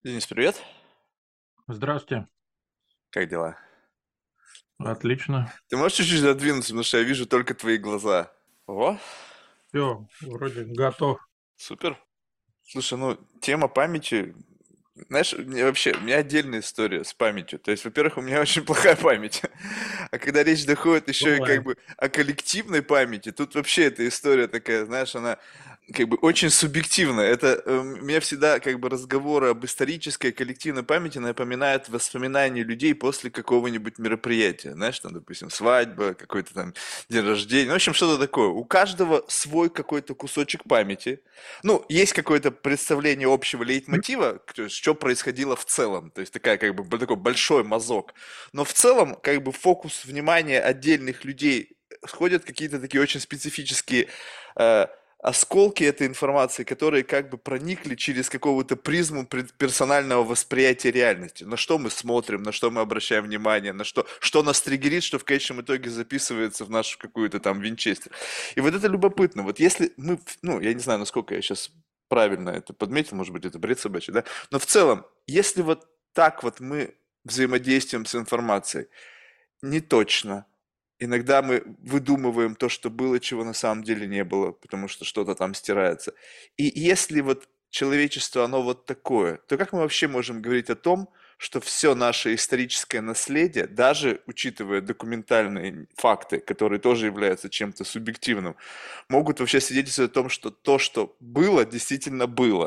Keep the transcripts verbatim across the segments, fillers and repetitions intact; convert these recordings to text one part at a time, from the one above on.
Денис, привет. Здравствуйте. Как дела? Отлично. Ты можешь чуть-чуть задвинуться, потому что я вижу только твои глаза. О, Все, вроде готов. супер. Слушай, ну, тема памяти, знаешь, мне вообще, у меня отдельная история с памятью. То есть, во-первых, у меня очень плохая память. А когда речь доходит еще и как Бывает. бы о коллективной памяти, тут вообще эта история такая, знаешь, она как бы очень субъективная. Это э, мне всегда как бы разговоры об исторической коллективной памяти напоминают воспоминания людей после какого-нибудь мероприятия. Знаешь, там, допустим, свадьба, какой-то там день рождения. Ну, в общем, что-то такое. У каждого свой какой-то кусочек памяти. Ну, есть какое-то представление общего лейтмотива, то есть, что происходило в целом. То есть, такая как бы б- такой большой мазок. Но в целом, как бы фокус внимания отдельных людей сходят какие-то такие очень специфические э, осколки этой информации, которые как бы проникли через какую-то призму пред- персонального восприятия реальности. На что мы смотрим, на что мы обращаем внимание, на что, что нас триггерит, что в конечном итоге записывается в нашу какую-то там винчестер. И вот это любопытно. Вот если мы, ну, я не знаю, насколько я сейчас правильно это подметил, может быть, это бред собачий, да? Но в целом, если вот так вот мы взаимодействуем с информацией, не точно. Иногда мы выдумываем то, что было, чего на самом деле не было, потому что что-то там стирается. И если вот человечество, оно вот такое, то как мы вообще можем говорить о том, что все наше историческое наследие, даже учитывая документальные факты, которые тоже являются чем-то субъективным, могут вообще свидетельствовать о том, что то, что было, действительно было.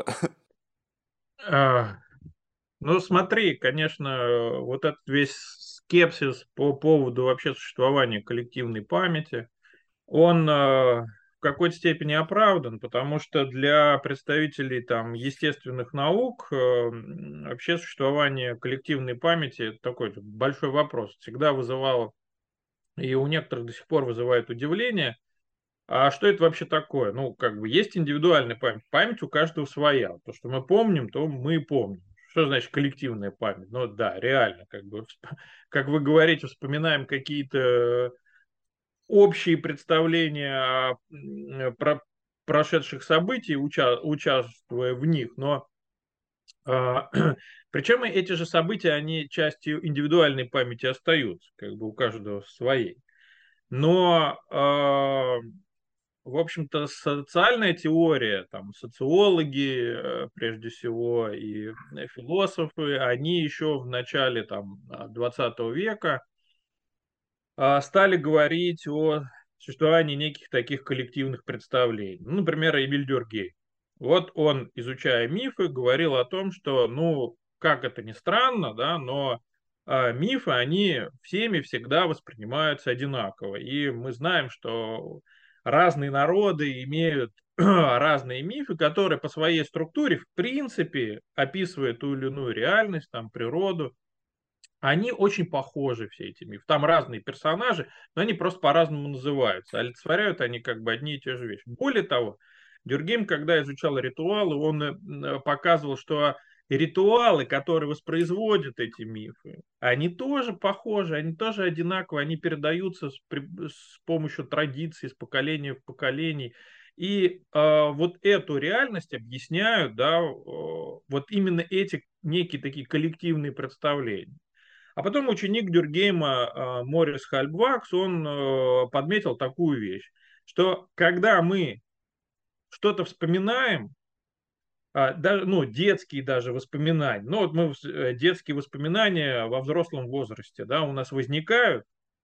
А, ну, смотри, конечно, э, вот этот весь скепсис по поводу вообще существования коллективной памяти, он э, в какой-то степени оправдан, потому что для представителей там естественных наук э, м, вообще существование коллективной памяти — это такой большой вопрос. Всегда вызывало, и у некоторых до сих пор вызывает удивление. А что это вообще такое? Ну, как бы есть индивидуальная память. Память у каждого своя. То, что мы помним, то мы и помним. Что значит коллективная память? Ну да, реально, как бы, всп- как вы говорите, вспоминаем какие-то общие представления о м, про прошедших событий, уча- участвуя в них, но а, причем эти же события, они частью индивидуальной памяти остаются, как бы у каждого своей. Но а, в общем-то, социальная теория, там, социологи, э, прежде всего, и э, философы, они еще в начале там, а, двадцатого века а, стали говорить о существовании неких таких коллективных представлений. Ну, например, Эмиль Дюркгейм. Вот он, изучая мифы, говорил о том, что, ну, как это ни странно, да, но а, мифы, они всеми всегда воспринимаются одинаково. И мы знаем, что разные народы имеют разные мифы, которые по своей структуре, в принципе, описывают ту или иную реальность, там, природу, они очень похожи, все эти мифы. Там разные персонажи, но они просто по-разному называются. Олицетворяют они как бы одни и те же вещи. Более того, Дюркгейм, когда изучал ритуалы, он э, м, показывал, что ритуалы, которые воспроизводят эти мифы, они тоже похожи, они тоже одинаковые, они передаются с, при- с помощью традиций, с поколения в поколение. И э, вот эту реальность объясняют, да, э, вот именно эти некие такие коллективные представления. А потом ученик Дюркгейма а, Морис Хальбвакс, он э, подметил такую вещь, что когда мы что-то вспоминаем, а, даже, ну, детские даже воспоминания, ну, вот мы, вс- э, детские воспоминания во взрослом возрасте, да, у нас возникают,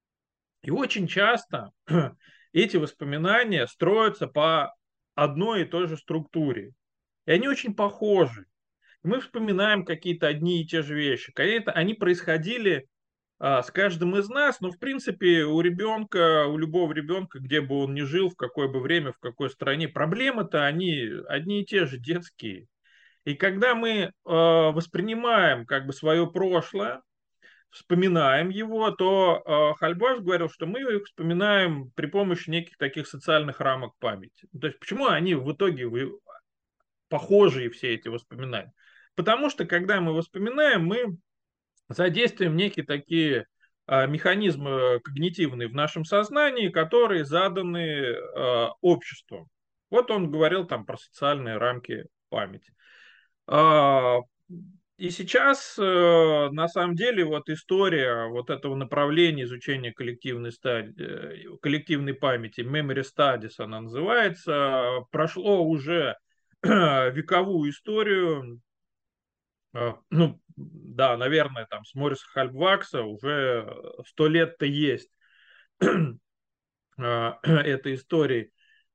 и очень часто эти воспоминания строятся по одной и той же структуре, и они очень похожи. Мы вспоминаем какие-то одни и те же вещи. Конечно, они происходили а, с каждым из нас, но в принципе у ребенка, у любого ребенка, где бы он ни жил, в какое бы время, в какой стране, проблемы-то они одни и те же, детские. И когда мы э, воспринимаем как бы свое прошлое, вспоминаем его, то э, Хальбаш говорил, что мы их вспоминаем при помощи неких таких социальных рамок памяти. То есть почему они в итоге вы- похожие все эти воспоминания? Потому что когда мы воспоминаем, мы задействуем некие такие а, механизмы когнитивные в нашем сознании, которые заданы а, обществом. Вот он говорил там про социальные рамки памяти. А, И сейчас, э, на самом деле, вот история вот этого направления изучения коллективной, стадии, коллективной памяти, memory studies она называется, прошло уже вековую историю. Э, ну, да, наверное, там с Мориса Хальбвакса уже сто лет-то есть э, этой истории.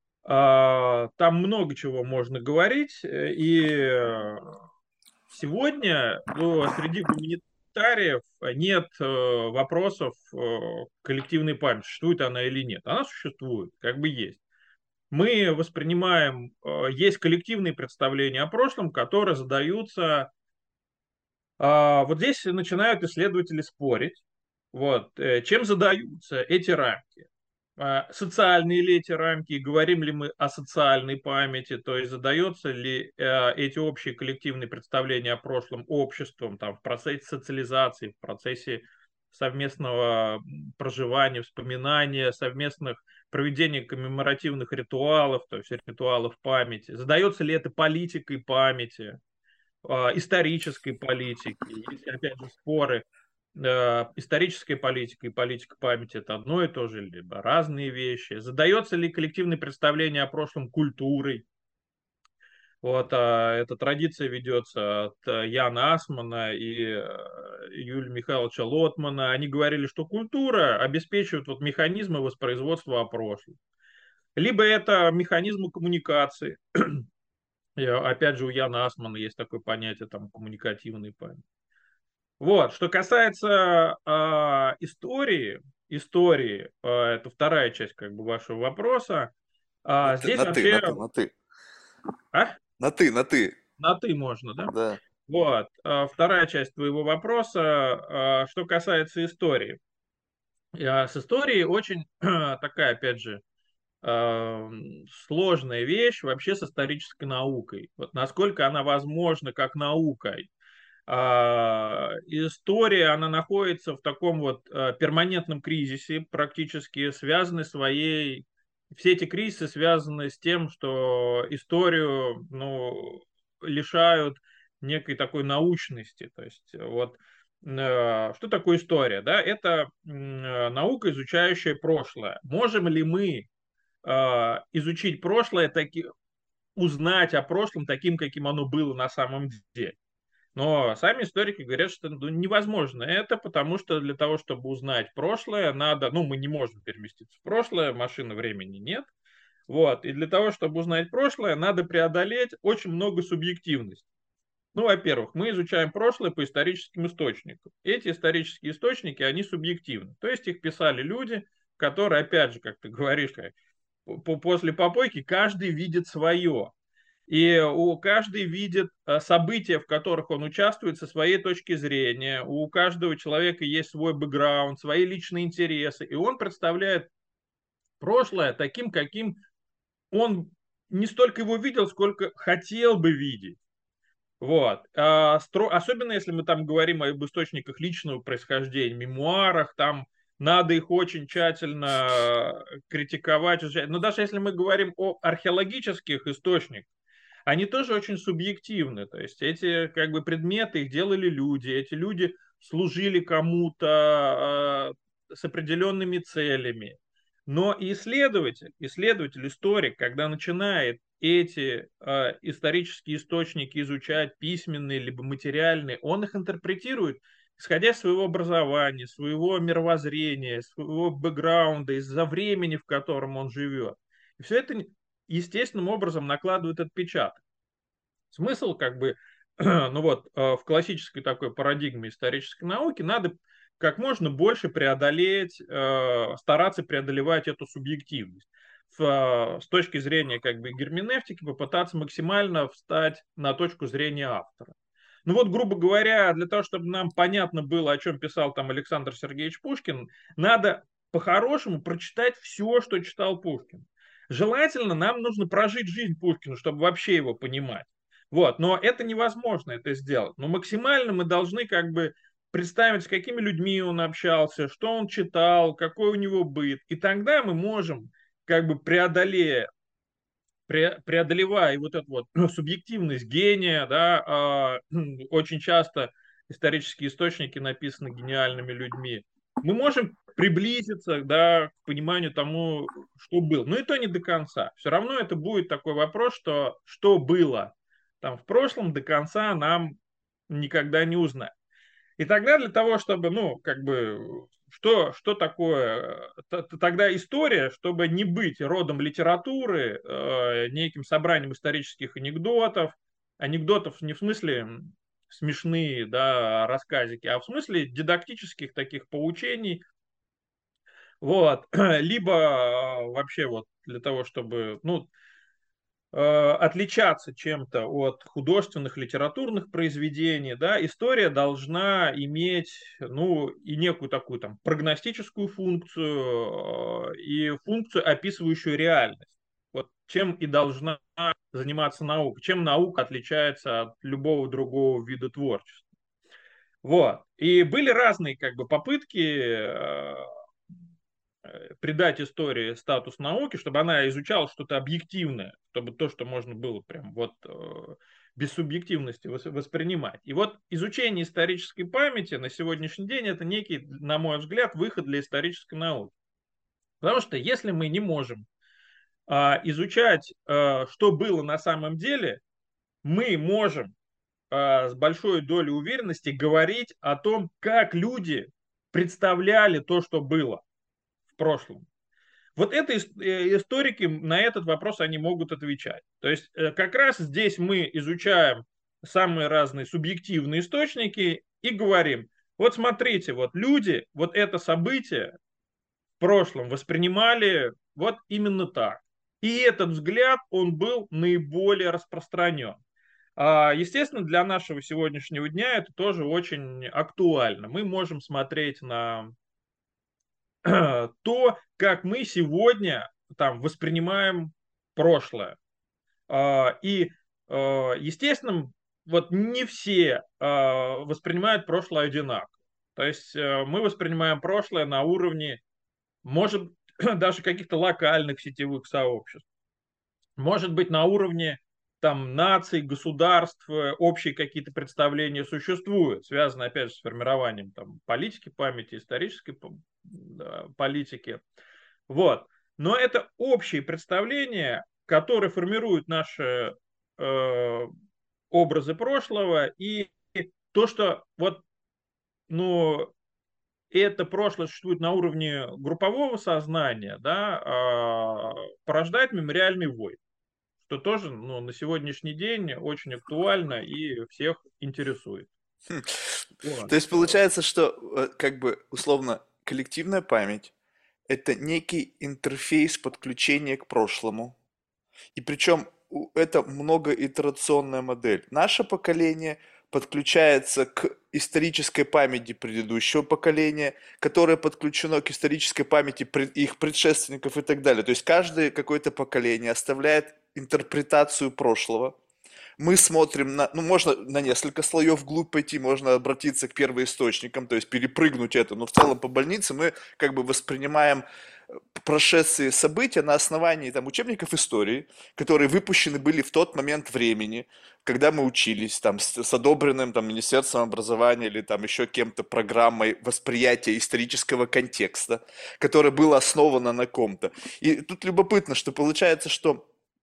А, Там много чего можно говорить, э, и э, сегодня, ну, среди гуманитариев нет э, вопросов э, коллективной памяти, существует она или нет. Она существует, как бы есть. Мы воспринимаем, э, есть коллективные представления о прошлом, которые задаются. А, Вот здесь начинают исследователи спорить, вот, э, чем задаются эти рамки. А, Социальные ли эти рамки, говорим ли мы о социальной памяти, то есть задается ли э, эти общие коллективные представления о прошлом обществом там, в процессе социализации, в процессе совместного проживания, вспоминания, совместных проведения коммеморативных ритуалов, то есть ритуалов памяти. Задается ли это политикой памяти, а, исторической политики, если, опять же, споры, э, историческая политика и политика памяти это одно и то же, либо разные вещи. Задается ли коллективное представление о прошлом культурой? Вот, а, эта традиция ведется от э, Яна Асмана и э, Юлия Михайловича Лотмана. Они говорили, что культура обеспечивает вот механизмы воспроизводства о прошлом. Либо это механизмы коммуникации. И, опять же, у Яна Асмана есть такое понятие там коммуникативной памяти. Вот, что касается а, истории, истории, а, это вторая часть как бы вашего вопроса. На А, ты, здесь на ты, вообще, на ты, на ты. а, На ты, на ты. на ты можно, да? Да. Вот, а, вторая часть твоего вопроса, а, что касается истории. А, с историей очень такая, опять же, а, сложная вещь вообще с исторической наукой. Вот насколько она возможна как наука. А, История, она находится в таком вот э, перманентном кризисе, практически связанной своей... Все эти кризисы связаны с тем, что историю, ну, лишают некой такой научности. То есть вот э, что такое история? Да? Это м, э, наука, изучающая прошлое. Можем ли мы э, изучить прошлое, таки, узнать о прошлом таким, каким оно было на самом деле? Но сами историки говорят, что ну, невозможно это, потому что для того, чтобы узнать прошлое, надо, ну, мы не можем переместиться в прошлое, машины времени нет. Вот. И для того, чтобы узнать прошлое, надо преодолеть очень много субъективностей. Ну, во-первых, мы изучаем прошлое по историческим источникам. Эти исторические источники, они субъективны. То есть их писали люди, которые, опять же, как ты говоришь, как, по- после попойки каждый видит свое. И у каждый видит э, события, в которых он участвует со своей точки зрения. У каждого человека есть свой бэкграунд, свои личные интересы. И он представляет прошлое таким, каким он не столько его видел, сколько хотел бы видеть. Вот. А, стро- Особенно если мы там говорим об источниках личного происхождения, мемуарах, там надо их очень тщательно критиковать. изучать. Но даже если мы говорим о археологических источниках, они тоже очень субъективны. То есть эти как бы предметы их делали люди, эти люди служили кому-то э, с определенными целями. Но исследователь, исследователь, историк, когда начинает эти э, исторические источники изучать, письменные либо материальные, он их интерпретирует, исходя из своего образования, своего мировоззрения, своего бэкграунда, из-за времени, в котором он живет. И все это естественным образом накладывает отпечаток. Смысл как бы, ну вот, э, в классической такой парадигме исторической науки надо как можно больше преодолеть, э, стараться преодолевать эту субъективность. С точки зрения как бы герменевтики попытаться максимально встать на точку зрения автора. Ну вот, грубо говоря, для того, чтобы нам понятно было, о чем писал там Александр Сергеевич Пушкин, надо по-хорошему прочитать все, что читал Пушкин. Желательно нам нужно прожить жизнь Пушкина, чтобы вообще его понимать. Вот, но это невозможно это сделать. Но максимально мы должны как бы представить, с какими людьми он общался, что он читал, какой у него быт. И тогда мы можем, как бы преодолея пре- преодолевая вот эту вот субъективность гения, да, а, очень часто исторические источники написаны гениальными людьми, мы можем приблизиться, да, к пониманию тому, что было. Но и то не до конца. Все равно это будет такой вопрос, что что было там в прошлом, до конца нам никогда не узнать. И тогда для того, чтобы, ну, как бы, что, что такое т- т- тогда история, чтобы не быть родом литературы, э, неким собранием исторических анекдотов, анекдотов не в смысле м, смешные, да, рассказики, а в смысле дидактических таких поучений, вот, либо э, вообще вот для того, чтобы, ну, э, отличаться чем-то от художественных, литературных произведений, да, история должна иметь, ну, и некую такую там прогностическую функцию, э, и функцию, описывающую реальность. Вот чем и должна заниматься наука, чем наука отличается от любого другого вида творчества. Вот. И были разные как бы попытки э, э, придать истории статус науки, чтобы она изучала что-то объективное, чтобы то, что можно было прям вот э, без субъективности вос- воспринимать. И вот изучение исторической памяти на сегодняшний день это некий, на мой взгляд, выход для исторической науки. Потому что если мы не можем а, изучать, а, что было на самом деле, мы можем а, с большой долей уверенности говорить о том, как люди представляли то, что было в прошлом. Вот это ис- э, историки на этот вопрос они могут отвечать. То есть э, как раз здесь мы изучаем самые разные субъективные источники и говорим, вот смотрите, вот люди вот это событие в прошлом воспринимали вот именно так. И этот взгляд, он был наиболее распространен. А, Естественно, для нашего сегодняшнего дня это тоже очень актуально. Мы можем смотреть на то, как мы сегодня там воспринимаем прошлое. А, И, а, естественно, вот не все а, воспринимают прошлое одинаково. То есть э, мы воспринимаем прошлое на уровне, может, даже каких-то локальных сетевых сообществ. Может быть, на уровне там наций, государств, э, общие какие-то представления существуют, связанные, опять же, с формированием там, политики памяти, исторической п- да, политики. Вот. Но это общие представления, которые формируют наши э, образы прошлого и то, что вот, ну, это прошлое существует на уровне группового сознания, да, а, порождает мемориальный вой, что тоже, ну, на сегодняшний день очень актуально и всех интересует. Хм. Вот. То есть получается, что э, как бы условно коллективная память — это некий интерфейс подключения к прошлому. И причем у- это многоитерационная модель. Наше поколение подключается к исторической памяти предыдущего поколения, которое подключено к исторической памяти пред- их предшественников и так далее. То есть каждое какое-то поколение оставляет интерпретацию прошлого. Мы смотрим на, ну, можно на несколько слоев вглубь пойти, можно обратиться к первоисточникам, то есть перепрыгнуть это, но в целом по больнице мы как бы воспринимаем э, прошедшие события на основании там учебников истории, которые выпущены были в тот момент времени, когда мы учились, там, с, с одобренным там Министерством образования или там еще кем-то программой восприятия исторического контекста, которое было основано на ком-то. И тут любопытно, что получается, что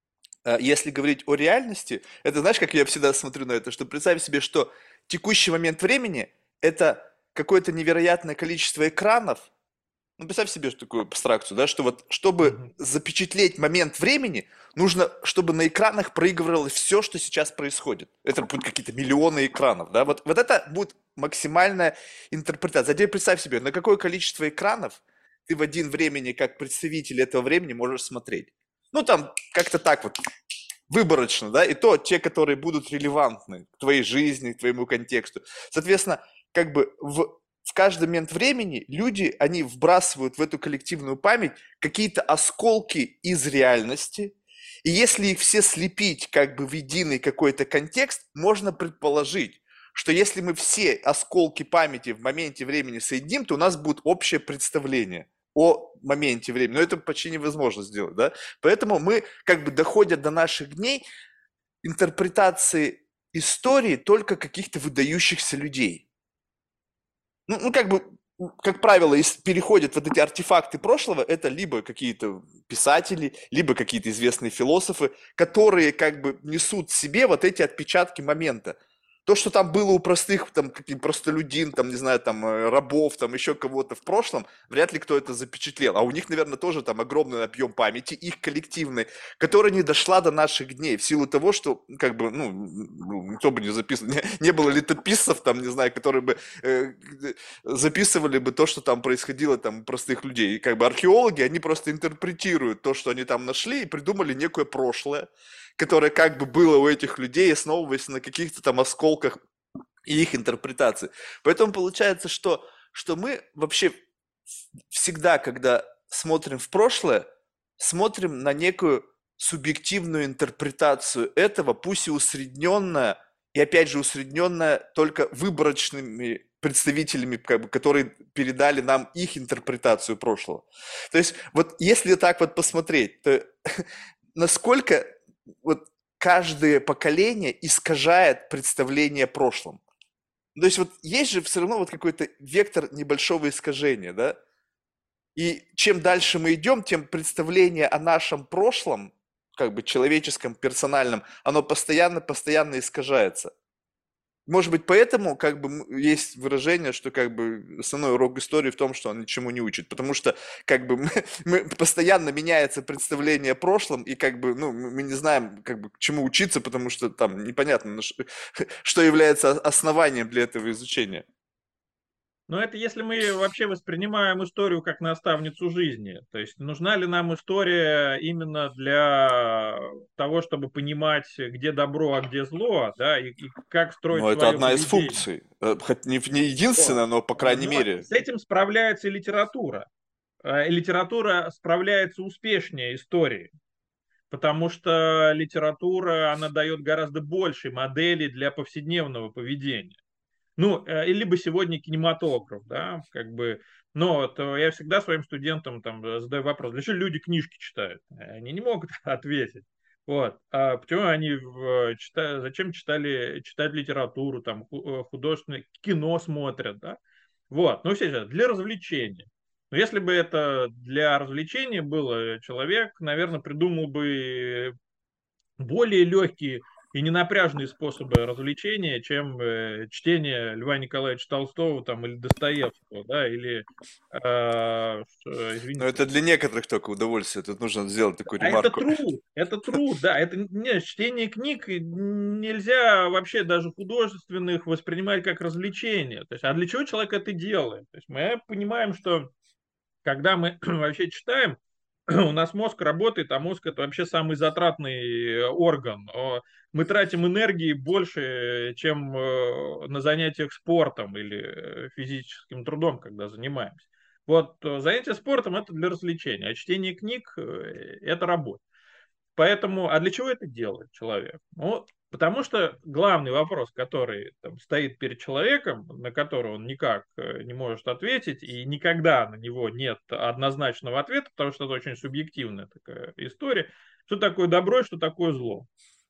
э, если говорить о реальности, это знаешь, как я всегда смотрю на это, что представь себе, что текущий момент времени — это какое-то невероятное количество экранов. Ну, представь себе такую абстракцию, да, что вот, чтобы Мгм. запечатлеть момент времени, нужно, чтобы на экранах проигрывалось все, что сейчас происходит. Это будут какие-то миллионы экранов, да, вот, вот это будет максимальная интерпретация. А теперь представь себе, на какое количество экранов ты в один времени, как представитель этого времени, можешь смотреть. Ну, там, как-то так вот, выборочно, да, и то те, которые будут релевантны к твоей жизни, к твоему контексту. Соответственно, как бы в, в каждый момент времени люди, они вбрасывают в эту коллективную память какие-то осколки из реальности, и если их все слепить как бы в единый какой-то контекст, можно предположить, что если мы все осколки памяти в моменте времени соединим, то у нас будет общее представление. о моменте времени, но это почти невозможно сделать, да? Поэтому мы, как бы, доходя до наших дней, интерпретации истории только каких-то выдающихся людей. Ну, ну как бы, как правило, переходят вот эти артефакты прошлого, это либо какие-то писатели, либо какие-то известные философы, которые как бы несут в себе вот эти отпечатки момента. То, что там было у простых, там, каких простолюдин, там, не знаю, там, э, рабов, там, еще кого-то в прошлом, вряд ли кто это запечатлел. А у них, наверное, тоже там огромный объем памяти, их коллективной, которая не дошла до наших дней в силу того, что, как бы, ну, ну, никто бы не записывал, не, не было летописцев, там, не знаю, которые бы э, записывали бы то, что там происходило там у простых людей. И как бы археологи, они просто интерпретируют то, что они там нашли, и придумали некое прошлое, которое как бы было у этих людей, основываясь на каких-то там осколках и их интерпретации. Поэтому получается, что, что мы вообще всегда, когда смотрим в прошлое, смотрим на некую субъективную интерпретацию этого, пусть и усредненная, и опять же усредненная только выборочными представителями, как бы, которые передали нам их интерпретацию прошлого. То есть вот если так вот посмотреть, то насколько вот каждое поколение искажает представление о прошлом. То есть вот есть же все равно вот какой-то вектор небольшого искажения, да? И чем дальше мы идем, тем представление о нашем прошлом, как бы человеческом, персональном, оно постоянно-постоянно искажается. Может быть, поэтому как бы есть выражение, что как бы основной урок истории в том, что он ничему не учит, потому что как бы мы, мы постоянно меняется представление о прошлом, и как бы ну мы не знаем как бы к чему учиться, потому что там непонятно, что является основанием для этого изучения. Но это если мы вообще воспринимаем историю как наставницу жизни. То есть нужна ли нам история именно для того, чтобы понимать, где добро, а где зло, да, и, и как строить Но это свое одна из поведение. функций, Э, хоть не, не Вот. единственная, но по крайней Но мере. с этим справляется и литература. Э, И литература справляется успешнее истории, потому что литература, она дает гораздо больше моделей для повседневного поведения. Ну, э, либо сегодня кинематограф, да, как бы, но вот э, я всегда своим студентам там э, задаю вопрос, для чего люди книжки читают? Они не могут ответить. Вот. А почему они в- читают, зачем читали, читать литературу, там, ху- э, художественное кино смотрят, да? Вот. Ну, все сейчас для развлечения. Но если бы это для развлечения было, человек, наверное, придумал бы более легкие и ненапряжные способы развлечения, чем э, чтение Льва Николаевича Толстого там, или Достоевского, да, или, э, ш- э, Но извините, это для некоторых только удовольствие. Тут нужно сделать такую а это ремарку. труд, это труд, да, это не, чтение книг нельзя вообще даже художественных воспринимать как развлечение. То есть, а для чего человек это делает? То есть мы понимаем, что когда мы вообще читаем, у нас мозг работает, а мозг это вообще самый затратный орган. О, Мы тратим энергии больше, чем э, на занятиях спортом или э, физическим трудом, когда занимаемся. Вот э, занятие спортом это для развлечения, а чтение книг э, это работа. Поэтому, а для чего это делает человек? Ну, потому что главный вопрос, который там, стоит перед человеком, на который он никак э, не может ответить, и никогда на него нет однозначного ответа, потому что это очень субъективная такая история, что такое добро и что такое зло.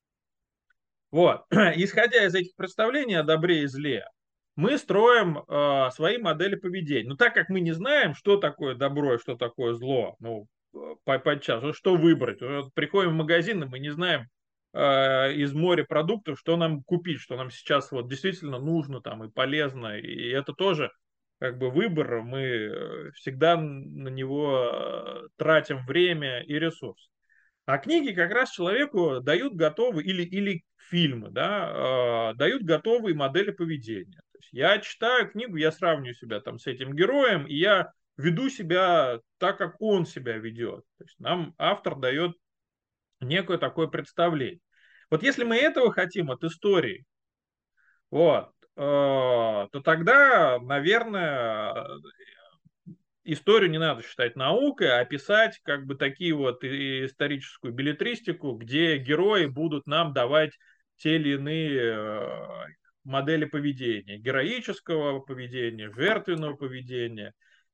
Вот. Исходя из этих представлений о добре и зле, мы строим э, свои модели поведения. Но так как мы не знаем, что такое добро и что такое зло, ну, э, по- подчас, вот что выбрать. Вот приходим в магазин, и мы не знаем э, из моря продуктов, что нам купить, что нам сейчас вот действительно нужно там и полезно. И это тоже как бы выбор, мы э, всегда на него э, тратим время и ресурс. А книги как раз человеку дают готовые, или, или фильмы, да, э, дают готовые модели поведения. То есть я читаю книгу, я сравниваю себя там с этим героем, и я веду себя так, как он себя ведет. То есть нам автор дает некое такое представление. Вот если мы этого хотим от истории, вот, э, то тогда, наверное, историю не надо считать наукой, а писать как бы такие вот и- историческую беллетристику, где герои будут нам давать те или иные э, модели поведения, героического поведения, жертвенного поведения.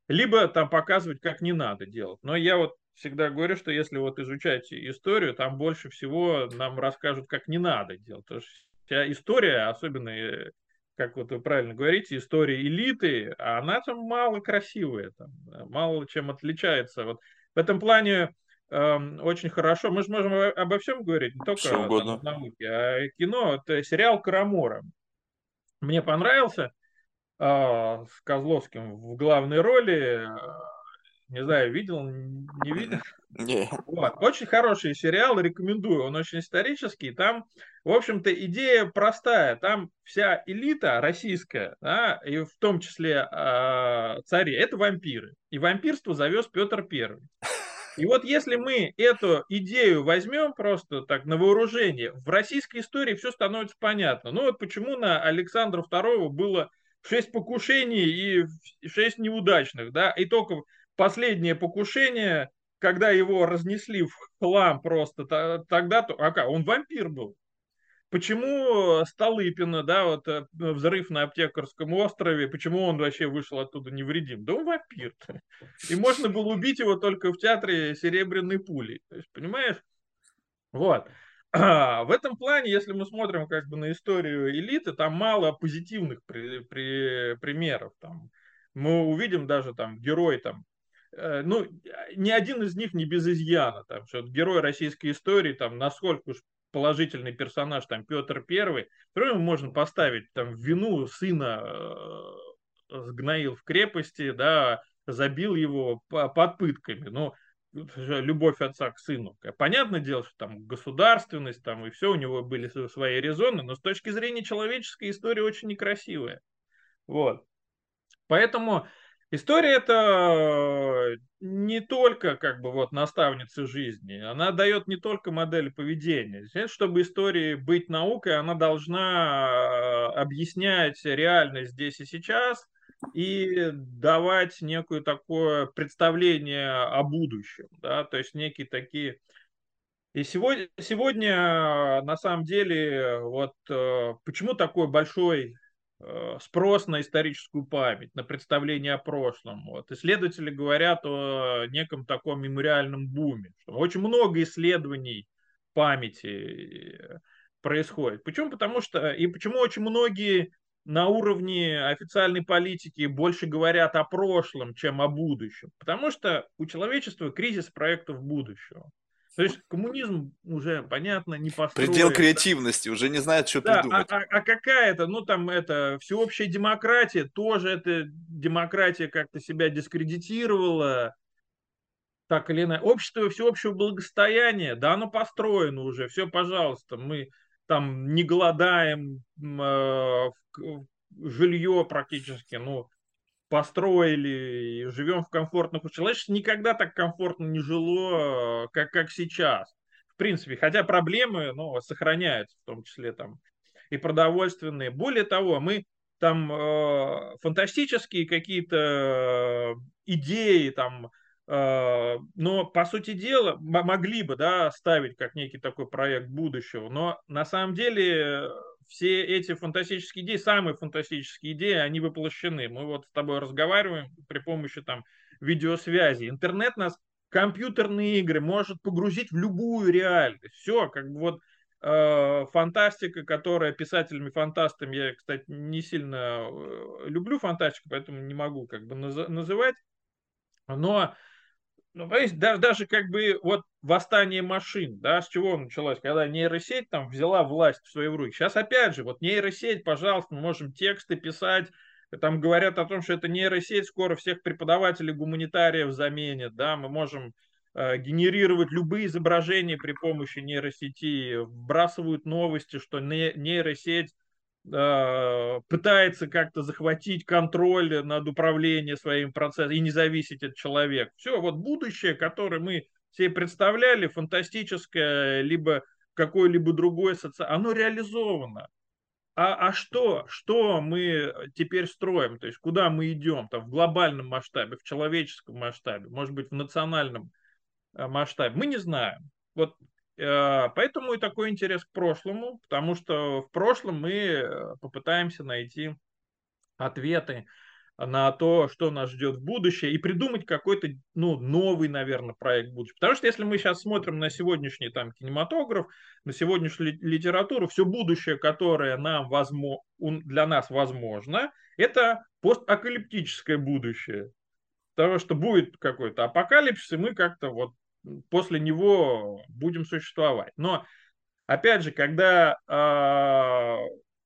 либо там показывать, как не надо делать. Но я вот всегда говорю, что если вот изучать историю, там больше всего нам расскажут, как не надо делать. Потому что вся история, особенно, э, как вот вы правильно говорите, история элиты, а она там мало красивая, там, э, мало чем отличается. Вот в этом плане эм, очень хорошо. Мы же можем о- обо всем говорить, не Что только там о угодно. науке, а и кино. Это сериал «Карамора». Мне понравился, а, с Козловским в главной роли. а, Не знаю, видел, не видел. М, Не. Вот. Очень хороший сериал, рекомендую. Он очень исторический. Там, в общем-то, идея простая. Там вся элита российская, да, и в том числе а, цари, это вампиры. И вампирство завез Петр Первый. И вот если мы эту идею возьмем просто так на вооружение, в российской истории все становится понятно. Ну вот почему на Александра Второго было шесть покушений и шесть неудачных, да, и только последнее покушение, когда его разнесли в хлам просто, та- тогда, то, а как, он вампир был. Почему Столыпина, да, вот э, взрыв на Аптекарском острове, почему он вообще вышел оттуда невредим? Да он вампир. И можно было убить его только в театре «Серебряной пули». То есть, понимаешь? Вот. А, в этом плане, если мы смотрим как бы на историю элиты, там мало позитивных при- при- примеров. Там. Мы увидим даже там герой там, э, ну, ни один из них не без изъяна. Там, что вот герой российской истории, там, насколько уж положительный персонаж, там, Петр Первый, все можно поставить там в вину сына э, сгноил в крепости, да, забил его по- под пытками. Ну, любовь отца к сыну. Понятное дело, что там государственность, там и все, у него были свои резоны, но с точки зрения человеческой история очень некрасивая. Вот. Поэтому история это не только как бы вот наставница жизни, она дает не только модели поведения. Знаете, чтобы истории быть наукой, она должна э, объяснять реальность здесь и сейчас и давать некое такое представление о будущем, да, то есть некие такие и сегодня, сегодня э, на самом деле вот э, почему такой большой э, спрос на историческую память, на представление о прошлом? Вот. Исследователи говорят о неком таком мемориальном буме, что очень много исследований памяти э, происходит. Почему? Потому что и почему очень многие на уровне официальной политики больше говорят о прошлом, чем о будущем? Потому что у человечества кризис проектов будущего. То есть коммунизм уже, понятно, не Предел построить. креативности, уже не знает, что Да, а, придумать. а, а какая-то, ну там это, всеобщая демократия, тоже эта демократия как-то себя дискредитировала, так или иначе. Общество всеобщего благосостояния, да, оно построено уже, все, пожалуйста, мы там не голодаем, м, э, в к- жилье практически, ну, построили и живем в комфортных условиях. Человечество никогда так комфортно не жило, э, как, как сейчас. В принципе, хотя проблемы, ну, сохраняются, в том числе там и продовольственные. Более того, мы там э, фантастические какие-то э, идеи там, э, но по сути дела м- могли бы, да, ставить как некий такой проект будущего, но на самом деле все эти фантастические идеи, самые фантастические идеи, они воплощены. Мы вот с тобой разговариваем при помощи там видеосвязи. Интернет нас, компьютерные игры может погрузить в любую реальность. Все, как бы вот э, фантастика, которая писателями-фантастами, я, кстати, не сильно э, люблю фантастику, поэтому не могу как бы наз- называть, но ну, понимаете, даже, даже как бы вот восстание машин, да, с чего началось, когда нейросеть там взяла власть в свои руки. Сейчас опять же, вот нейросеть, пожалуйста, мы можем тексты писать, там говорят о том, что это нейросеть скоро всех преподавателей гуманитариев заменит, да, мы можем э, генерировать любые изображения при помощи нейросети, вбрасывают новости, что не- нейросеть э, пытается как-то захватить контроль над управлением своим процессом и не зависеть от человека. Все, вот будущее, которое мы себе представляли, фантастическое, либо какое-либо другое, соци... оно реализовано. А, а что? Что мы теперь строим? То есть куда мы идем? Там, в глобальном масштабе, в человеческом масштабе, может быть, в национальном э, масштабе? Мы не знаем. Вот э, поэтому и такой интерес к прошлому, потому что в прошлом мы э, попытаемся найти ответы на то, что нас ждет в будущее, и придумать какой-то, ну, новый, наверное, проект будущего. Потому что если мы сейчас смотрим на сегодняшний там кинематограф, на сегодняшнюю литературу, все будущее, которое нам возможно, для нас возможно, это постапокалиптическое будущее. Того, что будет какой-то апокалипсис, и мы как-то вот после него будем существовать. Но опять же, когда э,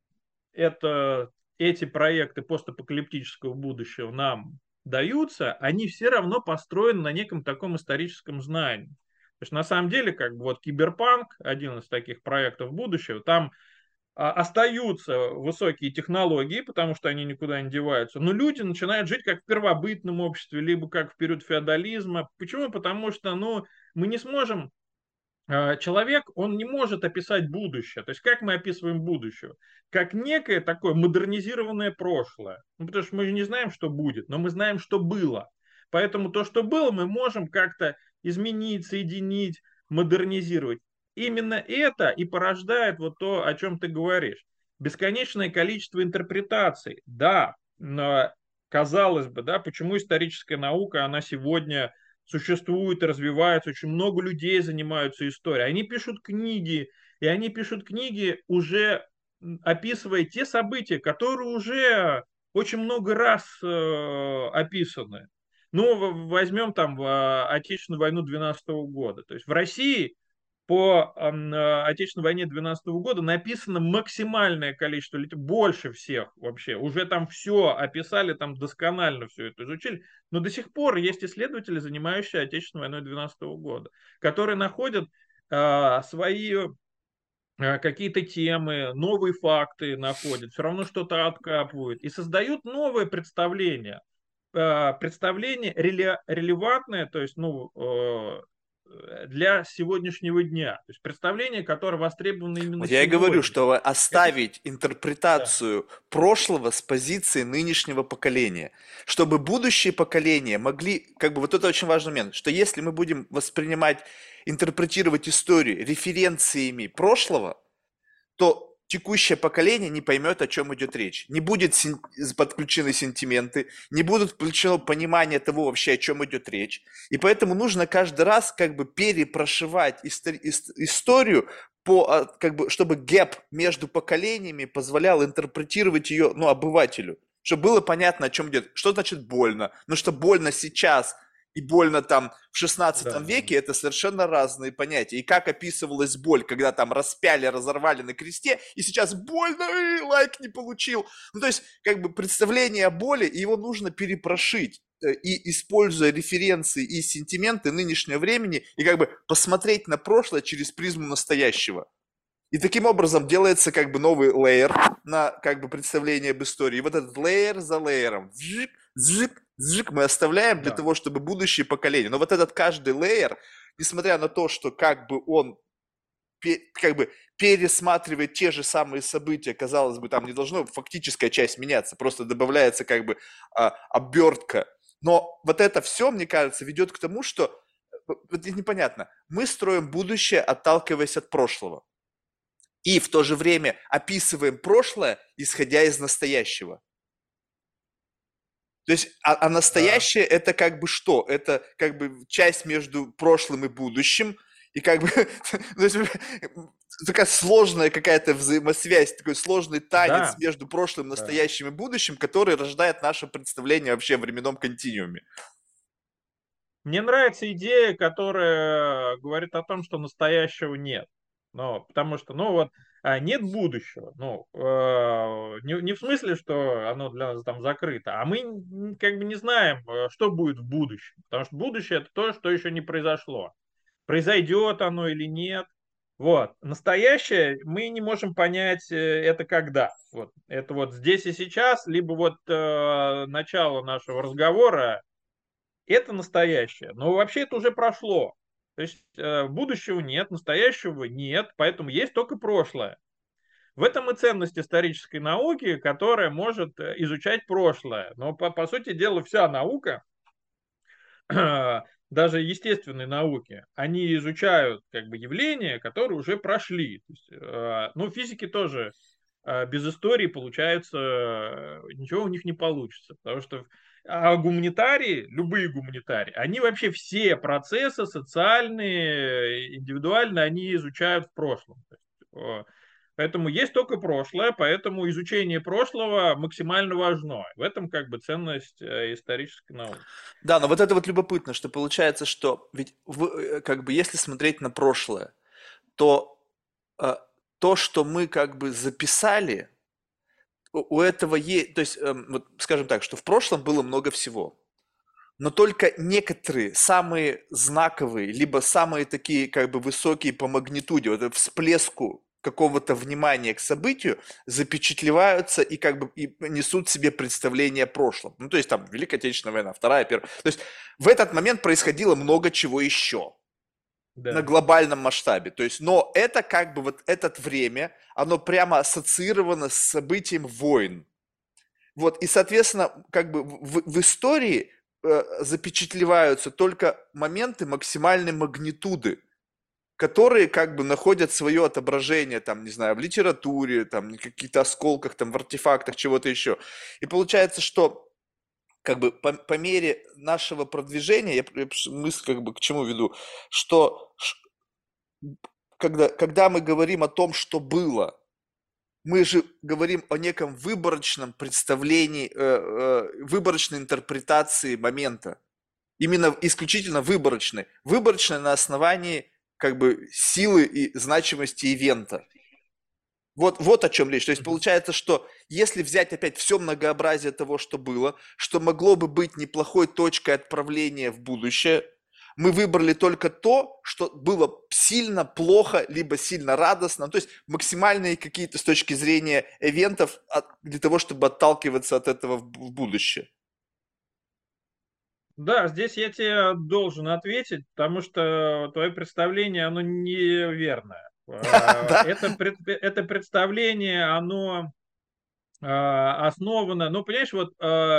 это, эти проекты постапокалиптического будущего нам даются, они все равно построены на неком таком историческом знании. То есть на самом деле, как бы вот Киберпанк, один из таких проектов будущего, там а, остаются высокие технологии, потому что они никуда не деваются, но люди начинают жить как в первобытном обществе, либо как в период феодализма. Почему? Потому что, ну, мы не сможем, а, человек, он не может описать будущее. То есть как мы описываем будущее? Как некое такое модернизированное прошлое. Ну, потому что мы же не знаем, что будет, но мы знаем, что было. Поэтому то, что было, мы можем как-то изменить, соединить, модернизировать. Именно это и порождает вот то, о чем ты говоришь. Бесконечное количество интерпретаций. Да, но казалось бы, да, почему историческая наука, она сегодня существует и развивается, очень много людей занимаются историей. Они пишут книги, и они пишут книги, уже описывая те события, которые уже очень много раз э, описаны. Ну, возьмем там в, Отечественную войну двенадцатого года. То есть в России по э, Отечественной войне двенадцатого года написано максимальное количество, больше всех вообще. Уже там все описали, там досконально все это изучили. Но до сих пор есть исследователи, занимающиеся Отечественной войной двенадцатого года, которые находят э, свои э, какие-то темы, новые факты находят, все равно что-то откапывают и создают новое представление. Э, представление реле- релевантное, то есть, ну, э, для сегодняшнего дня. То есть представление, которое востребовано именно Вот я и говорю, сегодня. что Это оставить да, интерпретацию прошлого с позиции нынешнего поколения, чтобы будущие поколения могли, как бы вот это очень важный момент, что если мы будем воспринимать, интерпретировать историю референциями прошлого, то текущее поколение не поймет, о чем идет речь. Не будет сен- подключены сентименты, не будут включено понимание того вообще, о чем идет речь. И поэтому нужно каждый раз как бы перепрошивать истори- ис- историю, по, а, как бы, чтобы гэп между поколениями позволял интерпретировать ее, ну, обывателю. Чтобы было понятно, о чем идет. Что значит больно? Ну, что больно сейчас и больно там в шестнадцатом да. веке, это совершенно разные понятия. И как описывалась боль, когда там распяли, разорвали на кресте, и сейчас больно, и лайк не получил. Ну, то есть, как бы представление о боли, его нужно перепрошить э, и используя референции и сентименты нынешнего времени, и как бы посмотреть на прошлое через призму настоящего. И таким образом делается как бы новый лейер на как бы представление об истории. И вот этот лейер за лейером, вжик, вжик, вжик, мы оставляем для Да. того, чтобы будущее поколение. Но вот этот каждый лейер, несмотря на то, что как бы он как бы пересматривает те же самые события, казалось бы, там не должно фактическая часть меняться, просто добавляется как бы а, обертка. Но вот это все, мне кажется, ведет к тому, что вот непонятно. Мы строим будущее, отталкиваясь от прошлого и в то же время описываем прошлое, исходя из настоящего. То есть, а, а Да. настоящее это как бы что? Это как бы часть между прошлым и будущим, и как бы то есть, такая сложная какая-то взаимосвязь, такой сложный танец Да. между прошлым, Да. настоящим и будущим, который рождает наше представление вообще о временном континууме. Мне нравится идея, которая говорит о том, что настоящего нет. Ну, потому что, ну вот, а, нет будущего. Ну, э, не, не в смысле, что оно для нас там закрыто, а мы н- как бы не знаем, э, что будет в будущем. Потому что будущее это то, что еще не произошло. Произойдет оно или нет. Вот. Настоящее мы не можем понять э, это когда. Вот. Это вот здесь и сейчас, либо вот э, начало нашего разговора, это настоящее. Но вообще это уже прошло. То есть э, будущего нет, настоящего нет, поэтому есть только прошлое. В этом и ценность исторической науки, которая может э, изучать прошлое. Но по, по сути дела вся наука, даже естественные науки, они изучают как бы явления, которые уже прошли. То есть, э, ну, физики тоже а без истории, получается, э, ничего у них не получится. Потому что а гуманитарии, любые гуманитарии, они вообще все процессы социальные, индивидуальные, они изучают в прошлом. То есть, э, поэтому есть только прошлое, поэтому изучение прошлого максимально важно. В этом как бы ценность э, исторической науки. Да, но вот это вот любопытно, что получается, что ведь в- э, как бы если смотреть на прошлое, то э, то, что мы как бы записали, у у этого есть, то есть, эм, вот скажем так, что в прошлом было много всего, но только некоторые, самые знаковые, либо самые такие как бы высокие по магнитуде, вот этот всплеску какого-то внимания к событию запечатлеваются и как бы и несут в себе представление о прошлом. Ну, то есть там Великая Отечественная война, Вторая, Первая. То есть в этот момент происходило много чего еще на Да. глобальном масштабе. То есть, но это как бы вот это время, оно прямо ассоциировано с событием войн. Вот, и, соответственно, как бы в, в истории э, запечатлеваются только моменты максимальной магнитуды, которые как бы находят свое отображение, там, не знаю, в литературе, там, в каких-то осколках, там, в артефактах, чего-то еще. И получается, что как бы по, по мере нашего продвижения, я, я мысль как бы к чему веду, что ш- когда, когда мы говорим о том, что было, мы же говорим о неком выборочном представлении, э, э, выборочной интерпретации момента. Именно исключительно выборочной. Выборочной на основании как бы силы и значимости ивента. Вот, вот о чем речь. То есть Мгм. получается, что если взять опять все многообразие того, что было, что могло бы быть неплохой точкой отправления в будущее, мы выбрали только то, что было сильно плохо, либо сильно радостно. То есть максимальные какие-то с точки зрения ивентов от- для того, чтобы отталкиваться от этого в, в будущее. Да, здесь я тебе должен ответить, потому что твое представление, оно неверное. А, Да. Это, пред- это представление, оно а, основано, ну, понимаешь, вот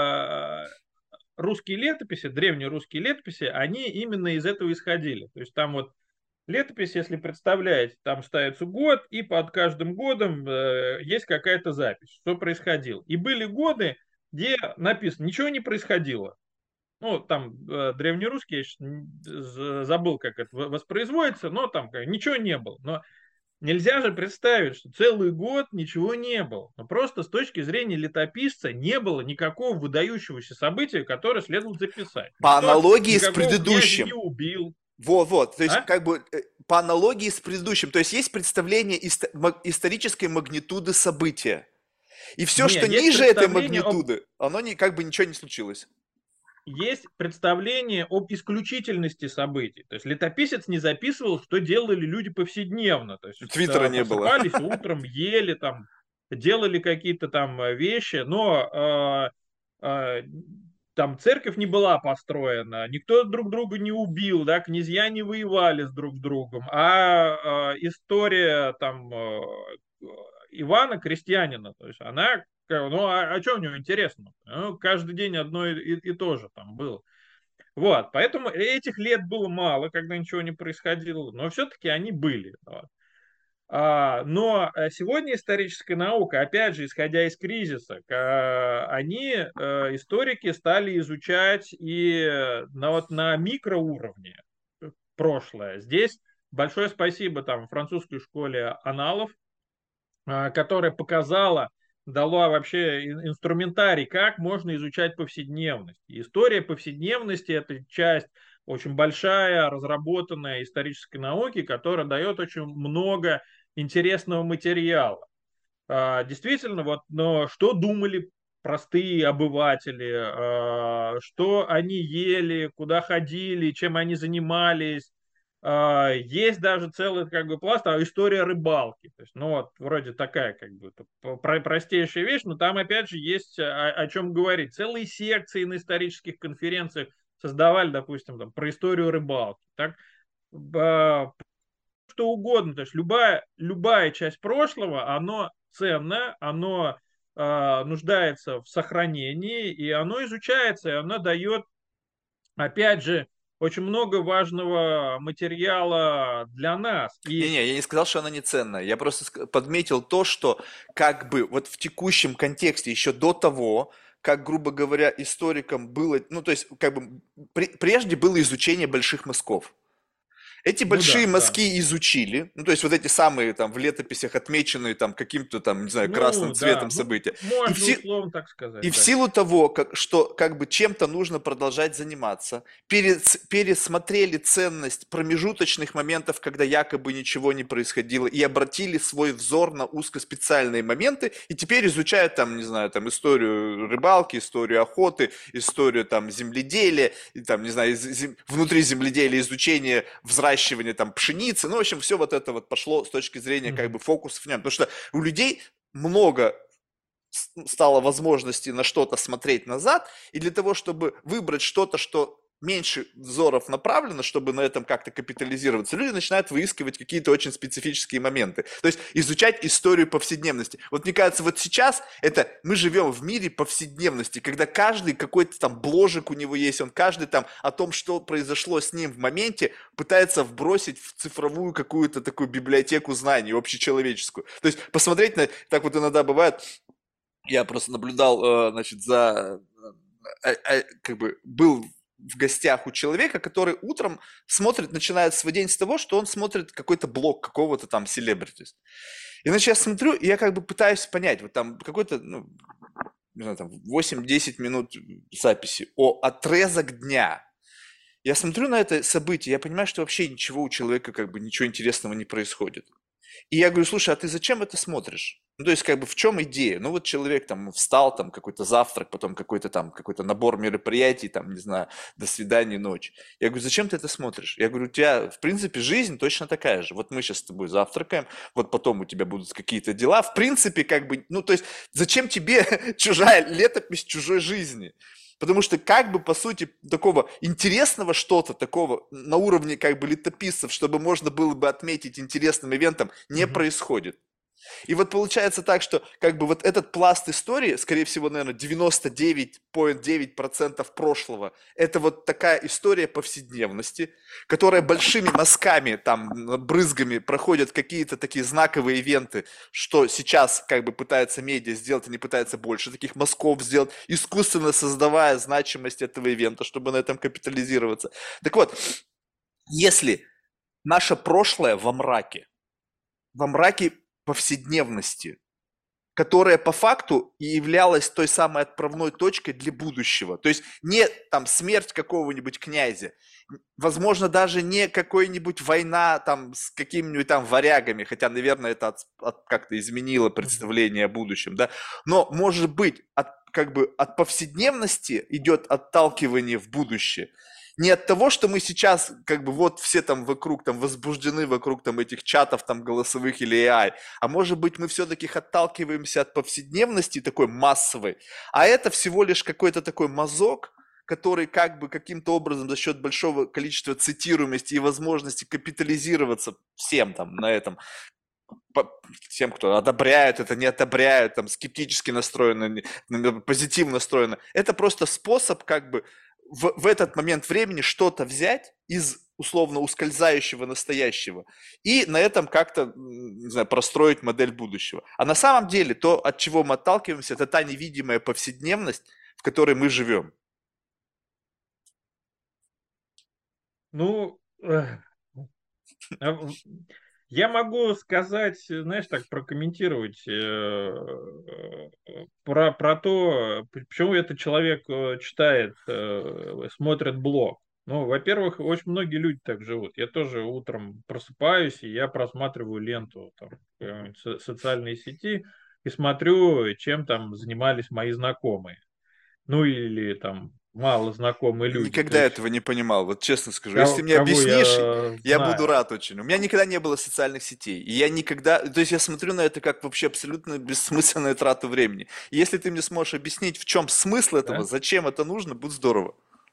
а, русские летописи, древние русские летописи, они именно из этого исходили. То есть там вот летопись, если представляете, там ставится год, и под каждым годом э, есть какая-то запись, что происходило. И были годы, где написано, ничего не происходило. Ну, там э, древнерусский, я щас н- з- забыл, как это в- воспроизводится, но там как, ничего не было. Но нельзя же представить, что целый год ничего не было. Но просто с точки зрения летописца не было никакого выдающегося события, которое следовало записать. По Никто аналогии с никакого князя не предыдущим. убил. Вот, вот, то есть А? как бы э, по аналогии с предыдущим, то есть есть представление ист- ма- исторической магнитуды события, и все, Не, что есть ниже этой представление об магнитуды, оно не, как бы ничего не случилось. есть представление об исключительности событий. То есть летописец не записывал, что делали люди повседневно. То есть Твиттера э, не было. просыпались утром, ели там, делали какие-то там э, вещи, но э, э, там церковь не была построена, никто друг друга не убил, да, князья не воевали с друг с другом, а э, история там э, Ивана Крестьянина, то есть она, как, ну а, а что у него интересно? Ну, каждый день одно и, и, и то же там было. Вот, поэтому этих лет было мало, когда ничего не происходило, но все-таки они были. Вот. А, но э, сегодня историческая наука, опять же, исходя из кризиса, к- они, э, историки, стали изучать и э, на, вот, на микроуровне э, прошлое. Здесь большое спасибо там французской школе аналов, а, которая показала, дала вообще ин- инструментарий, как можно изучать повседневность. И история повседневности – это часть очень большая, разработанная исторической науки, которая дает очень много интересного материала. А, Действительно, вот, но что думали простые обыватели, а, что они ели, куда ходили, чем они занимались. А, Есть даже целый как бы пласт, а история рыбалки. То есть, ну вот, вроде такая как бы это про- простейшая вещь, но там опять же есть о, о чем говорить. Целые секции на исторических конференциях создавали, допустим, там, про историю рыбалки. Так, а, что угодно. То есть любая, любая часть прошлого, оно ценно, оно э, нуждается в сохранении, и оно изучается, и оно дает, опять же, очень много важного материала для нас. И Не-не, я не сказал, что она не ценная. Я просто ск- подметил то, что как бы вот в текущем контексте, еще до того, как, грубо говоря, историкам было, ну, то есть, как бы, пре- прежде было изучение больших мазков. Эти ну большие да, да. мазки изучили, ну, то есть вот эти самые там в летописях отмеченные там каким-то там, не знаю, красным Ну да, цветом м- события. И можно все, условно так и сказать, в да. силу того, как, что как бы чем-то нужно продолжать заниматься, перес- пересмотрели ценность промежуточных моментов, когда якобы ничего не происходило, и обратили свой взор на узкоспециальные моменты, и теперь изучают там, не знаю, там историю рыбалки, историю охоты, историю там земледелия, и, там, не знаю, из- зем- внутри земледелия изучение взращивания там пшеницы, ну, в общем, все вот это вот пошло с точки зрения как бы Мгм. фокусов в нем, потому что у людей много стало возможности на что-то смотреть назад, и для того, чтобы выбрать что-то, что меньше взоров направлено, чтобы на этом как-то капитализироваться, люди начинают выискивать какие-то очень специфические моменты. То есть изучать историю повседневности. Вот мне кажется, вот сейчас это мы живем в мире повседневности, когда каждый какой-то там бложек у него есть, он каждый там о том, что произошло с ним в моменте, пытается вбросить в цифровую какую-то такую библиотеку знаний общечеловеческую. То есть посмотреть на, так вот иногда бывает, я просто наблюдал, э, значит, за, э, э, как бы, был в гостях у человека, который утром смотрит, начинает свой день с того, что он смотрит какой-то блог какого-то там селебритис. И значит, я смотрю, и я как бы пытаюсь понять, вот там какой-то, ну, не знаю, там восемь-десять минут записи о отрезок дня. Я смотрю на это событие, я понимаю, что вообще ничего у человека, как бы, ничего интересного не происходит. И я говорю, слушай, а ты зачем это смотришь? Ну, то есть, как бы, в чем идея? Ну, вот человек там встал, там, какой-то завтрак, потом какой-то там, какой-то набор мероприятий, там, не знаю, до свидания, ночь. Я говорю, зачем ты это смотришь? Я говорю, у тебя, в принципе, жизнь точно такая же. Вот мы сейчас с тобой завтракаем, вот потом у тебя будут какие-то дела. В принципе, как бы, ну, то есть, зачем тебе чужая летопись чужой жизни? Потому что как бы, по сути, такого интересного что-то, такого на уровне как бы летописцев, чтобы можно было бы отметить интересным ивентом, не Мгм. происходит. И вот получается так, что как бы вот этот пласт истории, скорее всего, наверное, девяносто девять целых девять десятых процента прошлого, это вот такая история повседневности, которая большими мазками, там, брызгами проходят какие-то такие знаковые ивенты, что сейчас как бы пытается медиа сделать, они пытаются больше таких мазков сделать, искусственно создавая значимость этого ивента, чтобы на этом капитализироваться. Так вот, если наше прошлое во мраке, во мраке повседневности, которая по факту и являлась той самой отправной точкой для будущего. То есть не там смерть какого-нибудь князя, возможно, даже не какой-нибудь война там с какими-нибудь там варягами, хотя, наверное, это от, от, как-то изменило Мгм. представление о будущем, да, но, может быть, от, как бы от повседневности идет отталкивание в будущее, не от того, что мы сейчас, как бы, вот все там вокруг, там, возбуждены вокруг там этих чатов там голосовых или A I, а может быть, мы все-таки отталкиваемся от повседневности такой массовой, а это всего лишь какой-то такой мазок, который как бы каким-то образом за счет большого количества цитируемости и возможности капитализироваться всем там на этом, тем, кто одобряет это, не одобряет, там, скептически настроены, позитивно настроены. Это просто способ как бы в, в этот момент времени что-то взять из условно ускользающего настоящего и на этом как-то, не знаю, простроить модель будущего. А на самом деле то, от чего мы отталкиваемся, это та невидимая повседневность, в которой мы живем. Ну, э, а в- я могу сказать, знаешь, так прокомментировать э, э, про, про то, п- почему этот человек э, читает, э, смотрит блог. Ну, во-первых, очень многие люди так живут. Я тоже утром просыпаюсь, и я просматриваю ленту, там, какой-нибудь со- социальные сети, и смотрю, чем там занимались мои знакомые. Ну, или там мало знакомые люди. То Никогда есть этого не понимал, вот честно скажу. Если кого, ты мне кого объяснишь, я я буду знаю. рад очень. У меня никогда не было социальных сетей. И я никогда... То есть я смотрю на это как вообще абсолютно бессмысленная трата времени. И если ты мне сможешь объяснить, в чем смысл этого, Да? зачем это нужно, будет здорово.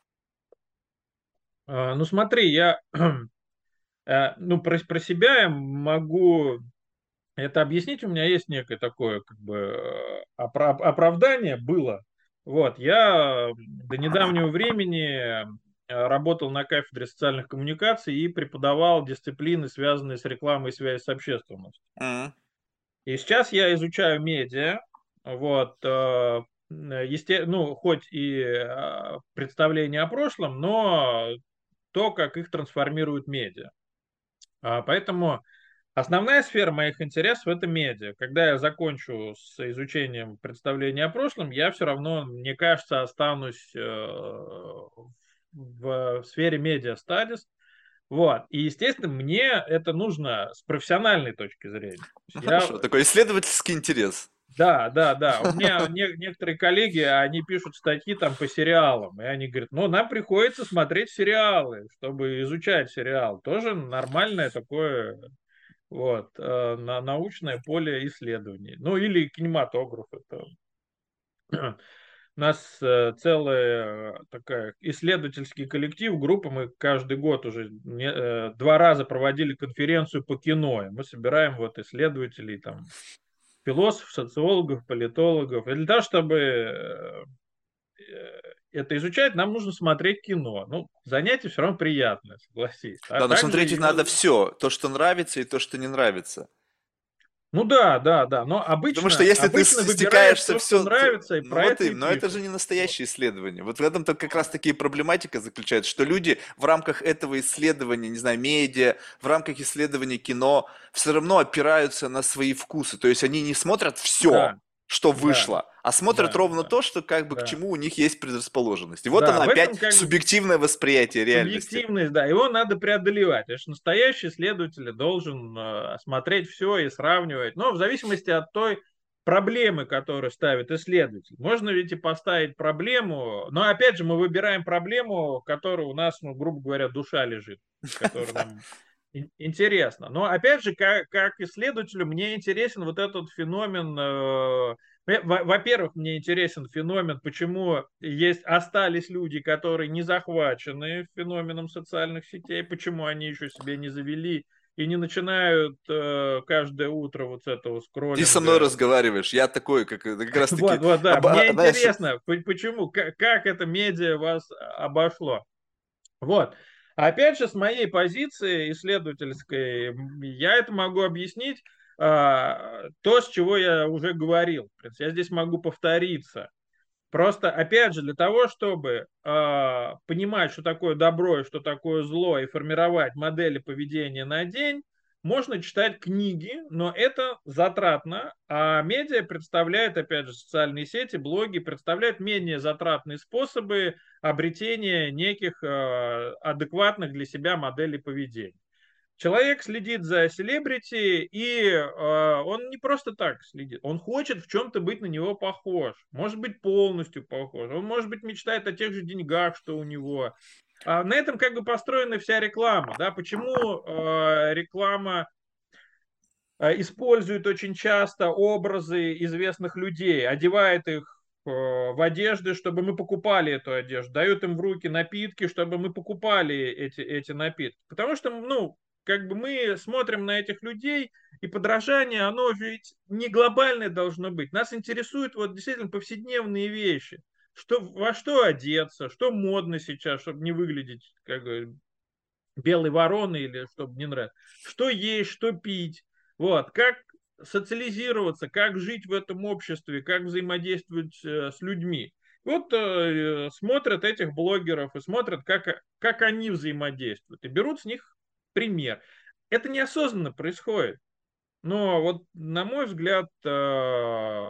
А, ну смотри, я э, ну, про, про себя я могу это объяснить. У меня есть некое такое как бы э, опра- оправдание было. Вот, я до недавнего времени э, работал на кафедре социальных коммуникаций и преподавал дисциплины, связанные с рекламой и связью с общественностью. М. И сейчас я изучаю медиа, вот, э, есте- ну, хоть и э, представление о прошлом, но то, как их трансформируют медиа. А, Поэтому основная сфера моих интересов — это медиа. Когда я закончу с изучением представления о прошлом, я все равно, мне кажется, останусь э, в сфере медиа studies. Вот. И, естественно, мне это нужно с профессиональной точки зрения. То есть Ну я, хорошо, такой исследовательский интерес. да, да, да. У меня не- некоторые коллеги, они пишут статьи там по сериалам, и они говорят, ну, нам приходится смотреть сериалы, чтобы изучать сериал. Тоже нормальное такое вот, э, на научное поле исследований. Ну, или кинематограф. Это у нас э, целая такая исследовательский коллектив, группа. Мы каждый год уже не- э, два раза проводили конференцию по кино. И мы собираем вот исследователей, там, философов, социологов, политологов. И для того, чтобы э, э, это изучать, нам нужно смотреть кино. Ну, занятие все равно приятное, согласись. А Да, но также смотреть ведь надо ее... все, то, что нравится, и то, что не нравится. Ну да, да, да. Но Потому что обычно, если ты обычно с- выбираешь стекаешься то, что все, нравится, и ну про вот это и им, но это пишут. же не Вот. настоящее исследование. Вот в этом-то как раз-таки и проблематика заключается, что люди в рамках этого исследования, не знаю, медиа, в рамках исследования кино, все равно опираются на свои вкусы. То есть они не смотрят все, Да, что да, вышло, а смотрят да, ровно да, то, что как бы к да. чему у них есть предрасположенность. И вот Да, она в опять этом как бы субъективное восприятие реальности. субъективность, да, его надо преодолевать. Потому что настоящий исследователь должен э, смотреть все и сравнивать. Но в зависимости от той проблемы, которую ставит исследователь. Можно ведь и поставить проблему, но опять же мы выбираем проблему, которая у нас, ну, грубо говоря, душа лежит, которая нам ин- интересна. Но опять же, как, как исследователю, мне интересен вот этот феномен. э, Э, во- Во-первых, мне интересен феномен, почему есть, остались люди, которые не захвачены феноменом социальных сетей, почему они еще себе не завели и не начинают э, каждое утро вот с этого И со мной скроллинга. разговариваешь. Я такой, как, э, как Вот, раз-таки, вот, да. оба- Мне знаешь, интересно, п- почему, как, как это медиа вас обошло. Вот. Опять же, с моей позиции исследовательской, м, я это могу объяснить а, то, с чего я уже говорил. То есть я здесь могу повториться. Просто, опять же, для того, чтобы э, понимать, что такое добро и что такое зло, и формировать модели поведения на день, можно читать книги, но это затратно, а медиа представляет, опять же, социальные сети, блоги представляют менее затратные способы обретения неких э, адекватных для себя моделей поведения. Человек следит за селебрити, и э, он не просто так следит. Он хочет в чем-то быть на него похож. Может быть, полностью похож. Он, может быть, мечтает о тех же деньгах, что у него. А на этом как бы построена вся реклама. Да? Почему э, реклама э, использует очень часто образы известных людей, одевает их э, в одежды, чтобы мы покупали эту одежду, дают им в руки напитки, чтобы мы покупали эти, эти напитки. Потому что, ну, как бы мы смотрим на этих людей, и подражание, оно ведь не глобальное должно быть. Нас интересуют вот действительно повседневные вещи. Что, во что одеться, что модно сейчас, чтобы не выглядеть как бы белой вороны или чтобы не нравится. Что есть, что пить. Вот. Как социализироваться, как жить в этом обществе, как взаимодействовать э, с людьми. Вот э, смотрят этих блогеров и смотрят, как, как они взаимодействуют. И берут с них пример. Это неосознанно происходит. Но вот, на мой взгляд, э,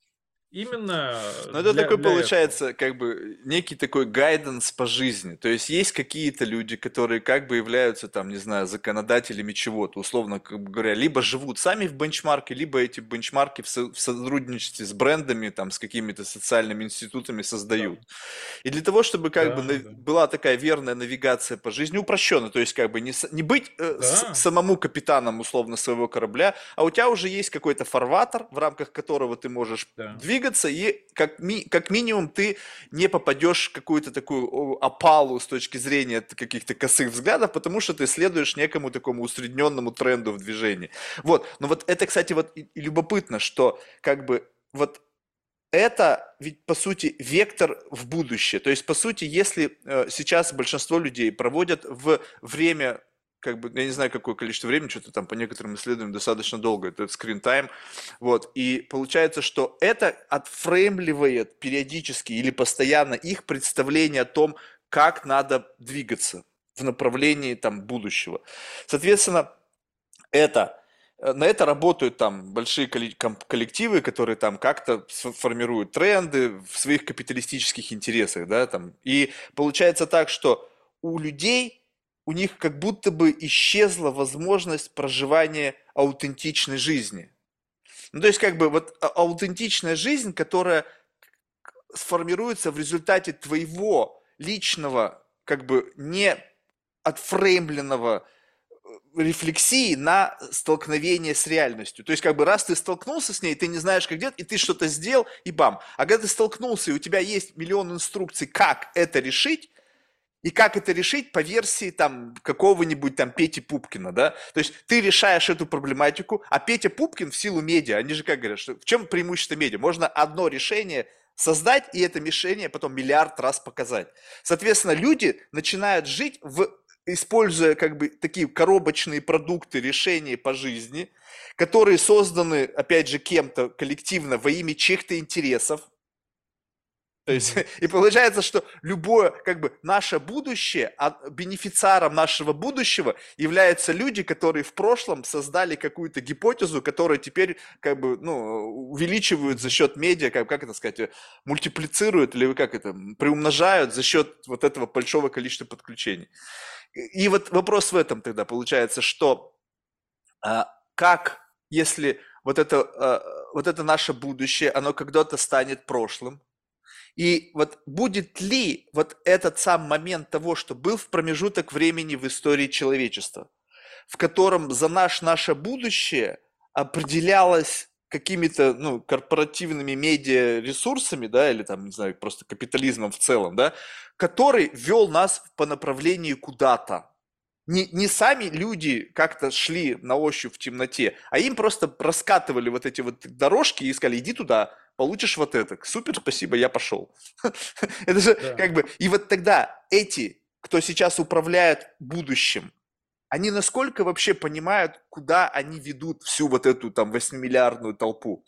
именно Ну, это для, такой для этого. получается, как бы, некий такой гайденс по жизни. То есть есть какие-то люди, которые как бы являются, там, не знаю, законодателями чего-то, условно как бы говоря, либо живут сами в бенчмарке, либо эти бенчмарки в, со- в сотрудничестве с брендами, там, с какими-то социальными институтами Да, создают. И для того, чтобы как бы да, нав- да. была такая верная навигация по жизни, упрощенно, то есть как бы не, с- не быть э, с- Да, самому капитаном условно своего корабля, а у тебя уже есть какой-то фарватер, в рамках которого ты можешь да. двигаться, и как, ми- как минимум ты не попадешь в какую-то такую о, опалу с точки зрения т- каких-то косых взглядов, потому что ты следуешь некому такому усредненному тренду в движении. Вот, но вот это, кстати, вот и- и любопытно, что как бы вот это ведь, по сути, вектор в будущее. То есть, по сути, если э, сейчас большинство людей проводят в время, как бы, я не знаю, какое количество времени, что-то там по некоторым исследованиям достаточно долго, это screen time, вот, и получается, что это отфреймливает периодически или постоянно их представление о том, как надо двигаться в направлении там будущего. Соответственно, это э, на это работают там большие коллективы, которые там как-то формируют тренды в своих капиталистических интересах, да, там. И получается так, что у людей, у них как будто бы исчезла возможность проживания аутентичной жизни. Ну, то есть, как бы, вот а- аутентичная жизнь, которая сформируется в результате твоего личного, как бы, не отфреймленного рефлексии на столкновение с реальностью. То есть, как бы, раз ты столкнулся с ней, ты не знаешь, как делать, и ты что-то сделал, и бам. А когда ты столкнулся, и у тебя есть миллион инструкций, как это решить, и как это решить по версии там какого-нибудь там Пети Пупкина, да? То есть ты решаешь эту проблематику, а Петя Пупкин в силу медиа, они же как говорят, что в чем преимущество медиа? Можно одно решение создать, и это решение потом миллиард раз показать. Соответственно, люди начинают жить в используя как бы такие коробочные продукты решения по жизни, которые созданы, опять же, кем-то коллективно во имя чьих-то интересов, то есть, Мгм. и получается, что любое, как бы, наше будущее, а бенефициаром нашего будущего являются люди, которые в прошлом создали какую-то гипотезу, которая теперь, как бы, ну, увеличивают за Мгм. счет медиа, как, как это сказать, э, мультиплицируют или как это, приумножают за счет вот этого большого количества подключений. И, и вот вопрос в этом тогда получается, что а, как, если вот это, а, вот это наше будущее, оно когда-то станет прошлым, и вот будет ли вот этот сам момент того, что был в промежуток времени в истории человечества, в котором за наш, наше будущее определялось какими-то, ну, корпоративными медиа ресурсами, да, или там, не знаю, просто капитализмом в целом, да, который вел нас по направлению куда-то. Не, не сами люди как-то шли на ощупь в темноте, а им просто раскатывали вот эти вот дорожки и сказали, иди туда, получишь вот это. Супер, спасибо, я пошел. Это же Да. как бы... И вот тогда эти, кто сейчас управляет будущим, они насколько вообще понимают, куда они ведут всю вот эту там восьмимиллиардную толпу?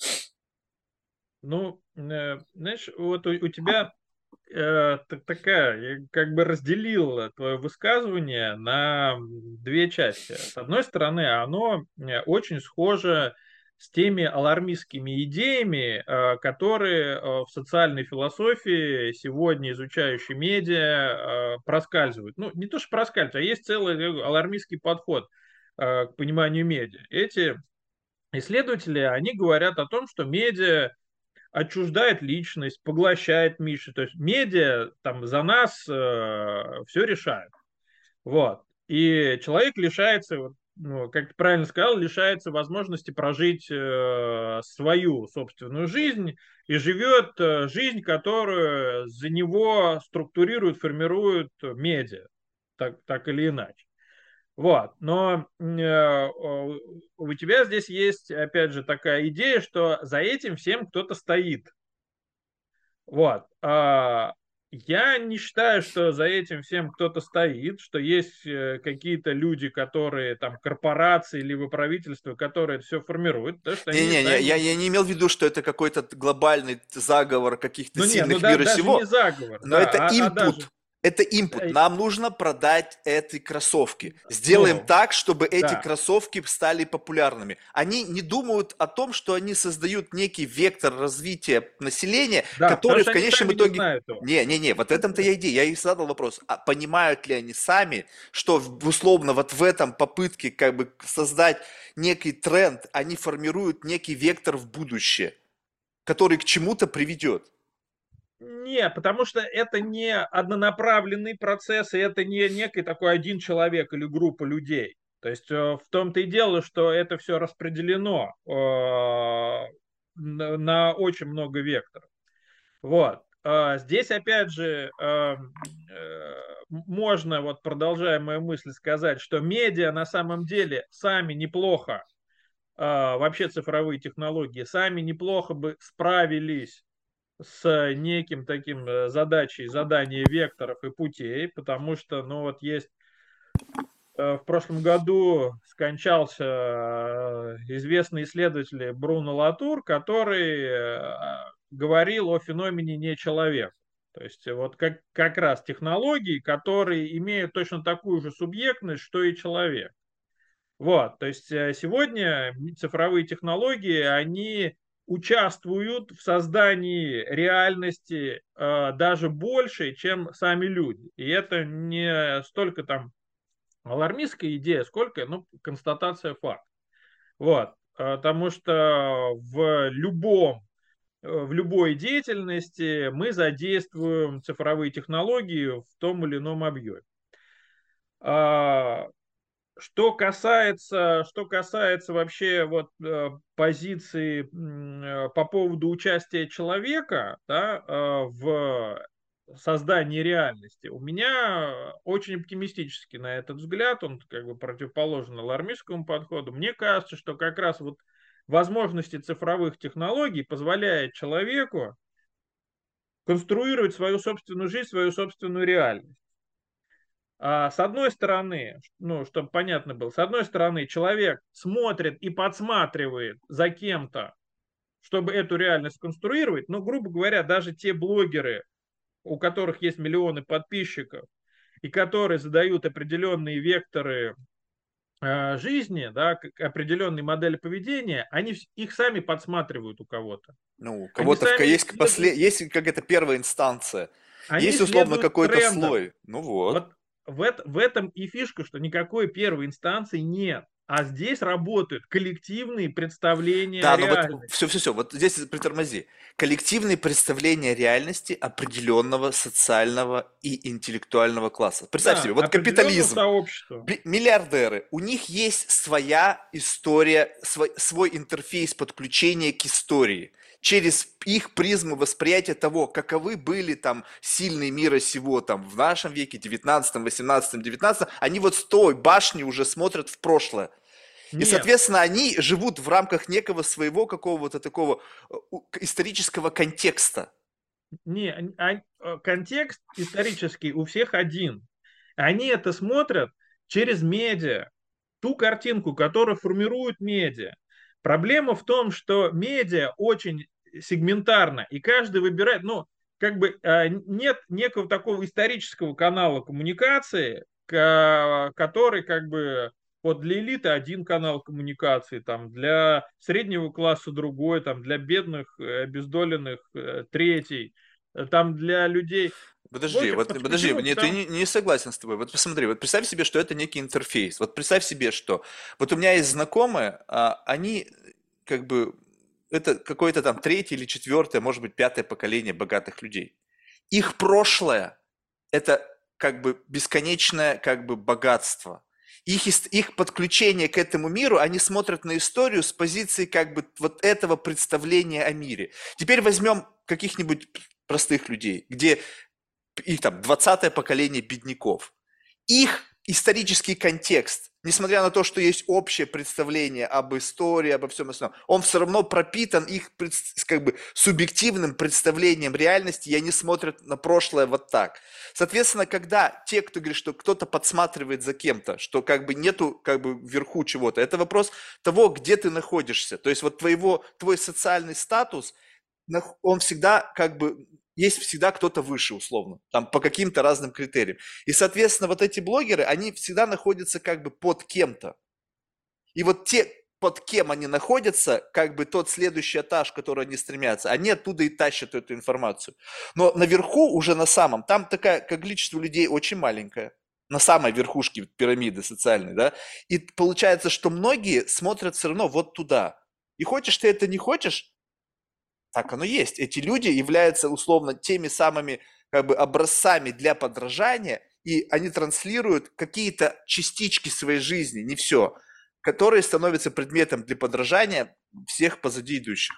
Ну, э, знаешь, вот у, у тебя э, та- такая, я как бы разделил твое высказывание на м, две части. С одной стороны, оно э, очень схоже с теми алармистскими идеями, э, которые э, в социальной философии сегодня изучающие медиа э, проскальзывают. Ну, не то, что проскальзывают, а есть целый э, алармистский подход э, к пониманию медиа. Эти исследователи, они говорят о том, что медиа отчуждает личность, поглощает Мишу. То есть медиа там за нас э, все решает. Вот. И человек лишается, вот, ну, как ты правильно сказал, лишается возможности прожить э, свою собственную жизнь и живет э, жизнь, которую за него структурируют, формируют медиа, так, так или иначе. Вот, но э, у тебя здесь есть, опять же, такая идея, что за этим всем кто-то стоит. Вот. А, я не считаю, что за этим всем кто-то стоит, что есть э, какие-то люди, которые там корпорации либо правительства, которые это все формируют, потому что они Не-не-не, я, сами... я не имел в виду, что это какой-то глобальный заговор каких-то Ну не, ну сильных да, мира даже не сего, заговор, но это да, а, а input. даже... Это input. э, Нам нужно продать эти кроссовки. Сделаем Ну, так, чтобы эти да, кроссовки стали популярными. Они не думают о том, что они создают некий вектор развития населения, да, потому который в что они конечном сами не итоге... знают его. Не, не, не, вот этом-то я идея. Я и задал вопрос, а понимают ли они сами, что в- условно вот в этом попытке как бы создать некий тренд, они формируют некий вектор в будущее, который к чему-то приведет. Не, потому что это не однонаправленный процесс, и это не некий такой один человек или группа людей. То есть э, в том-то и дело, что это все распределено э, на, на очень много векторов. Вот. А здесь, опять же, э, э, можно, вот продолжая мою мысль, сказать, что медиа на самом деле сами неплохо, э, вообще цифровые технологии, сами неплохо бы справились с неким таким э, задачей задания векторов и путей, потому что, ну вот есть э, в прошлом году скончался э, известный исследователь Бруно Латур, который э, говорил о феномене не человека. То есть вот как, как раз технологии, которые имеют точно такую же субъектность, что и человек. Вот, то есть э, сегодня цифровые технологии, они участвуют в создании реальности э, даже больше, чем сами люди. И это не столько там алармистская идея, сколько ну, констатация факта. Вот, потому что в любом э, в любой деятельности мы задействуем цифровые технологии в том или ином объеме. А, Что касается, что касается вообще вот э, позиции м, э, по поводу участия человека, да, э, в создании реальности, у меня очень оптимистически на этот взгляд, он как бы противоположен алармистскому подходу. Мне кажется, что как раз вот возможности цифровых технологий позволяет человеку конструировать свою собственную жизнь, свою собственную реальность. А, С одной стороны, ну, чтобы понятно было, с одной стороны, человек смотрит и подсматривает за кем-то, чтобы эту реальность конструировать, но, грубо говоря, даже те блогеры, у которых есть миллионы подписчиков, и которые задают определенные векторы э, жизни, да, определенные модели поведения, они их сами подсматривают у кого-то. Ну, у Они кого-то в, сами есть, исследуют, после, есть какая-то первая инстанция, они есть условно следуют какой-то трендам. слой. Ну вот. Вот в, это, в этом и фишка, что никакой первой инстанции нет. А здесь работают коллективные представления о Да, но вот реальности. все-все-все, вот здесь притормози. Коллективные представления реальности определенного социального и интеллектуального класса. Представь Да, себе, вот определенного капитализм. сообщества. Би- Миллиардеры, у них есть своя история, свой, свой интерфейс подключения к истории. Через их призму восприятия того, каковы были там сильные мира сего там в нашем веке, девятнадцатом, восемнадцатом, девятнадцатом, они вот с той башни уже смотрят в прошлое. И, Нет, соответственно, они живут в рамках некого своего какого-то такого э, у- исторического контекста. не, а- а, контекст исторический у всех один. Они это смотрят через медиа, ту картинку, которую формируют медиа. Проблема в том, что медиа очень сегментарно, и каждый выбирает, ну, как бы э, нет некого такого исторического канала коммуникации, ка- который как бы вот для элиты один канал коммуникации, там для среднего класса другой, там для бедных, э, обездоленных э, третий, э, там для людей. В Подожди, общем, вот подожди, почему? нет, я Потому не, не согласен с тобой. Вот посмотри, вот представь себе, что это некий интерфейс. Вот представь себе, что вот у меня есть знакомые, а, они как бы это какое-то там третье или четвертое, может быть, пятое поколение богатых людей. Их прошлое – это как бы бесконечное как бы богатство. Их, ис- их подключение к этому миру, они смотрят на историю с позиции как бы вот этого представления о мире. Теперь возьмем каких-нибудь простых людей, где их там двадцатое поколение бедняков. Их исторический контекст, несмотря на то, что есть общее представление об истории, обо всем остальном, он все равно пропитан их как бы субъективным представлением реальности, и они смотрят на прошлое вот так. Соответственно, когда те, кто говорит, что кто-то подсматривает за кем-то, что как бы нету как бы вверху чего-то, это вопрос того, где ты находишься. То есть вот твоего, твой социальный статус, он всегда как бы есть всегда кто-то выше, условно, там по каким-то разным критериям. И, соответственно, вот эти блогеры, они всегда находятся как бы под кем-то. И вот те, под кем они находятся, как бы тот следующий этаж, к которому они стремятся, они оттуда и тащат эту информацию. Но наверху, уже на самом, там такая, как количество людей очень маленькое, на самой верхушке пирамиды социальной, да, и получается, что многие смотрят все равно вот туда. И хочешь ты это, не хочешь, так оно есть. Эти люди являются условно теми самыми как бы образцами для подражания, и они транслируют какие-то частички своей жизни, не все, которые становятся предметом для подражания всех позади идущих.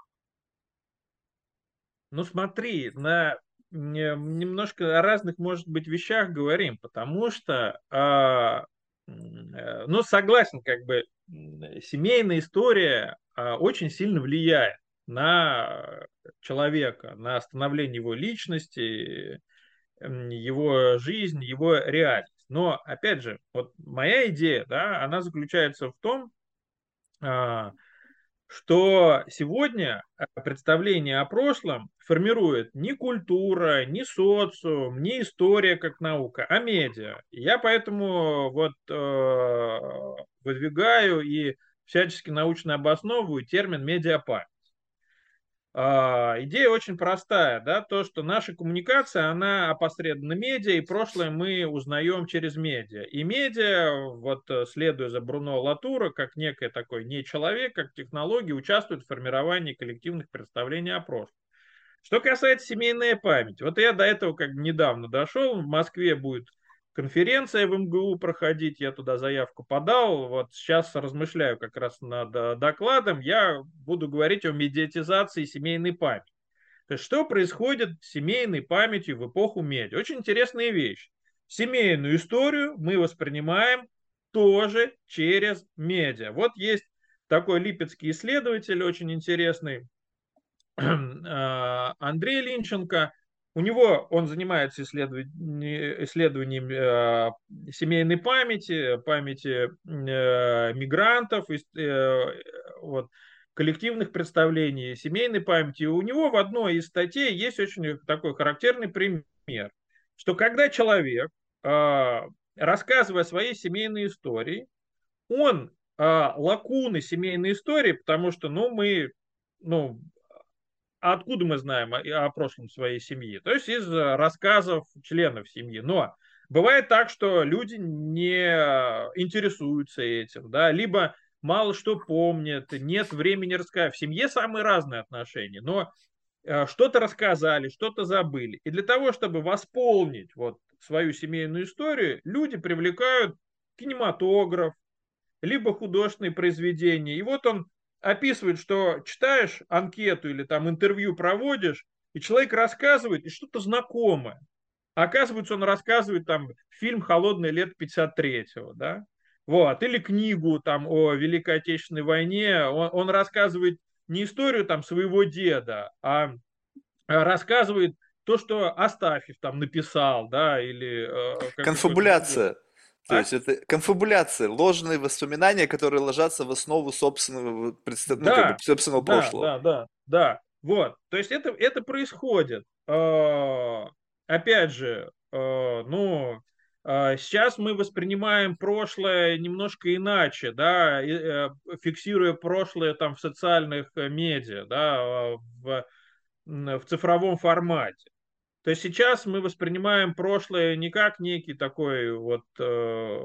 ну смотри, на не- немножко о разных, может быть, вещах говорим, потому что, а, м, э, ну, согласен, как бы м, семейная история а, очень сильно влияет на человека, на становление его личности, м, его жизнь, его реальность. Но, опять же, вот моя идея, да, она заключается в том, а, что сегодня а, представление о прошлом формирует не культура, не социум, не история как наука, а медиа. И я поэтому вот э, выдвигаю и всячески научно обосновываю термин медиапамять. А, идея очень простая, да, то, что наша коммуникация, она опосредована медиа, и прошлое мы узнаем через медиа. И медиа, вот э, следуя за Бруно Латура, как некий такой не человек, как технология, участвует в формировании коллективных представлений о прошлом. Что касается семейной памяти, вот я до этого как бы недавно дошел, в Москве будет конференция в эм гэ у проходить, я туда заявку подал, вот сейчас размышляю как раз над э, докладом, я буду говорить о медиатизации семейной памяти. То есть что происходит с семейной памятью в эпоху медиа? Очень интересная вещь. Семейную историю мы воспринимаем тоже через медиа. Вот есть такой липецкий исследователь, очень интересный, а, Андрей Линченко. У него он занимается исследованием, исследованием э, семейной памяти, памяти э, мигрантов, ис- э, вот, коллективных представлений, семейной памяти. И у него в одной из статей есть очень такой характерный пример, что когда человек, э, рассказывая о своей семейной истории, он э, лакуны семейной истории, потому что, ну, мы, ну, а откуда мы знаем о, о прошлом своей семьи? То есть из э, рассказов членов семьи. Но бывает так, что люди не интересуются этим, да, либо мало что помнят, нет времени рассказать. В семье самые разные отношения, но э, что-то рассказали, что-то забыли. И для того, чтобы восполнить вот свою семейную историю, люди привлекают кинематограф, либо художественные произведения. И вот он описывает, что читаешь анкету или там интервью проводишь, и человек рассказывает, и что-то знакомое. А оказывается, он рассказывает там фильм «Холодное лето пятьдесят третьего», да? Вот. Или книгу там о Великой Отечественной войне. Он, он рассказывает не историю там своего деда, а рассказывает то, что Астафьев там написал, да, или э, как, какой-то другой. Конфабуляция. То А? есть это конфабуляция, ложные воспоминания, которые ложатся в основу собственного, предста- ну, как бы, Да, собственного да, прошлого. да, да, да. Вот. То есть это, это происходит. Э, Опять же, э, ну, э, сейчас мы воспринимаем прошлое немножко иначе, да, и, э, фиксируя прошлое там в социальных э, медиа, да, э, в, м, в цифровом формате. То есть сейчас мы воспринимаем прошлое не как некий такой вот э,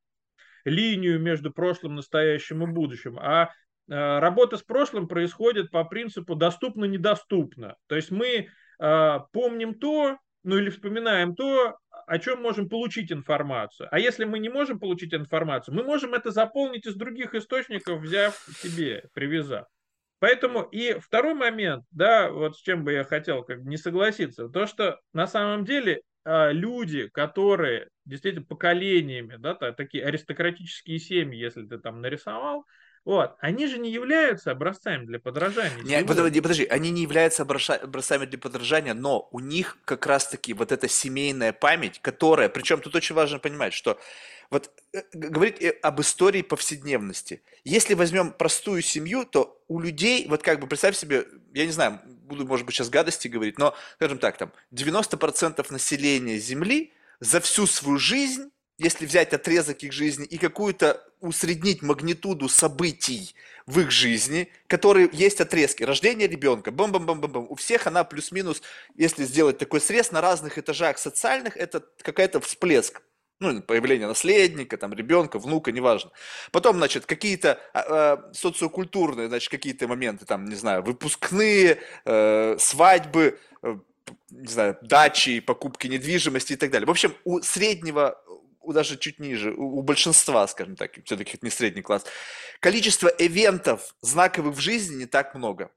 линию между прошлым, настоящим и будущим, а э, работа с прошлым происходит по принципу доступно-недоступно. То есть мы э, помним то, ну или вспоминаем то, о чем можем получить информацию. А если мы не можем получить информацию, мы можем это заполнить из других источников, взяв себе, привязав. Поэтому и второй момент, да, вот с чем бы я хотел как бы не согласиться, то, что на самом деле а, люди, которые действительно поколениями, да, та- такие аристократические семьи, если ты там нарисовал, вот, они же не являются образцами для подражания Не, сегодня. подожди, подожди, они не являются образца- образцами для подражания, но у них как раз-таки вот эта семейная память, которая, причем тут очень важно понимать, что вот э, г- говорить э, об истории повседневности. Если возьмем простую семью, то у людей, вот как бы представь себе, я не знаю, буду, может быть, сейчас гадости говорить, но, скажем так, там девяносто процентов населения Земли за всю свою жизнь, если взять отрезок их жизни и какую-то усреднить магнитуду событий в их жизни, которые есть отрезки. Рождение ребенка, бам-бам-бам-бам-бам. У всех она плюс-минус, если сделать такой срез на разных этажах социальных, это какая-то всплеск. Ну, появление наследника, там, ребенка, внука, неважно. Потом, значит, какие-то а, а, социокультурные, значит, какие-то моменты, там, не знаю, выпускные, э, свадьбы, э, не знаю, дачи, покупки недвижимости и так далее. В общем, у среднего, у даже чуть ниже, у, у большинства, скажем так, все-таки это не средний класс, количество ивентов знаковых в жизни не так много.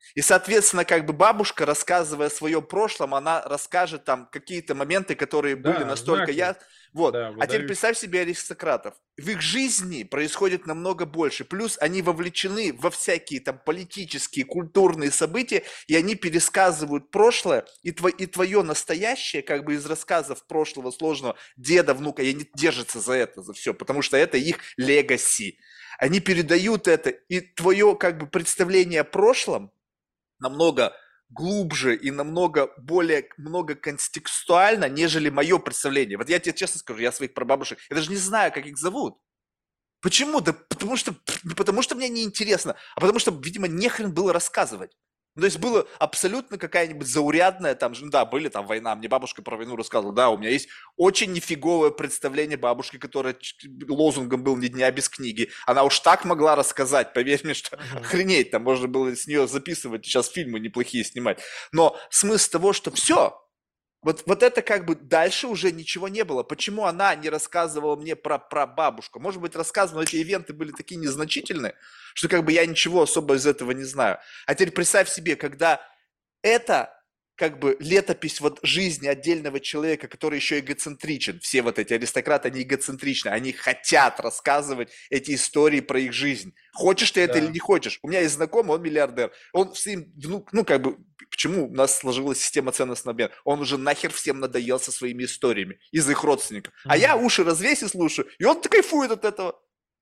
И, соответственно, как бы бабушка, рассказывая о своем прошлом, она расскажет там какие-то моменты, которые были Да, настолько знаки, я... Вот. да, А теперь выдающие. представь себе аристократов. В их жизни происходит намного больше. Плюс они вовлечены во всякие там политические, культурные события, и они пересказывают прошлое, и, тво, и твое настоящее, как бы из рассказов прошлого сложного деда, внука, и они держатся за это, за все, потому что это их легаси. Они передают это, и твое как бы представление о прошлом намного глубже и намного более много контекстуально, нежели мое представление. Вот я тебе честно скажу, я своих прабабушек, я даже не знаю, как их зовут. Почему? Да потому что, не потому что мне неинтересно, а потому что, видимо, нехрен было рассказывать. Ну, то есть было абсолютно какая-нибудь заурядная, там, же, ну да, были там война, мне бабушка про войну рассказывала, да, у меня есть очень нифиговое представление бабушки, которая лозунгом был «Ни дня без книги». Она уж так могла рассказать, поверь мне, что Мгм. охренеть, там можно было с нее записывать, сейчас фильмы неплохие снимать. Но смысл того, что все, вот, вот это как бы дальше уже ничего не было. Почему она не рассказывала мне про, про бабушку? Может быть, рассказывала, но эти ивенты были такие незначительные, что как бы я ничего особо из этого не знаю. А теперь представь себе, когда это как бы летопись вот жизни отдельного человека, который еще эгоцентричен. Все вот эти аристократы, они эгоцентричны, они хотят рассказывать эти истории про их жизнь. Хочешь ты это или Да. не хочешь? У меня есть знакомый, он миллиардер. Он всем, ну, ну как бы, почему у нас сложилась система ценностного обмена? Он уже нахер всем надоел со своими историями из их родственников. А я Мгм. уши развесил, слушаю, и он кайфует от этого.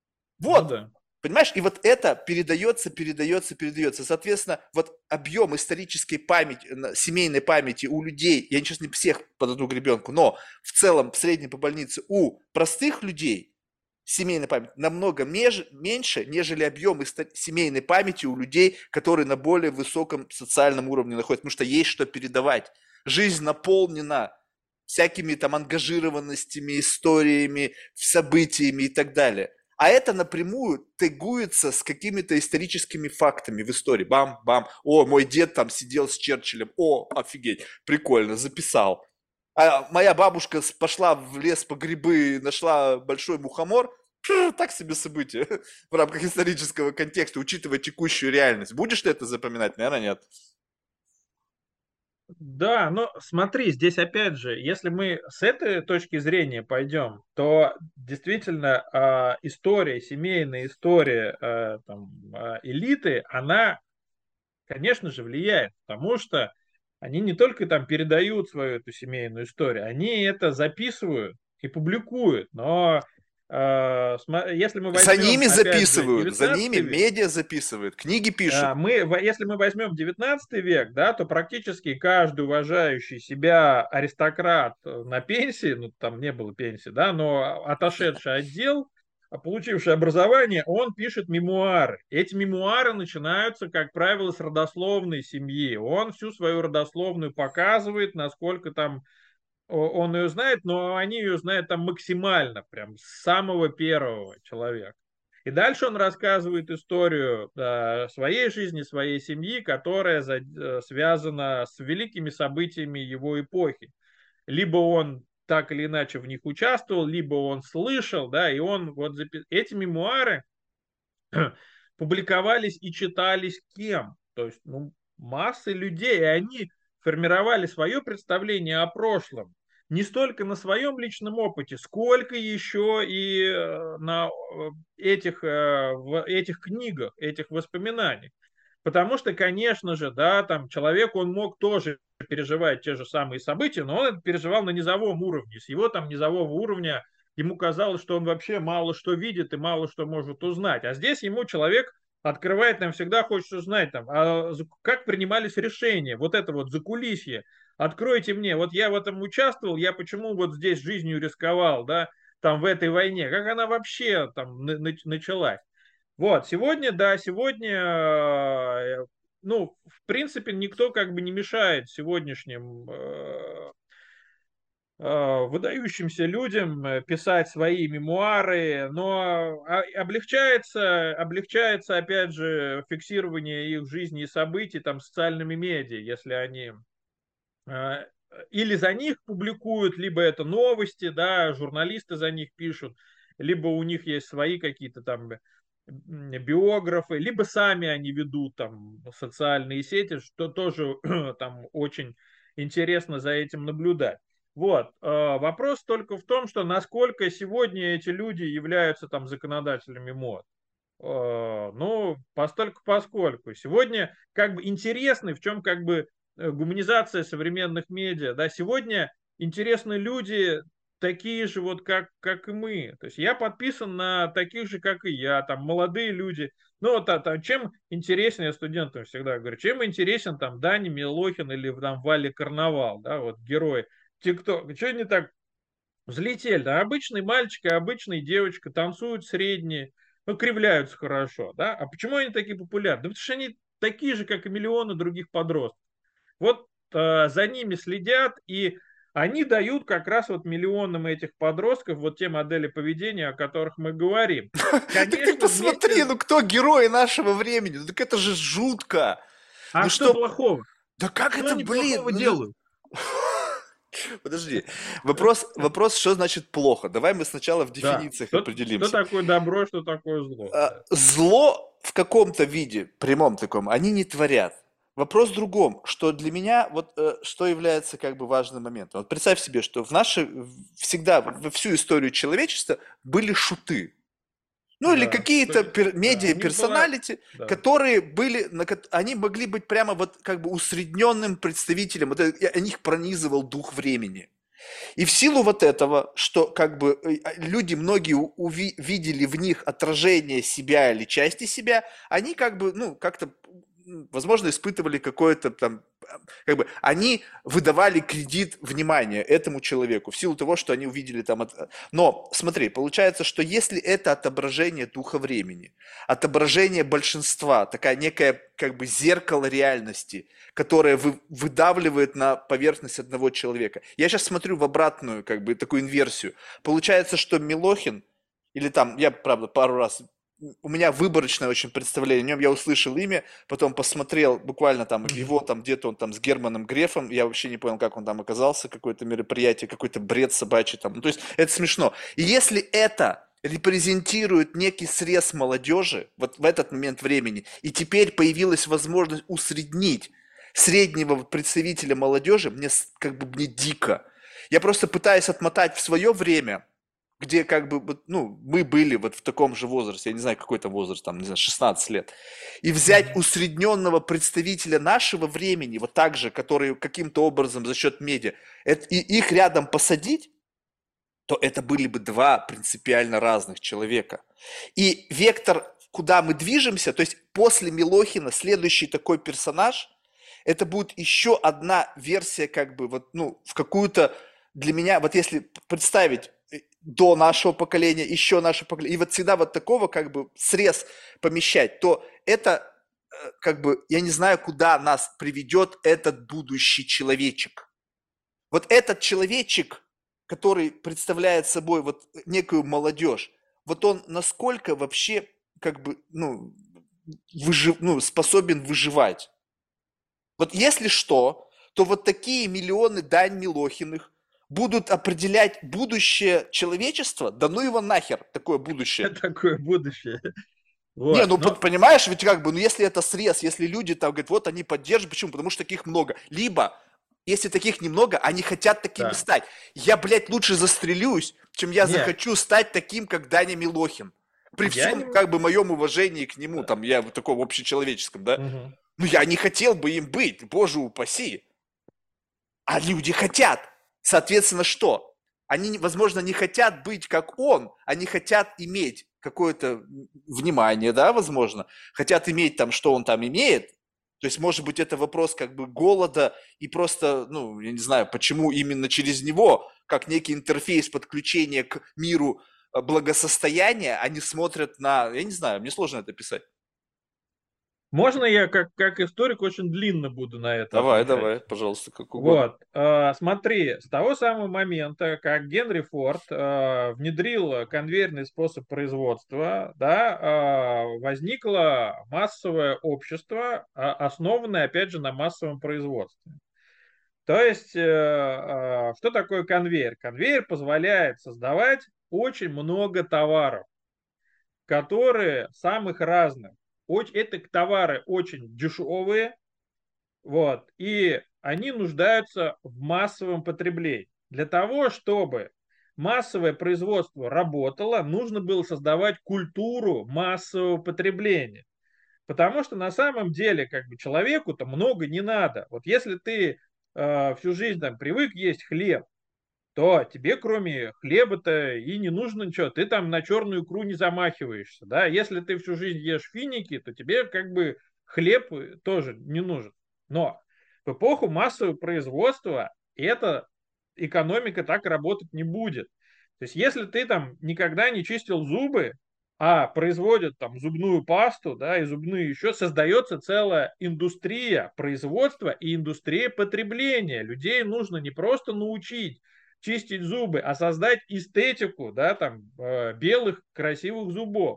Ну Вот, да. понимаешь, и вот это передается, передается, передается. Соответственно, вот объем исторической памяти, на- семейной памяти у людей, я сейчас не всех под одну гребенку, но в целом в среднем по больнице у простых людей семейной памяти намного меж- меньше, нежели объем исто- семейной памяти у людей, которые на более высоком социальном уровне находятся, потому что есть что передавать. Жизнь наполнена всякими там ангажированностями, историями, событиями и так далее. А это напрямую тегуется с какими-то историческими фактами в истории. Бам-бам. О, мой дед там сидел с Черчиллем. О, офигеть, прикольно, записал. А моя бабушка пошла в лес по грибы, нашла большой мухомор. Фу, так себе событие в рамках исторического контекста, учитывая текущую реальность. Будешь ты это запоминать? Наверное, нет. Да, но смотри, здесь опять же, если мы с этой точки зрения пойдем, то действительно а, история, семейная история а, там, а, элиты, она, конечно же, влияет, потому что они не только там передают свою эту семейную историю, они это записывают и публикуют. Но а, сма- если мы За возьмем, ними опять же, записывают, за ними девятнадцатый век, медиа записывают, книги пишут. а, мы, во- если мы возьмем девятнадцатый век, да, то практически каждый уважающий себя аристократ э, на пенсии, ну там не было пенсии, да, но отошедший отдел, а получивший образование, он пишет мемуары. Эти мемуары начинаются, как правило, с родословной семьи. Он всю свою родословную показывает, насколько там о- он ее знает, но они ее знают там максимально, прям с самого первого человека. И дальше он рассказывает историю э, своей жизни, своей семьи, которая за- э, связана с великими событиями его эпохи. Либо он так или иначе в них участвовал, либо он слышал, да, и он вот запи- эти мемуары публиковались и читались кем? То есть, ну, массы людей, и они формировали свое представление о прошлом не столько на своем личном опыте, сколько еще и э, на э, этих, э, в этих книгах, этих воспоминаниях. Потому что, конечно же, да, там человек, он мог тоже переживать те же самые события, но он это переживал на низовом уровне. С его там низового уровня ему казалось, что он вообще мало что видит и мало что может узнать. А здесь ему человек открывает, нам всегда хочется узнать, там, а как принимались решения, вот это вот закулисье. Откройте мне, вот я в этом участвовал, я почему вот здесь жизнью рисковал, да, там в этой войне, как она вообще там началась. Вот, сегодня, да, сегодня, э, ну, в принципе, никто как бы не мешает сегодняшним э, э, выдающимся людям э, писать свои мемуары, но а- облегчается, облегчается, опять же, фиксирование их жизни и событий там социальными медиа, если они э, или за них публикуют, либо это новости, да, журналисты за них пишут, либо у них есть свои какие-то там биографы, либо сами они ведут там социальные сети, что тоже там очень интересно за этим наблюдать. Вот. Вопрос только в том, что насколько сегодня эти люди являются там законодателями мод. Э, Ну, постольку поскольку. Сегодня как бы интересны, в чем как бы э, гуманизация современных медиа. Да, сегодня интересны люди такие же вот, как, как и мы. То есть я подписан на таких же, как и я, там молодые люди. Ну, вот а, там, чем интереснее, я студентам всегда говорю, чем интересен там Дани Милохин или там Валя Карнавал, да, вот герой ТикТок. Что не так взлетели? Да, обычный мальчик и обычная девочка танцуют средние, ну, кривляются хорошо, да? А почему они такие популярны? Да потому что они такие же, как и миллионы других подростков. Вот э, за ними следят, и они дают как раз вот миллионам этих подростков вот те модели поведения, о которых мы говорим. Так ты Конечно, вместе посмотри, с... ну кто герои нашего времени? Ну так это же жутко. А Ну что что, плохого? да как Что это, они блин? плохого Ну, ну, делают? подожди. Вопрос, вопрос, что значит плохо? Давай мы сначала в Да. дефинициях Что, что определимся. такое добро, что такое зло? А, Да. Зло в каком-то виде, прямом таком, они не творят. Вопрос в другом, что для меня, вот э, что является как бы важным моментом. Вот представь себе, что в нашей, всегда, во всю историю человечества были шуты. Ну или Да. То какие-то есть, пер- да, у них была... медиа-персоналити, Да. которые были, на ко- они могли быть прямо вот как бы усредненным представителем, вот это- и них пронизывал дух времени. И в силу вот этого, что как бы э, а, люди многие уви- видели в них отражение себя или части себя, они как бы, ну, как-то, м, возможно, испытывали какое-то там, а, как бы, они выдавали кредит внимания этому человеку в силу того, что они увидели там. от- Но смотри, получается, что если это отображение духа времени, отображение большинства, такая некая как бы зеркало реальности, которое вы, выдавливает на поверхность одного человека. Я сейчас смотрю в обратную, как бы, такую инверсию. Получается, что Милохин, или там, я, правда, пару раз, у меня выборочное очень представление о нем, я услышал имя, потом посмотрел буквально там Мгм. его, там где-то он там с Германом Грефом, я вообще не понял, как он там оказался, какое-то мероприятие, какой-то бред собачий там. Ну, то есть это смешно. И если это репрезентирует некий срез молодежи вот в этот момент времени, и теперь появилась возможность усреднить среднего представителя молодежи, мне как бы мне дико. Я просто пытаюсь отмотать в свое время, где как бы, ну, мы были вот в таком же возрасте, я не знаю, какой там возраст, там, не знаю, шестнадцать лет, и взять Мгм. усредненного представителя нашего времени, вот так же, который каким-то образом за счет медиа, это, и их рядом посадить, то это были бы два принципиально разных человека. И вектор, куда мы движемся, то есть после Милохина следующий такой персонаж, это будет еще одна версия, как бы, вот, ну, в какую-то, для меня, вот если представить э, до нашего поколения, еще наше поколение, и вот всегда вот такого, как бы, срез помещать, то это, э, как бы, я не знаю, куда нас приведет этот будущий человечек. Вот этот человечек, который представляет собой вот некую молодежь, вот он насколько вообще как бы, ну, выжив, ну, способен выживать. Вот если что, то вот такие миллионы Дань Милохиных будут определять будущее человечества, да ну его нахер, такое будущее. Такое будущее. Не, Вот. ну Но понимаешь, ведь как бы, ну если это срез, если люди там говорят, вот они поддерживают, почему? Потому что таких много. Либо, если таких немного, они хотят такими да. стать. Я, блядь, лучше застрелюсь, чем я Не, захочу стать таким, как Даня Милохин. При я всем, не... как бы, моем уважении к нему, Да. там, я в таком общечеловеческом, да. Мгм. Ну, я не хотел бы им быть, боже упаси. А люди хотят. Соответственно, что? Они, возможно, не хотят быть как он, они хотят иметь какое-то внимание, да, возможно, хотят иметь там, что он там имеет. То есть, может быть, это вопрос как бы голода и просто, ну, я не знаю, почему именно через него, как некий интерфейс подключения к миру э, благосостояния, они смотрят на, я не знаю, мне сложно это писать. Можно я как, как историк очень длинно буду на это Давай, отвечать? давай, пожалуйста, как угодно. Вот, э, смотри, с того самого момента, как Генри Форд э, внедрил конвейерный способ производства, да, э, возникло массовое общество, а- основанное, опять же, на массовом производстве. То есть, э, э, что такое конвейер? Конвейер позволяет создавать очень много товаров. которые самых разных. Оч- Это товары очень дешевые, вот, и они нуждаются в массовом потреблении. Для того, чтобы массовое производство работало, нужно было создавать культуру массового потребления. Потому что на самом деле как бы человеку-то много не надо. Вот если ты э, всю жизнь там привык есть хлеб, то тебе кроме хлеба-то и не нужно ничего. Ты там на черную икру не замахиваешься. Да? Если ты всю жизнь ешь финики, то тебе как бы хлеб тоже не нужен. Но в эпоху массового производства эта экономика так работать не будет. То есть если ты там никогда не чистил зубы, а производят там зубную пасту, да, и зубные еще, создается целая индустрия производства и индустрия потребления. Людей нужно не просто научить чистить зубы, а создать эстетику, да, там, э, белых красивых зубов.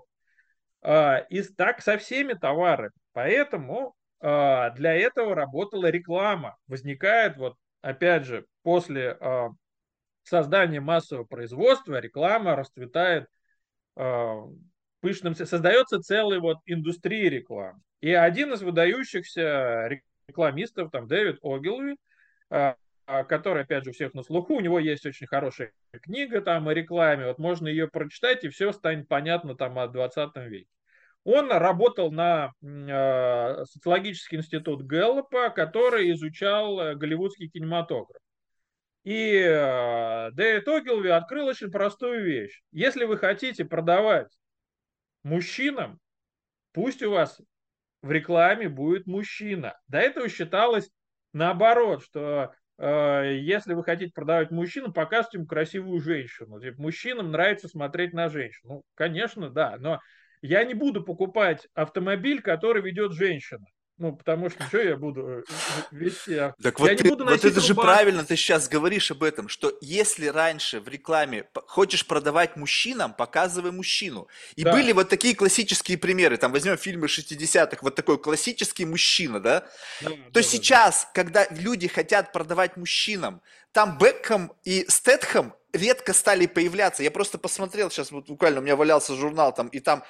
Э, и так со всеми товарами. Поэтому э, для этого работала реклама. Возникает вот, опять же, после э, создания массового производства реклама расцветает э, пышным, создается целая вот индустрия рекламы. И один из выдающихся рекламистов, там, Дэвид Огилви, э, который, опять же, у всех на слуху, у него есть очень хорошая книга там о рекламе, вот можно ее прочитать, и все станет понятно там о двадцатом веке. Он работал на э, социологический институт Гэллопа, который изучал э, голливудский кинематограф. И э, Дэвид Огилви открыл очень простую вещь. Если вы хотите продавать мужчинам, пусть у вас в рекламе будет мужчина. До этого считалось наоборот, что э, если вы хотите продавать мужчину, показывайте ему красивую женщину. Типа, мужчинам нравится смотреть на женщину. Ну, конечно, да, но я не буду покупать автомобиль, который ведет женщина. Ну, потому что что я буду э, вести? а- Так Я вот, не ты, буду вот носить это же рубашку. правильно ты сейчас говоришь об этом, что если раньше в рекламе п- хочешь продавать мужчинам, показывай мужчину. И были Да, вот такие классические примеры, там возьмем фильмы шестидесятых, вот такой классический мужчина, да, да, то да, да, да. сейчас, когда люди хотят продавать мужчинам, там Бекхэм и Стэтхэм редко стали появляться. Я просто посмотрел сейчас, вот буквально у меня валялся журнал там, и там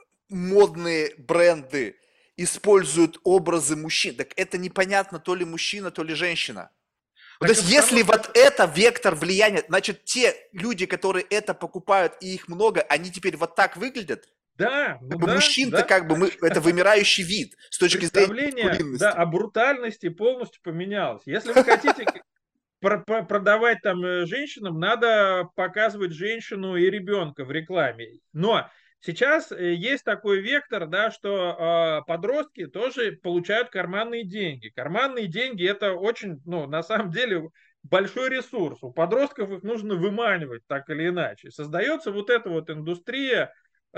модные бренды используют образы мужчин. Так это непонятно, то ли мужчина, то ли женщина. Вот, то Так и есть, потому если что вот это... это вектор влияния, значит, те люди, которые это покупают, и их много, они теперь вот так выглядят. Да, Как ну бы да, мужчин-то да. как бы мы, это вымирающий вид с точки зрения Представление, да, маскулинности. о брутальности полностью поменялось. Если вы хотите про- про- продавать там э, женщинам, надо показывать женщину и ребенка в рекламе. Но сейчас э, есть такой вектор, да, что э, подростки тоже получают карманные деньги. Карманные деньги это очень, ну, на самом деле большой ресурс. У подростков их нужно выманивать так или иначе. Создается вот эта вот индустрия, э,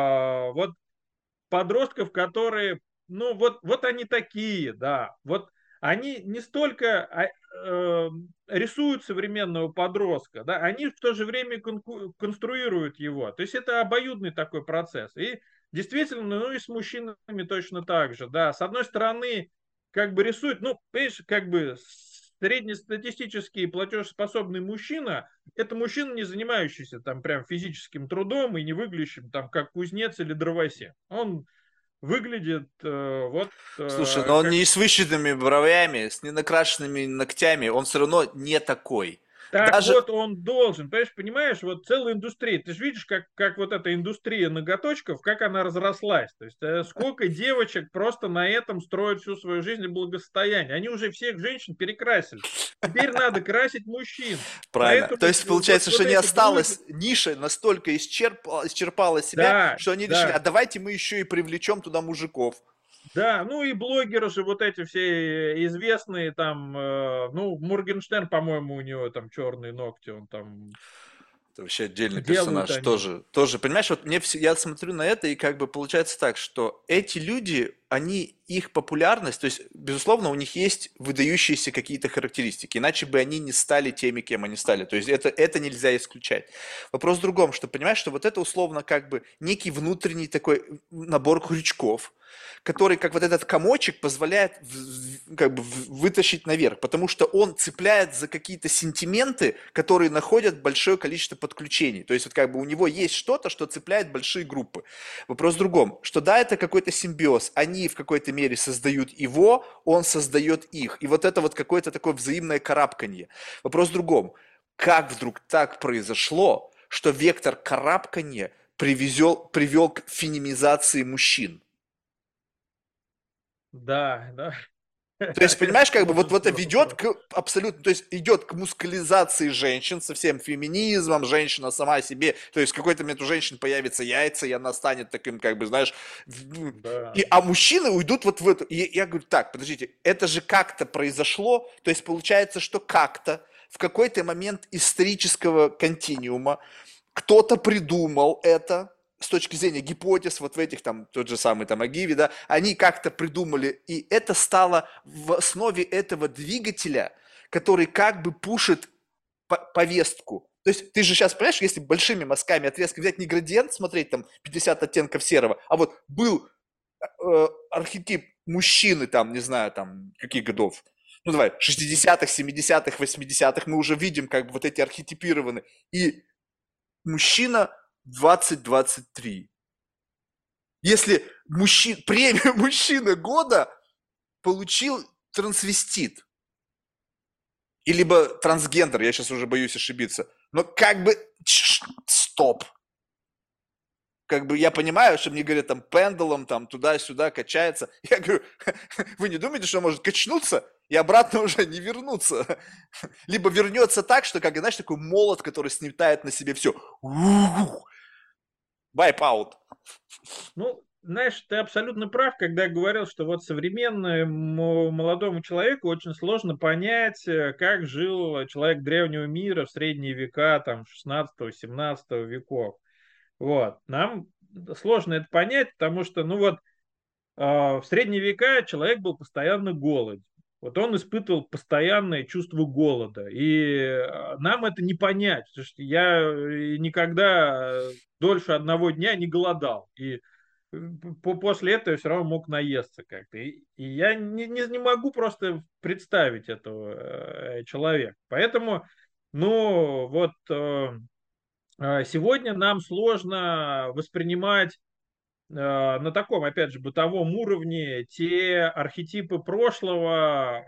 вот подростков, которые, ну, вот, вот они такие, да, вот они не столько а, э, рисуют современного подростка, да, они в то же время конку- конструируют его. То есть это обоюдный такой процесс. И действительно, ну и с мужчинами точно так же, да. С одной стороны, как бы рисуют, ну, понимаешь, как бы среднестатистический платежеспособный мужчина, это мужчина, не занимающийся там прям физическим трудом и не выглядящим там как кузнец или дровосек. Он выглядит э, вот Слушай, э, но он как... не с высчетыми бровями, с ненакрашенными ногтями, он все равно не такой. Так Даже, вот он должен, понимаешь, понимаешь, вот целая индустрия. Ты же видишь, как, как вот эта индустрия ноготочков, как она разрослась. То есть э, сколько девочек просто на этом строят всю свою жизнь и благосостояние. Они уже всех женщин перекрасили. Теперь надо красить мужчин. правильно. То Поэтому есть вот, получается, вот что не эти блоги... осталось, ниша настолько исчерпала, исчерпала себя, Да, что они решили, а да. давайте мы еще и привлечем туда мужиков. Да, ну и блогеры же вот эти все известные там, э, ну, Моргенштерн, по-моему, у него там черные ногти, он там Это вообще отдельный делают персонаж они. тоже. Тоже, понимаешь, вот мне все, я смотрю на это, и как бы получается так, что эти люди они, их популярность, то есть, безусловно, у них есть выдающиеся какие-то характеристики, иначе бы они не стали теми, кем они стали. То есть это, это нельзя исключать. Вопрос в другом, что понимаешь, что вот это условно как бы некий внутренний такой набор крючков, который, как вот этот комочек, позволяет в- как бы в- вытащить наверх, потому что он цепляет за какие-то сентименты, которые находят большое количество подключений. То есть вот как бы у него есть что-то, что цепляет большие группы. Вопрос в другом, что да, это какой-то симбиоз. Они в какой-то мере создают его, он создает их. И вот это вот какое-то такое взаимное карабканье. Вопрос в другом, как вдруг так произошло, что вектор карабканья привезел, привел к феминизации мужчин? Да, да. То есть, Это понимаешь, как бы вот, тоже вот это ведет здорово. к абсолютно, то есть идет к мускулизации женщин со всем феминизмом, женщина сама себе, то есть в какой-то момент у женщин появятся яйца, и она станет таким, как бы, знаешь, в- и, Да. а мужчины уйдут вот в эту. И я говорю, так, подождите, это же как-то произошло, то есть получается, что как-то в какой-то момент исторического континуума кто-то придумал это с точки зрения гипотез, вот в этих там, тот же самый там Агиви, да, они как-то придумали, и это стало в основе этого двигателя, который как бы пушит по- повестку. То есть ты же сейчас понимаешь, если большими мазками отрезка взять не градиент, смотреть там пятьдесят оттенков серого, а вот был э, архетип мужчины там, не знаю, там, каких годов, ну давай, шестидесятых, семидесятых, восьмидесятых, мы уже видим как бы вот эти архетипированы. И мужчина двадцать двадцать три. Если мужчин, премию мужчина года получил трансвестит, и либо трансгендер, я сейчас уже боюсь ошибиться, но как бы стоп. Как бы я понимаю, что мне говорят там пендулом, там туда-сюда качается. Я говорю, вы не думаете, что может качнуться и обратно уже не вернуться? Либо вернется так, что, как, знаешь, такой молот, который сметает на себе все. Wipe out. Ну, знаешь, ты абсолютно прав, когда говорил, что вот современному молодому человеку очень сложно понять, э, как жил человек древнего мира в средние века, там, шестнадцатого-семнадцатого веков. Вот. Нам сложно это понять, потому что, ну вот, а, в средние века человек был постоянно голоден. Вот он испытывал постоянное чувство голода. И э, нам это не понять, потому что я э, никогда дольше одного дня не голодал. И э, по- после этого я все равно мог наесться как-то. И, и я не, не, не могу просто представить этого э, человека. Поэтому, ну, вот э, э, сегодня нам сложно воспринимать э, на таком, опять же, бытовом уровне те архетипы прошлого,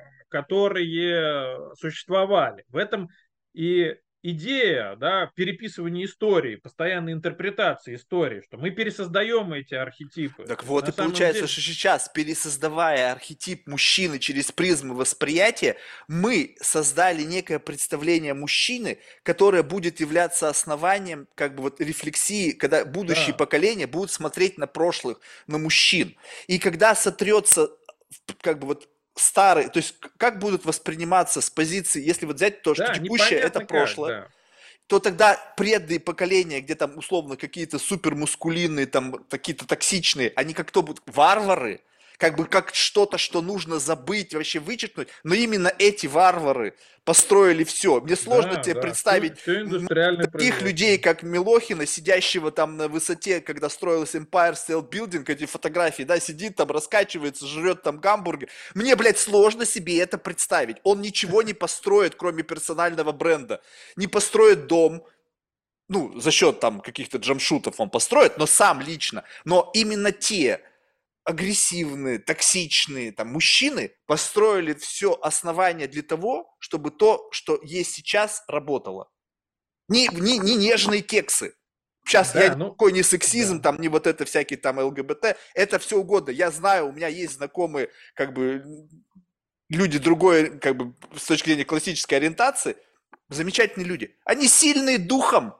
которые существовали. В этом и идея, да, переписывания истории, постоянной интерпретации истории, что мы пересоздаем эти архетипы. Так То есть вот на и самом получается, деле, что сейчас, пересоздавая архетип мужчины через призму восприятия, мы создали некое представление мужчины, которое будет являться основанием как бы вот рефлексии, когда будущие да, поколения будут смотреть на прошлых, на мужчин. И когда сотрется как бы вот старый, то есть как будут восприниматься с позиции, если вот взять то, что да, текущее это непонятно как, прошлое, да. то тогда преданные поколения, где там условно какие-то супермускулинные, там какие-то токсичные, они как кто будут варвары, как бы как что-то, что нужно забыть, вообще вычеркнуть, но именно эти варвары построили все. Мне сложно Да, тебе да, все, представить все индустриальное таких людей, производство. как Милохина, сидящего там на высоте, когда строился Empire State Building, эти фотографии, да, сидит там, раскачивается, жрет там гамбургер. Мне, блядь, сложно себе это представить. Он ничего не построит, кроме персонального бренда. Не построит дом, ну, за счет там каких-то джамшутов он построит, но сам лично. Но именно те агрессивные, токсичные там мужчины построили все основание для того, чтобы то, что есть сейчас, работало. Не, не, не нежные кексы. Сейчас я Да, ну, никакой не сексизм, да. там, не вот это всякие там ЛГБТ, это все угодно. Я знаю, у меня есть знакомые, как бы, люди другой, как бы, с точки зрения классической ориентации, замечательные люди. Они сильные духом,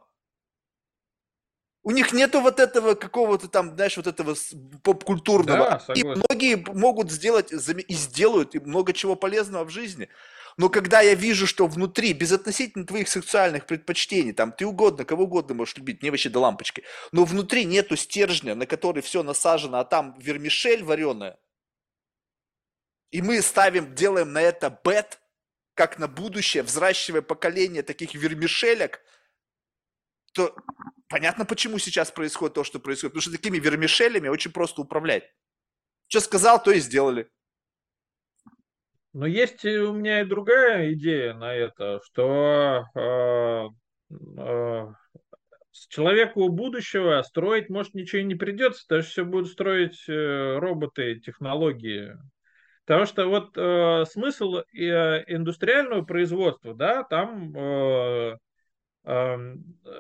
у них нету вот этого какого-то там, знаешь, вот этого поп-культурного. Да, И согласен. многие могут сделать и сделают и много чего полезного в жизни. Но когда я вижу, что внутри, без относительно твоих сексуальных предпочтений, там ты угодно, кого угодно можешь любить, мне вообще до лампочки, но внутри нету стержня, на который все насажено, а там вермишель вареная, И мы ставим, делаем на это бет, как на будущее, взращивая поколение таких вермишелек, то понятно, почему сейчас происходит то, что происходит. Потому что такими вермишелями очень просто управлять. Что сказал, то и сделали. Но есть и у меня и другая идея на это, что э, э, с человеку будущего строить, может, ничего и не придется, даже все будут строить э, роботы, технологии. Потому что вот э, смысл э, индустриального производства, да, там э, э,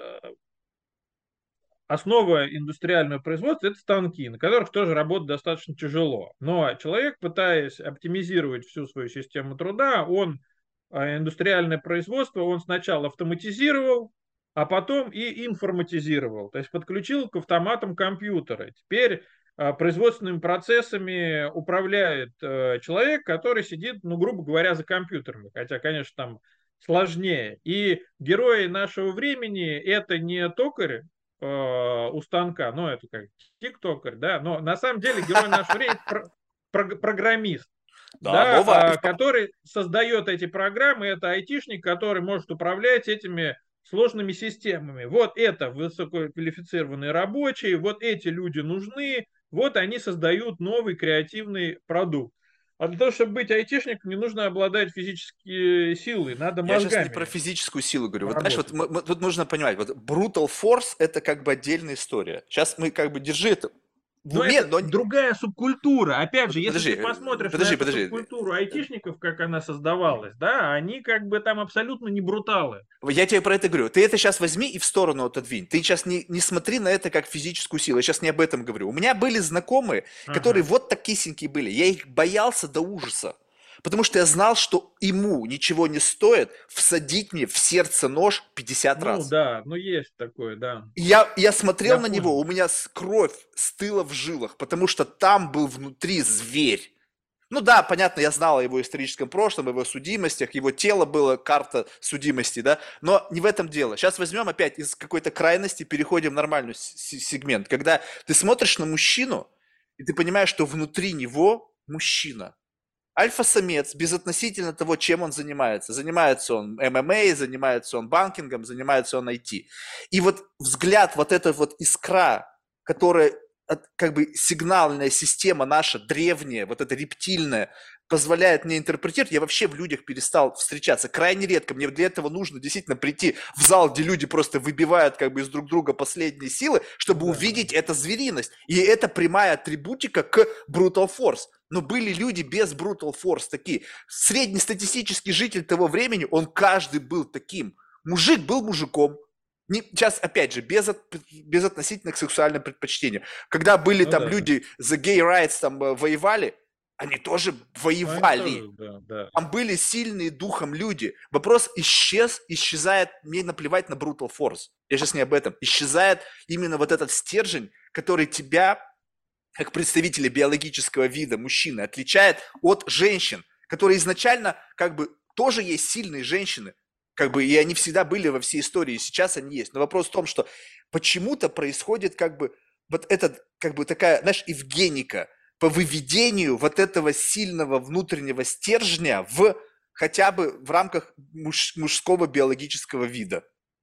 основа индустриального производства – это станки, на которых тоже работать достаточно тяжело. Но человек, пытаясь оптимизировать всю свою систему труда, он а, индустриальное производство он сначала автоматизировал, а потом и информатизировал, то есть подключил к автоматам компьютеры. Теперь а, производственными процессами управляет э, человек, который сидит, ну, грубо говоря, за компьютерами. Хотя, конечно, там сложнее. И герои нашего времени – это не токарь, э, у станка, ну, это как тиктокер, да, но на самом деле герой нашего времени про- про- программист, Да, новая да, а, альфа. который создает эти программы, это айтишник, который может управлять этими сложными системами. Вот это высококвалифицированные рабочие, вот эти люди нужны, вот они создают новый креативный продукт. А для того, чтобы быть айтишником, не нужно обладать физической силой, надо Я сейчас не про мозгами физическую силу говорю. Вот знаешь, вот работать. мы- мы- тут нужно понимать, вот brutal force это как бы отдельная история. Сейчас мы как бы держи это в Но уме, это но не- другая субкультура. Опять же, вот если подожди, ты э, посмотришь на подожди, эту подожди. субкультуру айтишников, как она создавалась, да, они как бы там абсолютно не бруталы. Я тебе про это говорю. Ты это сейчас возьми и в сторону отодвинь. Ты сейчас не, не смотри на это как физическую силу. Я сейчас не об этом говорю. У меня были знакомые, которые Ага. вот такие были. Я их боялся до ужаса. Потому что я знал, что ему ничего не стоит всадить мне в сердце нож пятьдесят Ну раз. да, ну есть такое, да. И я, я смотрел Я на него, понял. у меня с- кровь стыла в жилах, потому что там был внутри зверь. Ну да, понятно, я знал о его историческом прошлом, о его судимостях, его тело было карта судимости, да, но не в этом дело. Сейчас возьмем опять из какой-то крайности, переходим в нормальный с- с- сегмент, когда ты смотришь на мужчину, и ты понимаешь, что внутри него мужчина. Альфа-самец, безотносительно того, чем он занимается. Занимается он эм эм а, занимается он банкингом, занимается он ай ти. И вот взгляд, вот эта вот искра, которая как бы сигнальная система наша, древняя, вот эта рептильная, позволяет мне интерпретировать, я вообще в людях перестал встречаться. Крайне редко. Мне для этого нужно действительно прийти в зал, где люди просто выбивают как бы из друг друга последние силы, Ну чтобы да. увидеть эту звериность. И это прямая атрибутика к Brutal Force. Но были люди без Brutal Force такие. Среднестатистический житель того времени, он каждый был таким. Мужик был мужиком. Не, сейчас, опять же, без, от, без относительно к сексуальным предпочтениям. Когда были Ну там да. люди за gay rights там э, воевали, они тоже Ну они тоже, воевали. да, да. Там были сильные духом люди. Вопрос исчез, исчезает, мне наплевать на Brutal Force. Я сейчас не об этом. Исчезает именно вот этот стержень, который тебя, как представителя биологического вида, мужчины, отличает от женщин, которые изначально как бы тоже есть сильные женщины, как бы, и они всегда были во всей истории, и сейчас они есть. Но вопрос в том, что почему-то происходит как бы вот этот, как бы такая, знаешь, Евгеника по выведению вот этого сильного внутреннего стержня в хотя бы в рамках муж, мужского биологического вида.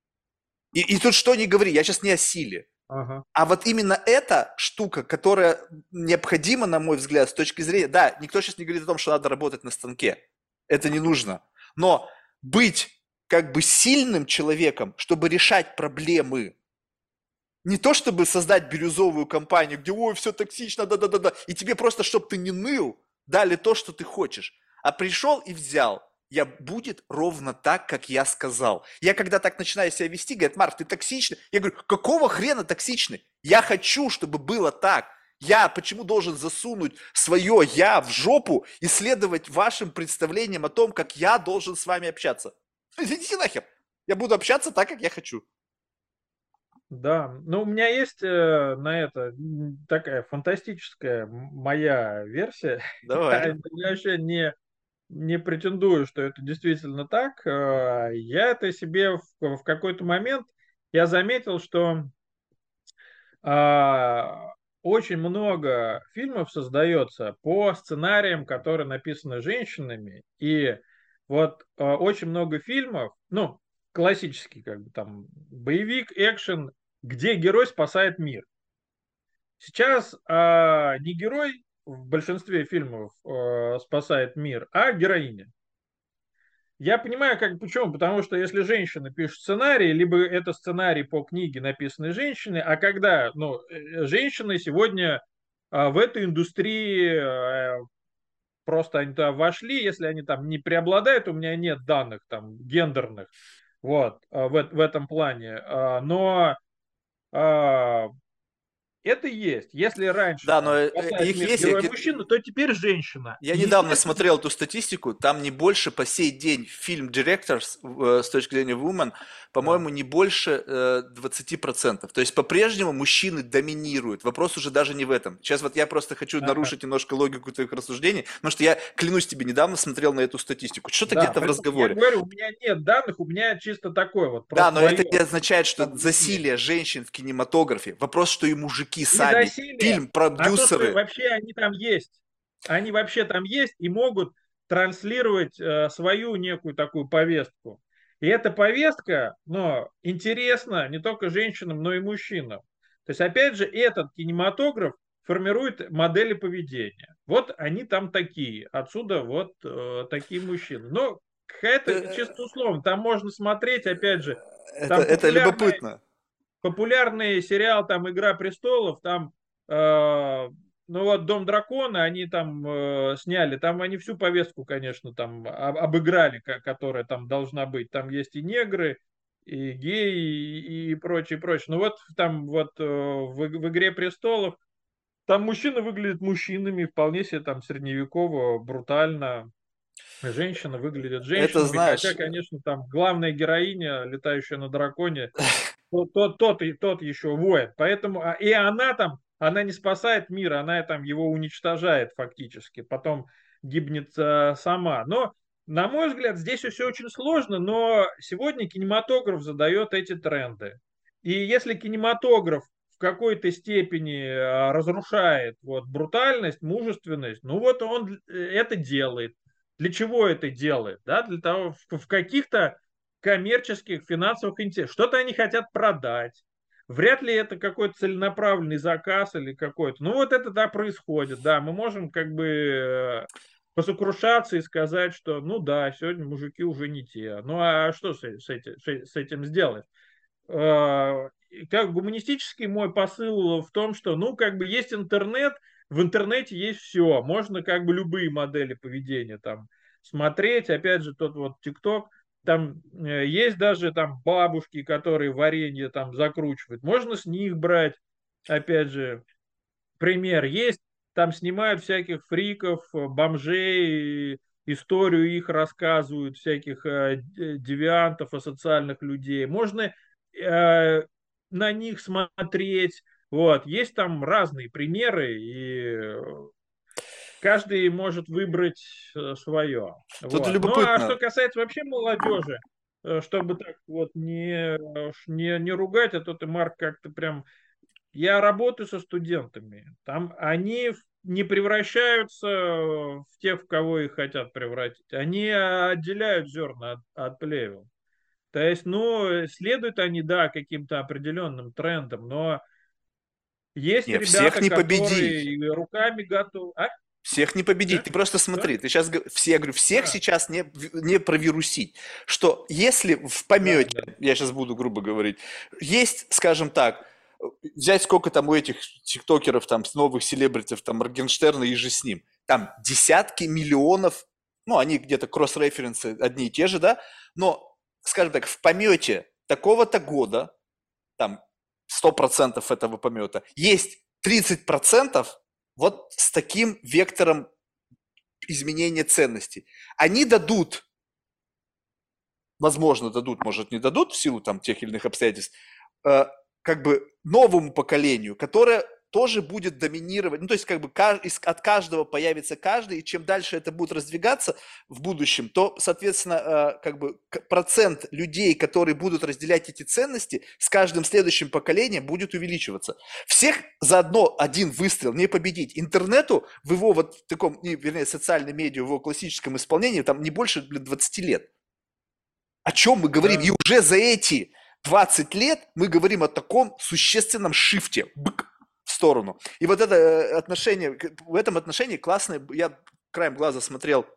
И, и тут что ни говори, я сейчас не о силе. Ага. А вот именно эта штука, которая необходима, на мой взгляд, с точки зрения... Да, никто сейчас не говорит о том, что надо работать на станке. Это не нужно. Но быть как бы сильным человеком, чтобы решать проблемы, не то чтобы создать бирюзовую компанию, где ой, все токсично, да-да-да-да, и тебе просто, чтобы ты не ныл, дали то, что ты хочешь. А пришел и взял. Я будет ровно так, как я сказал. Я когда так начинаю себя вести, говорят, Марк, ты токсичный. Я говорю, какого хрена токсичный? Я хочу, чтобы было так. Я почему должен засунуть свое я в жопу и следовать вашим представлениям о том, как я должен с вами общаться? Идите нахер. Я буду общаться так, как я хочу. Да, ну у меня есть э, на это м, такая фантастическая м- моя версия. Давай. Я я вообще не, не претендую, что это действительно так. Э, Я это себе в, в какой-то момент я заметил, что а, очень много фильмов создается по сценариям, которые написаны женщинами, и вот э, очень много фильмов, ну, классический, как бы там, боевик, экшен, где герой спасает мир. Сейчас а, не герой в большинстве фильмов э, спасает мир, а героиня. Я понимаю, как почему, потому что если женщина пишет сценарий, либо это сценарий по книге, написанной женщиной, а когда, ну, э, женщины сегодня а, в эту индустрии э, просто они туда вошли, если они там не преобладают, у меня нет данных там гендерных, вот, а, в, в этом плане, А, но а, это есть. Если раньше Да, но там э, э, спасает их мир есть. Я, герой ге- мужчина, то теперь женщина. я И недавно естественно, смотрел эту статистику, там не больше по сей день фильм Directors э, с точки зрения Women, да, по-моему, не больше э, двадцати процентов. То есть по-прежнему мужчины доминируют. Вопрос уже даже не в этом. Сейчас вот я просто хочу ага. нарушить немножко логику твоих рассуждений, потому что я, клянусь тебе, недавно смотрел на эту статистику. Что-то Да, где-то в поэтому я разговоре. говорю, у меня нет данных, у меня чисто такое вот, Да, просто но это мое не означает, что там мнение. засилие женщин в кинематографе. Вопрос, что и мужики Не сами, засилие, а то, что фильм-продюсеры. вообще они там есть. Они вообще там есть и могут транслировать э, свою некую такую повестку. И эта повестка, но интересна не только женщинам, но и мужчинам. То есть, опять же, этот кинематограф формирует модели поведения. Вот они там такие, отсюда вот э, такие мужчины. Но это чисто условно, там можно смотреть, опять же, Это, там это популярные любопытно. популярный сериал там «Игра престолов», там, э, ну вот «Дом дракона», они там э, сняли, там они всю повестку, конечно, там об- обыграли, ко- которая там должна быть. Там есть и негры, и геи, и, и прочее, прочее. Ну вот там вот э, в, в «Игре престолов» там мужчины выглядят мужчинами, вполне себе там средневеково, брутально. Женщины выглядят Это, женщинами, хотя, знаешь, конечно, там главная героиня, летающая на драконе, тот, тот, тот, и тот еще воин. Поэтому, а, и она там, она не спасает мир, она там его уничтожает фактически, потом гибнет э, сама. Но, на мой взгляд, здесь все очень сложно, но сегодня кинематограф задает эти тренды. И если кинематограф в какой-то степени э, разрушает вот, брутальность, мужественность, ну вот он э, это делает. Для чего это делает? Да? Для того, в, в каких-то коммерческих, финансовых интересов. Что-то они хотят продать. Вряд ли это какой-то целенаправленный заказ или какой-то. Ну вот это да происходит, да. Мы можем как бы э, посокрушаться и сказать, что ну да, сегодня мужики уже не те. Ну а что с, с этим, с этим сделать? Э, Как гуманистический мой посыл в том, что ну как бы есть интернет, в интернете есть все, можно как бы любые модели поведения там смотреть, опять же тот вот ТикТок, там э, есть даже там бабушки, которые варенье там закручивают, можно с них брать, опять же, пример есть, там снимают всяких фриков, э, бомжей, историю их рассказывают, всяких э, д- девиантов, асоциальных людей. Можно э, на них смотреть. Вот. Есть там разные примеры, и э, каждый может выбрать э, свое. тут Вот. Ну а что любопытно. касается вообще молодежи, э, чтобы так вот не, э, не, не ругать, а то ты, Марк, как-то прям я работаю со студентами. Там они в- не превращаются в тех, в кого их хотят превратить. Они отделяют зерна от, от плевел. То есть, ну, следуют они, да, каким-то определенным трендам, но есть Не, всех ребята, не которые победить. и руками готовы. А? Всех не победить. Че? Ты просто Что? смотри, ты сейчас, все, я говорю, всех А, сейчас не, не провирусить. Что если в да, помете, да. я сейчас буду грубо говорить, есть, скажем так, взять сколько там у этих тиктокеров, там, новых селебритов, там, Моргенштерна и же с ним, там десятки миллионов, ну, они где-то кросс-референсы одни и те же, да, но, скажем так, в помете такого-то года, там, сто процентов этого помета, есть тридцать процентов вот с таким вектором изменения ценностей. Они дадут, возможно, дадут, может, не дадут в силу там тех или иных обстоятельств, э, как бы новому поколению, которое тоже будет доминировать. Ну, то есть, как бы ка- из- от каждого появится каждый, и чем дальше это будет раздвигаться в будущем, то, соответственно, э, как бы к- процент людей, которые будут разделять эти ценности, с каждым следующим поколением будет увеличиваться. Всех за одно один выстрел не победить. Интернету в его вот таком, и, вернее, социальной медиа, в его классическом исполнении, там не больше, блин, двадцати лет. О чем мы говорим? Да, И уже за эти двадцать лет мы говорим о таком существенном шифте бык, в сторону. И вот это э, отношение, к- в этом отношении классное, я краем глаза смотрел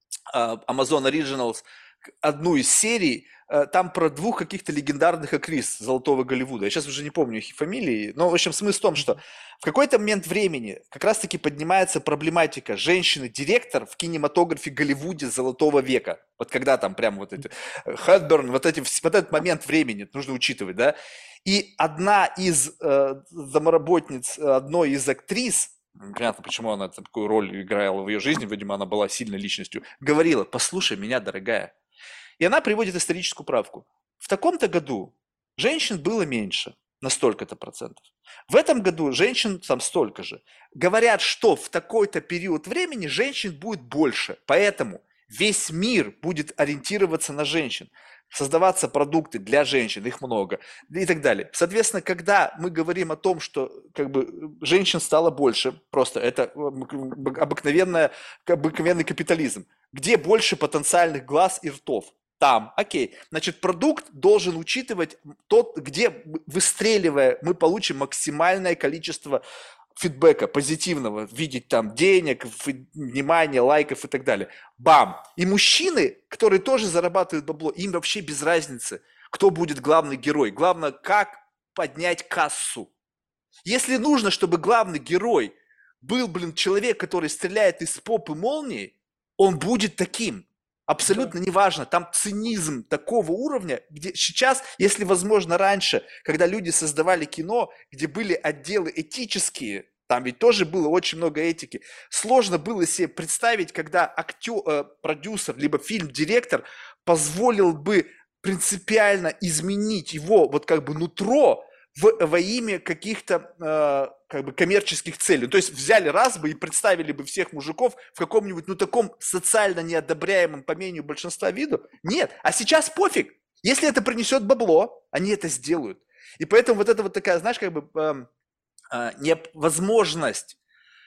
а, Amazon Originals, к- одну из серий, э, там про двух каких-то легендарных актрис Золотого Голливуда. Я сейчас уже не помню их фамилии, но, в общем, смысл в том, что в какой-то момент времени как раз-таки поднимается проблематика женщины-директор в кинематографе Голливуде Золотого века. Вот когда там прям вот эти э, Хэтберн, вот, эти, вс- вот этот момент времени нужно учитывать, да. И одна из э, домоработниц, э, одной из актрис, понятно, почему она такую роль играла в ее жизни, видимо, она была сильной личностью, говорила: послушай меня, дорогая. И она приводит историческую правку. В таком-то году женщин было меньше, на столько-то процентов. В этом году женщин там столько же. Говорят, что в такой-то период времени женщин будет больше, поэтому весь мир будет ориентироваться на женщин, создаваться продукты для женщин, их много и так далее. Соответственно, когда мы говорим о том, что как бы женщин стало больше, просто это обыкновенная, обыкновенный капитализм, где больше потенциальных глаз и ртов. Там, окей. Значит, продукт должен учитывать тот, где, выстреливая, мы получим максимальное количество фидбэка позитивного, видеть там денег, внимания, лайков и так далее. Бам! И мужчины, которые тоже зарабатывают бабло, им вообще без разницы, кто будет главный герой. Главное, как поднять кассу. Если нужно, чтобы главный герой был, блин, человек, который стреляет из попы молнии, он будет таким. да. Абсолютно неважно, там цинизм такого уровня, где сейчас, если возможно раньше, когда люди создавали кино, где были отделы этические, там ведь тоже было очень много этики, сложно было себе представить, когда актер, э, продюсер, либо фильм-директор позволил бы принципиально изменить его вот как бы нутро в, во имя каких-то э, как бы коммерческих целей. То есть взяли раз бы и представили бы всех мужиков в каком-нибудь, ну, таком социально неодобряемом, по мнению большинства, виду. Нет, а сейчас пофиг. Если это принесет бабло, они это сделают. И поэтому вот это вот такая, знаешь, как бы э, э, невозможность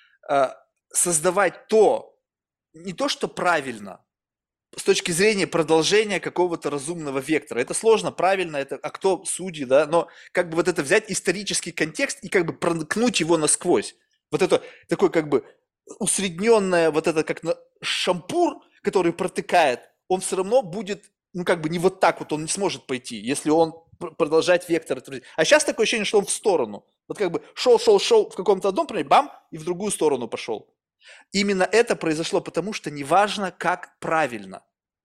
э, создавать то, не то, что правильно, с точки зрения продолжения какого-то разумного вектора. Это сложно, правильно, это, а кто судьи, да, но как бы вот это взять исторический контекст и как бы проникнуть его насквозь. Вот это такой как бы усредненное, вот это как на шампур, который протыкает, он все равно будет, ну как бы не вот так вот, он не сможет пойти, если он пр- продолжать вектор. А сейчас такое ощущение, что он в сторону. Вот как бы шел, шел, шел в каком-то одном, например, бам, и в другую сторону пошел. Именно это произошло потому, что неважно, как правильно.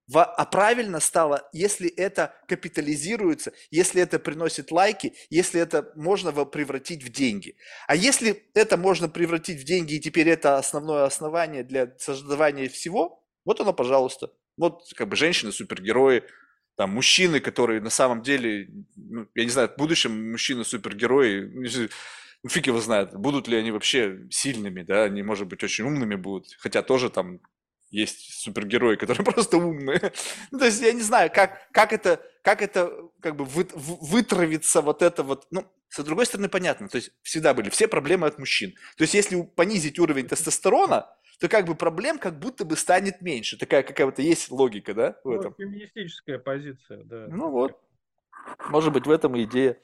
А правильно стало, если это капитализируется, если это приносит лайки, если это можно превратить в деньги. А если это можно превратить в деньги, и теперь это основное основание для создавания всего, вот оно, пожалуйста. Вот как бы женщины-супергерои, там мужчины, которые на самом деле, ну, я не знаю, в будущем мужчины-супергерои, ну, фиг его знает, будут ли они вообще сильными, да, они, может быть, очень умными будут, хотя тоже там есть супергерои, которые просто умные. Ну, то есть я не знаю, как, как это, как это как бы вы, вытравится вот это вот, ну, с другой стороны, понятно, то есть всегда были все проблемы от мужчин. То есть если понизить уровень тестостерона, то как бы проблем как будто бы станет меньше. Такая какая-то есть логика, да, в Ну, этом. феминистическая позиция, да, Ну такая. вот, может быть, в этом и идея.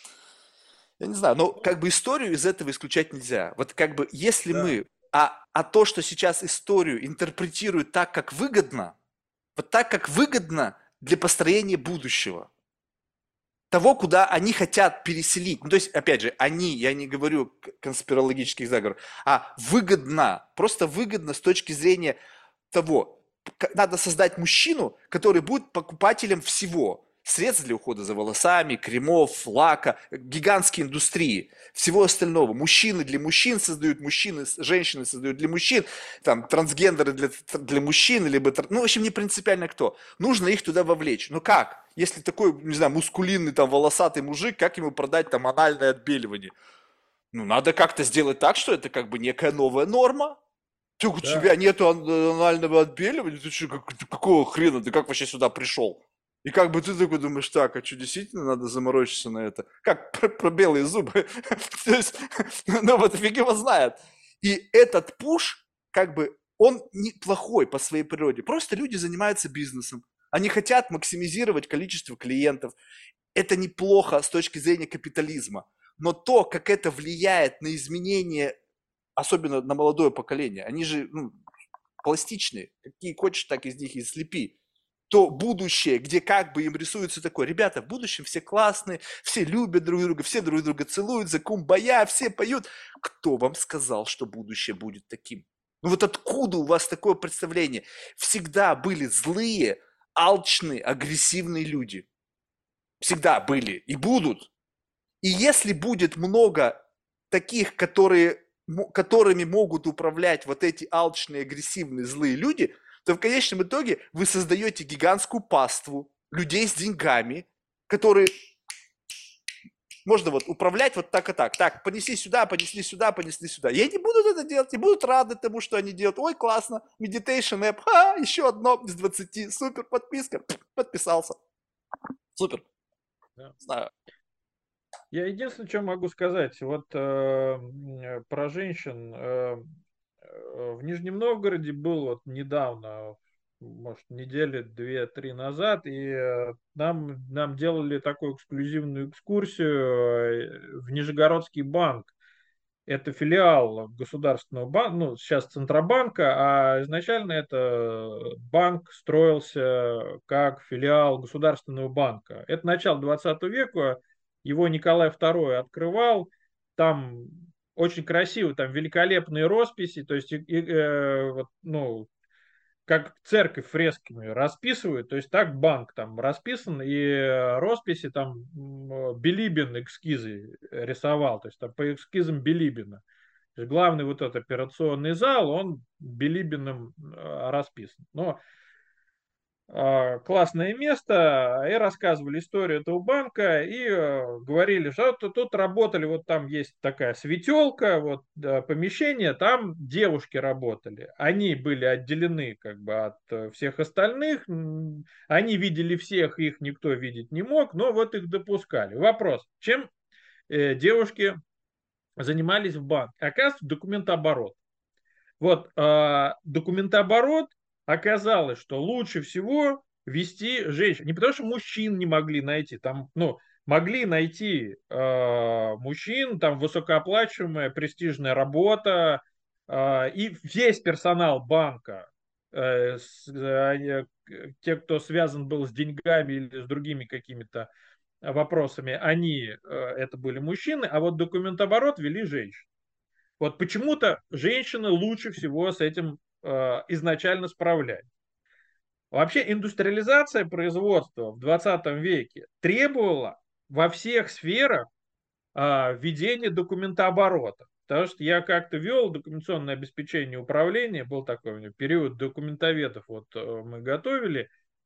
Я не знаю, но как бы историю из этого исключать нельзя. Вот как бы если Да. мы, а, а то, что сейчас историю интерпретируют так, как выгодно, вот так, как выгодно для построения будущего, того, куда они хотят переселить. Ну, то есть, опять же, они, я не говорю к- конспирологических заговоров, а выгодно, просто выгодно с точки зрения того, к- надо создать мужчину, который будет покупателем всего. Средств для ухода за волосами, кремов, лака, гигантские индустрии, всего остального. Мужчины для мужчин создают, мужчины, женщины создают для мужчин, там, трансгендеры для, для мужчин, либо, тр- ну, в общем, не принципиально кто. Нужно их туда вовлечь. Ну как? Если такой, не знаю, мускулинный, там, волосатый мужик, как ему продать там анальное отбеливание? Ну, надо как-то сделать так, что это как бы некая новая норма. Ты, у Да. тебя нету ан- анального отбеливания, ты что, как- ты какого хрена, ты как вообще сюда пришел? И как бы ты такой думаешь, так, а что, действительно надо заморочиться на это? Как про, про белые зубы? То есть, ну вот фиг его знает. И этот пуш, как бы, он неплохой по своей природе. Просто люди занимаются бизнесом. Они хотят максимизировать количество клиентов. Это неплохо с точки зрения капитализма. Но то, как это влияет на изменение, особенно на молодое поколение, они же ну, пластичные, какие хочешь, так из них и слепи, то будущее, где как бы им рисуется такое, ребята, в будущем все классные, все любят друг друга, все друг друга целуют, за кумбая, все поют. Кто вам сказал, что будущее будет таким? Ну вот откуда у вас такое представление? Всегда были злые, алчные, агрессивные люди. Всегда были и будут. И если будет много таких, которые, которыми могут управлять вот эти алчные, агрессивные, злые люди, то в конечном итоге вы создаете гигантскую паству людей с деньгами, которые можно вот управлять вот так и так. Так, понесли сюда, понесли сюда, понесли сюда. И они будут это делать, и будут рады тому, что они делают. Ой, классно, meditation app, ха, еще одно из двадцати, супер, подписка, подписался. Супер, Да. знаю. Я единственное, что могу сказать, вот э, м, про женщин. Э, э, в Нижнем Новгороде был вот недавно, может, недели две-три назад, и э, нам, нам делали такую эксклюзивную экскурсию э, в Нижегородский банк. Это филиал государственного банка, ну, сейчас Центробанка, а изначально это банк строился как филиал государственного банка. Это начало двадцатого века, его Николай второй открывал, там очень красиво, там великолепные росписи, то есть и, и, э, вот, ну, как церковь фресками расписывают, то есть так банк там расписан, и э, росписи там м, Билибин эскизы рисовал, то есть там по эскизам Билибина. То есть главный вот этот операционный зал, он Билибиным э, расписан. Но э, классное место, и рассказывали историю этого банка, и э, говорили, что вот тут работали, вот там есть такая светелка, вот э, помещение, там девушки работали. Они были отделены как бы от э, всех остальных, м, они видели всех, их никто видеть не мог, но вот их допускали. Вопрос, чем э, девушки занимались в банке? Оказывается, документооборот. Вот э, документооборот оказалось, что лучше всего вести женщин. Не потому, что мужчин не могли найти, там, ну, могли найти э, мужчин, там высокооплачиваемая престижная работа, э, и весь персонал банка, э, с, э, те, кто связан был с деньгами или с другими какими-то вопросами, они, э, это были мужчины, а вот документооборот вели женщины. Вот почему-то женщины лучше всего с этим э, изначально справлялись. Вообще индустриализация производства в двадцатом веке требовала во всех сферах э, введения документооборота. Потому что я как-то вел документационное обеспечение управления, был такой у меня период документоведов, вот э, мы готовили,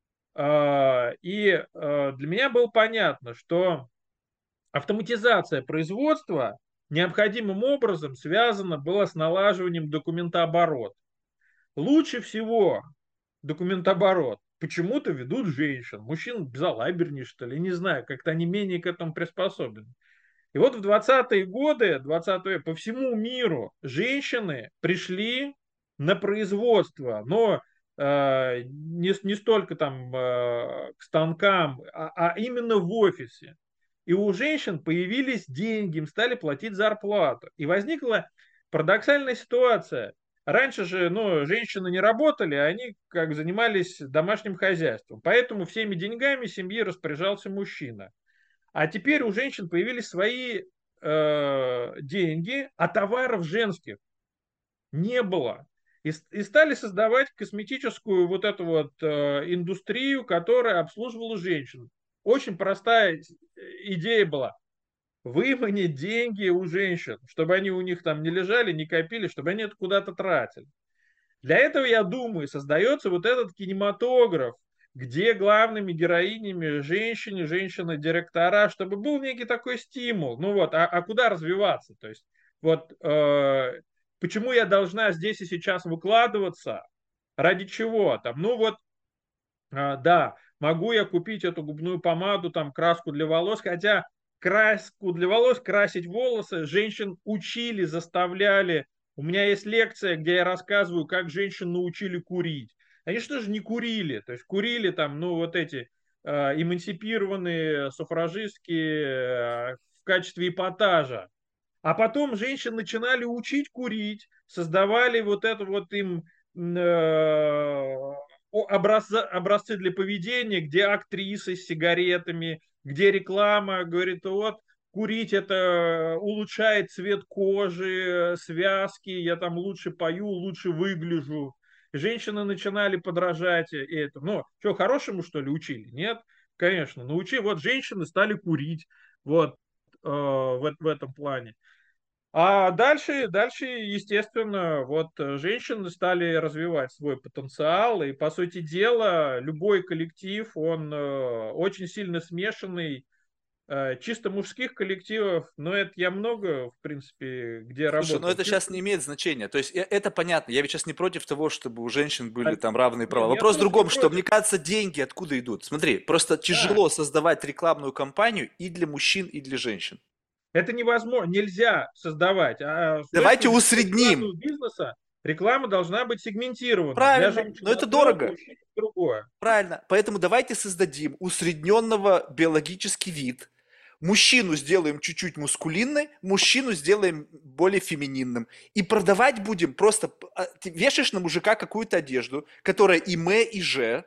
э, и э, для меня было понятно, что автоматизация производства необходимым образом связана была с налаживанием документооборота. Лучше всего документооборот почему-то ведут женщин. Мужчин безалабернее, что ли, не знаю, как-то они менее к этому приспособлены. И вот в двадцатые годы, двадцатого века, по всему миру женщины пришли на производство, но э, не, не столько там э, к станкам, а, а именно в офисе. И у женщин появились деньги, им стали платить зарплату. И возникла парадоксальная ситуация. Раньше же ну, женщины не работали, а они как занимались домашним хозяйством. Поэтому всеми деньгами семьи распоряжался мужчина. А теперь у женщин появились свои э, деньги, а товаров женских не было. И, и стали создавать косметическую вот эту вот э, индустрию, которая обслуживала женщин. Очень простая идея была. Выманить деньги у женщин, чтобы они у них там не лежали, не копили, чтобы они это куда-то тратили. Для этого, я думаю, создается вот этот кинематограф, где главными героинями женщины, женщины-директора, чтобы был некий такой стимул. Ну вот, а, а куда развиваться? То есть, вот э, почему я должна здесь и сейчас выкладываться? Ради чего? Там, ну вот, а, да, могу я купить эту губную помаду, там, краску для волос, хотя краску для волос, красить волосы женщин учили, заставляли. У меня есть лекция, где я рассказываю, как женщин научили курить. Они что же не курили? То есть курили там, ну, вот эти э, эмансипированные суфражистки э, в качестве эпатажа. А потом женщин начинали учить курить, создавали вот это вот им э, образцы, образцы для поведения, где актрисы с сигаретами, где реклама говорит, вот курить это улучшает цвет кожи, связки, я там лучше пою, лучше выгляжу. Женщины начинали подражать этому. Ну, что, хорошему, что ли, учили? Нет, конечно. Научи, вот женщины стали курить. Вот э, в, в этом плане. А дальше, дальше, естественно, вот э, женщины стали развивать свой потенциал, и, по сути дела, любой коллектив, он э, очень сильно смешанный, э, чисто мужских коллективов, но это я много, в принципе, где Слушай, ну работал. это Чисто... сейчас не имеет значения. То есть э- это понятно. Я ведь сейчас не против того, чтобы у женщин были а, там равные Не, права. ну я Вопрос в тоже не другом, что, мне против. кажется, деньги откуда идут. Смотри, просто Да, тяжело создавать рекламную кампанию и для мужчин, и для женщин. это невозможно, нельзя создавать. А с точки Давайте зрения усредним. рекламного бизнеса, реклама должна быть сегментирована. Для Правильно, женщин но это одно, для дорого. мужчин другое. Правильно. Поэтому давайте создадим усредненного биологический вид. Мужчину сделаем чуть-чуть мускулинной, мужчину сделаем более фемининным. И продавать будем просто... а, Ты вешаешь на мужика какую-то одежду, которая и М, и Ж.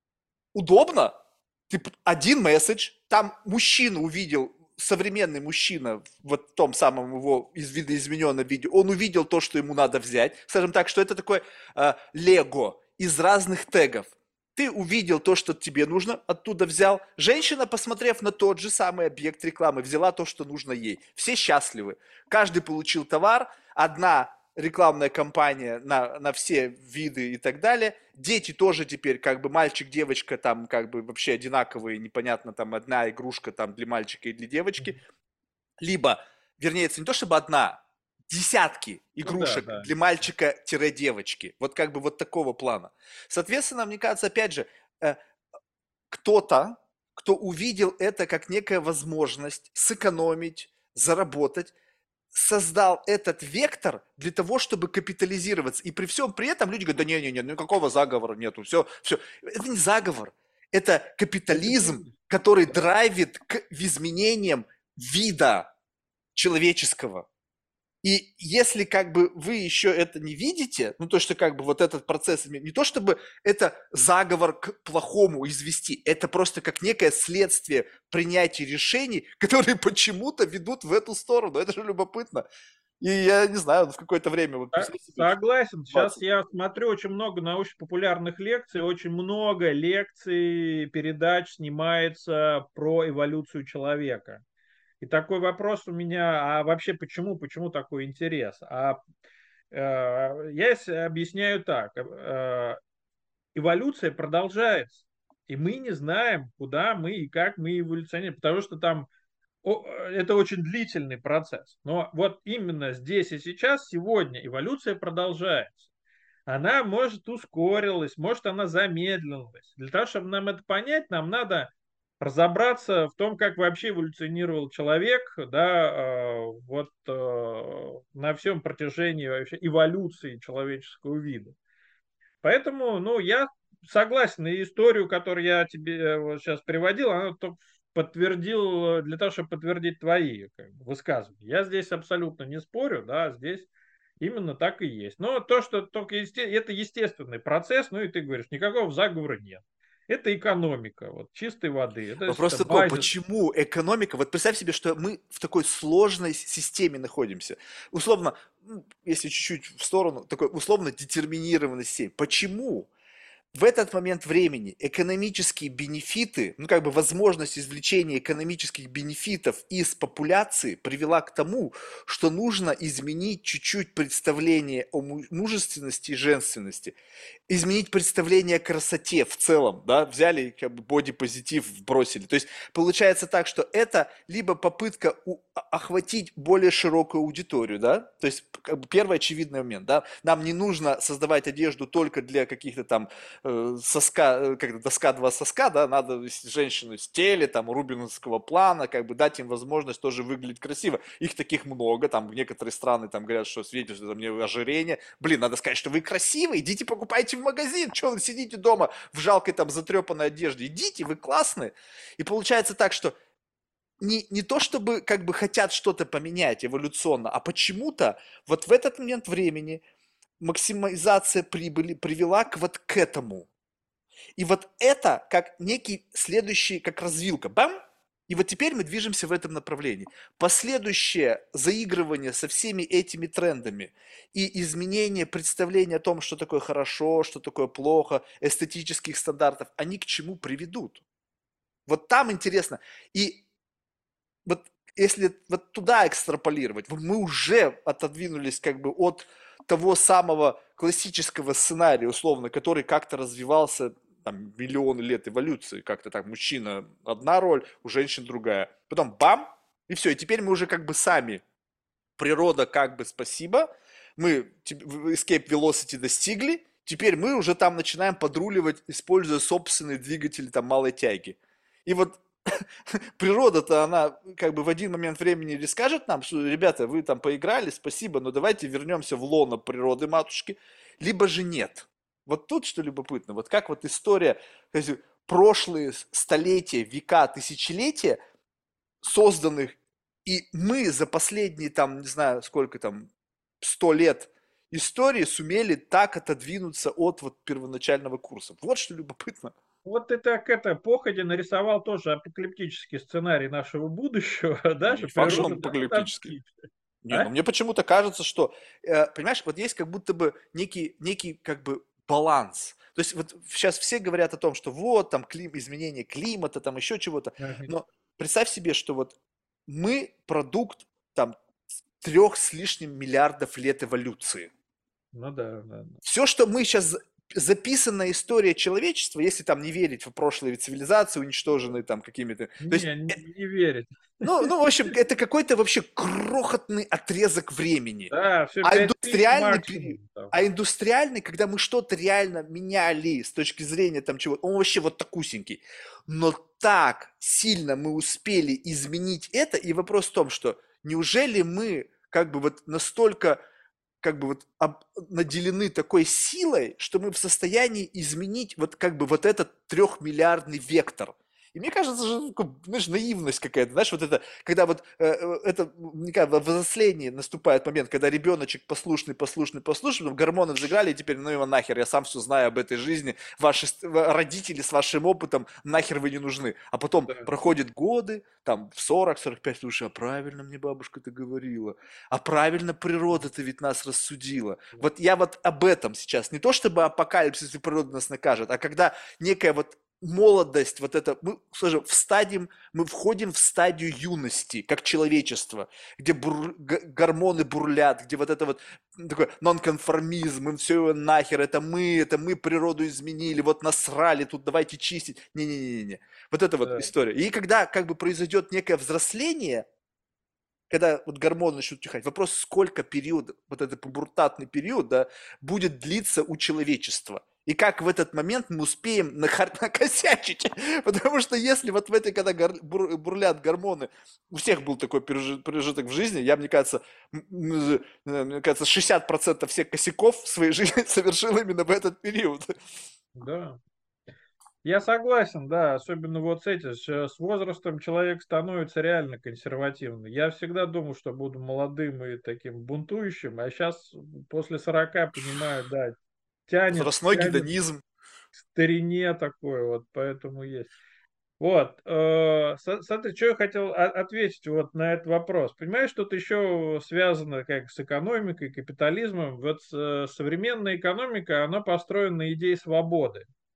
Удобно. Ты п- один месседж, там мужчина увидел, современный мужчина, вот в том самом его из видоизмененном виде, он увидел то, что ему надо взять. Скажем так, что это такое э, лего из разных тегов. Ты увидел то, что тебе нужно, оттуда взял. Женщина, посмотрев на тот же самый объект рекламы, взяла то, что нужно ей. Все счастливы. Каждый получил товар. Одна рекламная кампания на, на все виды и так далее. Дети тоже теперь, как бы мальчик, девочка, там как бы вообще одинаковые, непонятно, там одна игрушка там для мальчика и для девочки. Либо, вернее, это не то чтобы одна, десятки Ну да, игрушек да. для мальчика-девочки. Вот как бы вот такого плана. Соответственно, мне кажется, опять же, э, кто-то, кто увидел это как некая возможность сэкономить, заработать, создал этот вектор для того, чтобы капитализироваться. И при всем при этом люди говорят, да не-не-не, никакого заговора нету, все, все. Это не заговор, это Это капитализм, бизнес. который Да. драйвит к изменениям вида человеческого. И если как бы вы еще это не видите, ну то, что как бы вот этот процесс, не то чтобы это заговор к плохому извести, это просто как некое следствие принятия решений, которые почему-то ведут в эту сторону. Это же любопытно. И я не знаю, в какое-то время, вот Со- представь себе, Согласен. Сейчас двадцать. я смотрю очень много научно-популярных лекций, очень много лекций, передач снимается про эволюцию человека. И такой вопрос у меня, а вообще почему, почему такой интерес? А э, я с- объясняю так. Э, эволюция продолжается. И мы не знаем, куда мы и как мы эволюционируем, потому что там о- это очень длительный процесс. Но вот именно здесь и сейчас, сегодня, эволюция продолжается. Она, может, ускорилась, может, она замедлилась. Для того, чтобы нам это понять, нам надо разобраться в том, как вообще эволюционировал человек, да, э, вот э, на всем протяжении вообще эволюции человеческого вида. Поэтому, ну, я согласен, и историю, которую я тебе э, вот сейчас приводил, она только подтвердил, э, для того, чтобы подтвердить твои как бы, высказывания. Я здесь абсолютно не спорю, да, здесь именно так и есть. Но то, что только есте- это естественный процесс, ну и ты говоришь, никакого заговора нет. Это экономика, вот чистой воды. Это, Вопрос это такой, базис. почему экономика, вот представь себе, что мы в такой сложной с- системе находимся. Условно, ну, если чуть-чуть в сторону, такой условно детерминированной системе. Почему? в этот момент времени экономические бенефиты, ну как бы возможность извлечения экономических бенефитов из популяции привела к тому, что нужно изменить чуть-чуть представление о мужественности и женственности, изменить представление о красоте в целом, да, взяли как бы бодипозитив, бросили. То есть получается так, что это либо попытка у- охватить более широкую аудиторию, да, то есть как бы первый очевидный момент, да, нам не нужно создавать одежду только для каких-то там э, соска, э, как доска два соска, да, надо женщины с теле, там, рубиновского плана, как бы дать им возможность тоже выглядеть красиво. Их таких много, там, некоторые страны там говорят, что светит, что мне ожирение. Блин, надо сказать, что вы красивые, идите покупайте в магазин, что вы сидите дома в жалкой там затрепанной одежде, идите, вы классные. И получается так, что не, не то чтобы как бы хотят что-то поменять эволюционно, а почему-то вот в этот момент времени максимизация прибыли привела к вот к этому. И вот это как некий следующий, как развилка. Бам! И вот теперь мы движемся в этом направлении. Последующее заигрывание со всеми этими трендами и изменение представления о том, что такое хорошо, что такое плохо, эстетических стандартов, они к чему приведут? Вот там интересно. И вот если вот туда экстраполировать, вот мы уже отодвинулись как бы от того самого классического сценария, условно, который как-то развивался там, миллионы лет эволюции, как-то так, мужчина одна роль, у женщин другая. Потом бам, и все, и теперь мы уже как бы сами, природа как бы спасибо, мы escape velocity достигли, теперь мы уже там начинаем подруливать, используя собственные двигатели там малой тяги. И вот природа-то она как бы в один момент времени или скажет нам, что, ребята, вы там поиграли, спасибо, но давайте вернемся в лоно природы матушки, либо же нет. Вот тут что любопытно, вот как вот история, то есть прошлые столетия, века, тысячелетия созданных, и мы за последние там, не знаю, сколько там, сто лет истории сумели так отодвинуться от вот первоначального курса. Вот что любопытно. Вот ты так это походя нарисовал тоже апокалиптический сценарий нашего будущего, Ну, да, не что факт, что природа он даст апокалиптический. отсечь. Не, ну А? мне почему-то кажется, что, э, понимаешь, вот есть как будто бы некий, некий как бы баланс. То есть вот сейчас все говорят о том, что вот там клим, изменение климата, там еще чего-то. Ага. Но представь себе, что вот мы продукт там трех с лишним миллиардов лет эволюции. Ну да, да, да. Все, что мы сейчас записанная история человечества, если там не верить в прошлые цивилизации, уничтоженные там какими-то. То есть Не, не, не верить. ну, ну, в общем, это какой-то вообще крохотный отрезок времени. Да, все А пять тысяч индустриальный период, максимум там. а индустриальный, когда мы что-то реально меняли с точки зрения там чего, он вообще вот такусенький. Но так сильно мы успели изменить это, и вопрос в том, что неужели мы как бы вот настолько как бы вот об- наделены такой силой, что мы в состоянии изменить вот как бы вот этот трехмиллиардный вектор. И мне кажется, что, такое, знаешь, наивность какая-то, знаешь, вот это, когда вот э, э, это, мне кажется, во взрослении наступает момент, когда ребеночек послушный, послушный, послушный, потом гормоны взыграли, и теперь, ну его нахер, я сам все знаю об этой жизни, ваши ст- в- родители с вашим опытом, нахер вы не нужны. А потом Да. проходят годы, там, в сорок сорок пять, слушай, а правильно мне бабушка-то говорила, а правильно природа-то ведь нас рассудила. Вот я вот об этом сейчас. Не то чтобы апокалипсис и природа нас накажет, а когда некая вот молодость, вот это, мы, скажем, в стадии, мы входим в стадию юности, как человечество, где бур, гормоны бурлят, где вот это вот такой нонконформизм, им все его нахер, это мы, это мы природу изменили, вот насрали, тут давайте чистить. Не-не-не-не. Вот это вот Да. история. И когда как бы произойдет некое взросление, когда вот гормоны начнут утихать, вопрос, сколько период, вот этот пубертатный период, да, будет длиться у человечества. И как в этот момент мы успеем нахар- накосячить. Потому что если вот в этой, когда гор- бур- бурлят гормоны, у всех был такой пережи- пережиток в жизни, я, мне кажется, м- м- э, мне кажется, шестьдесят процентов всех косяков в своей жизни совершил именно в этот период. Да. Я согласен, да, особенно вот с этим, с с возрастом человек становится реально консервативным. Я всегда думал, что буду молодым и таким бунтующим, а сейчас после сорока понимаю, да, тянет, Возрастной тянет гедонизм. к старине такой вот, поэтому есть. Вот, э, со- смотри, что я хотел о- ответить вот на этот вопрос. Понимаешь, тут еще связано как с экономикой, капитализмом. Вот э, современная экономика, она построена на идее свободы.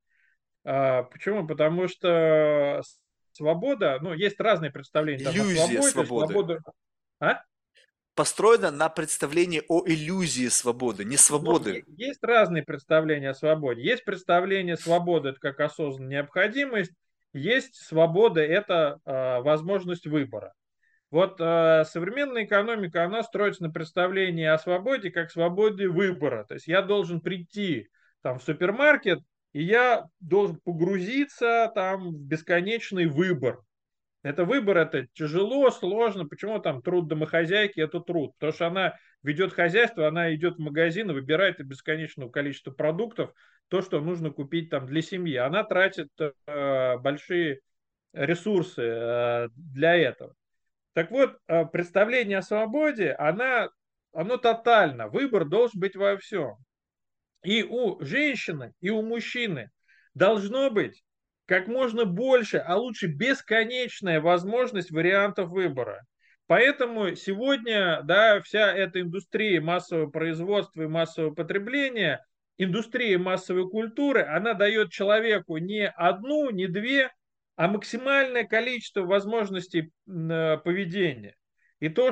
А, почему? Потому что с- свобода, ну, есть разные представления там о Иллюзия свободе, свободы. свобода... А? Построена на представлении о иллюзии свободы, не Ну, свободы. е- есть разные представления о свободе. Есть представление свободы это как осознанная необходимость, есть свобода это а, возможность выбора. Вот а, современная экономика, она строится на представлении о свободе как свободе выбора. То есть я должен прийти там в супермаркет, и я должен погрузиться там в бесконечный выбор. Это выбор, это тяжело, сложно. Почему там труд домохозяйки – это труд? Потому что она ведет хозяйство, она идет в магазин и выбирает из бесконечного количества продуктов то, что нужно купить там для семьи. Она тратит э, большие ресурсы э, для этого. Так вот, э, представление о свободе, она, оно тотально. Выбор должен быть во всем. И у женщины, и у мужчины должно быть как можно больше, а лучше бесконечная возможность вариантов выбора. Поэтому сегодня, да, вся эта индустрия массового производства и массового потребления, индустрия массовой культуры, она дает человеку не одну, не две, а максимальное количество возможностей э, поведения. И то,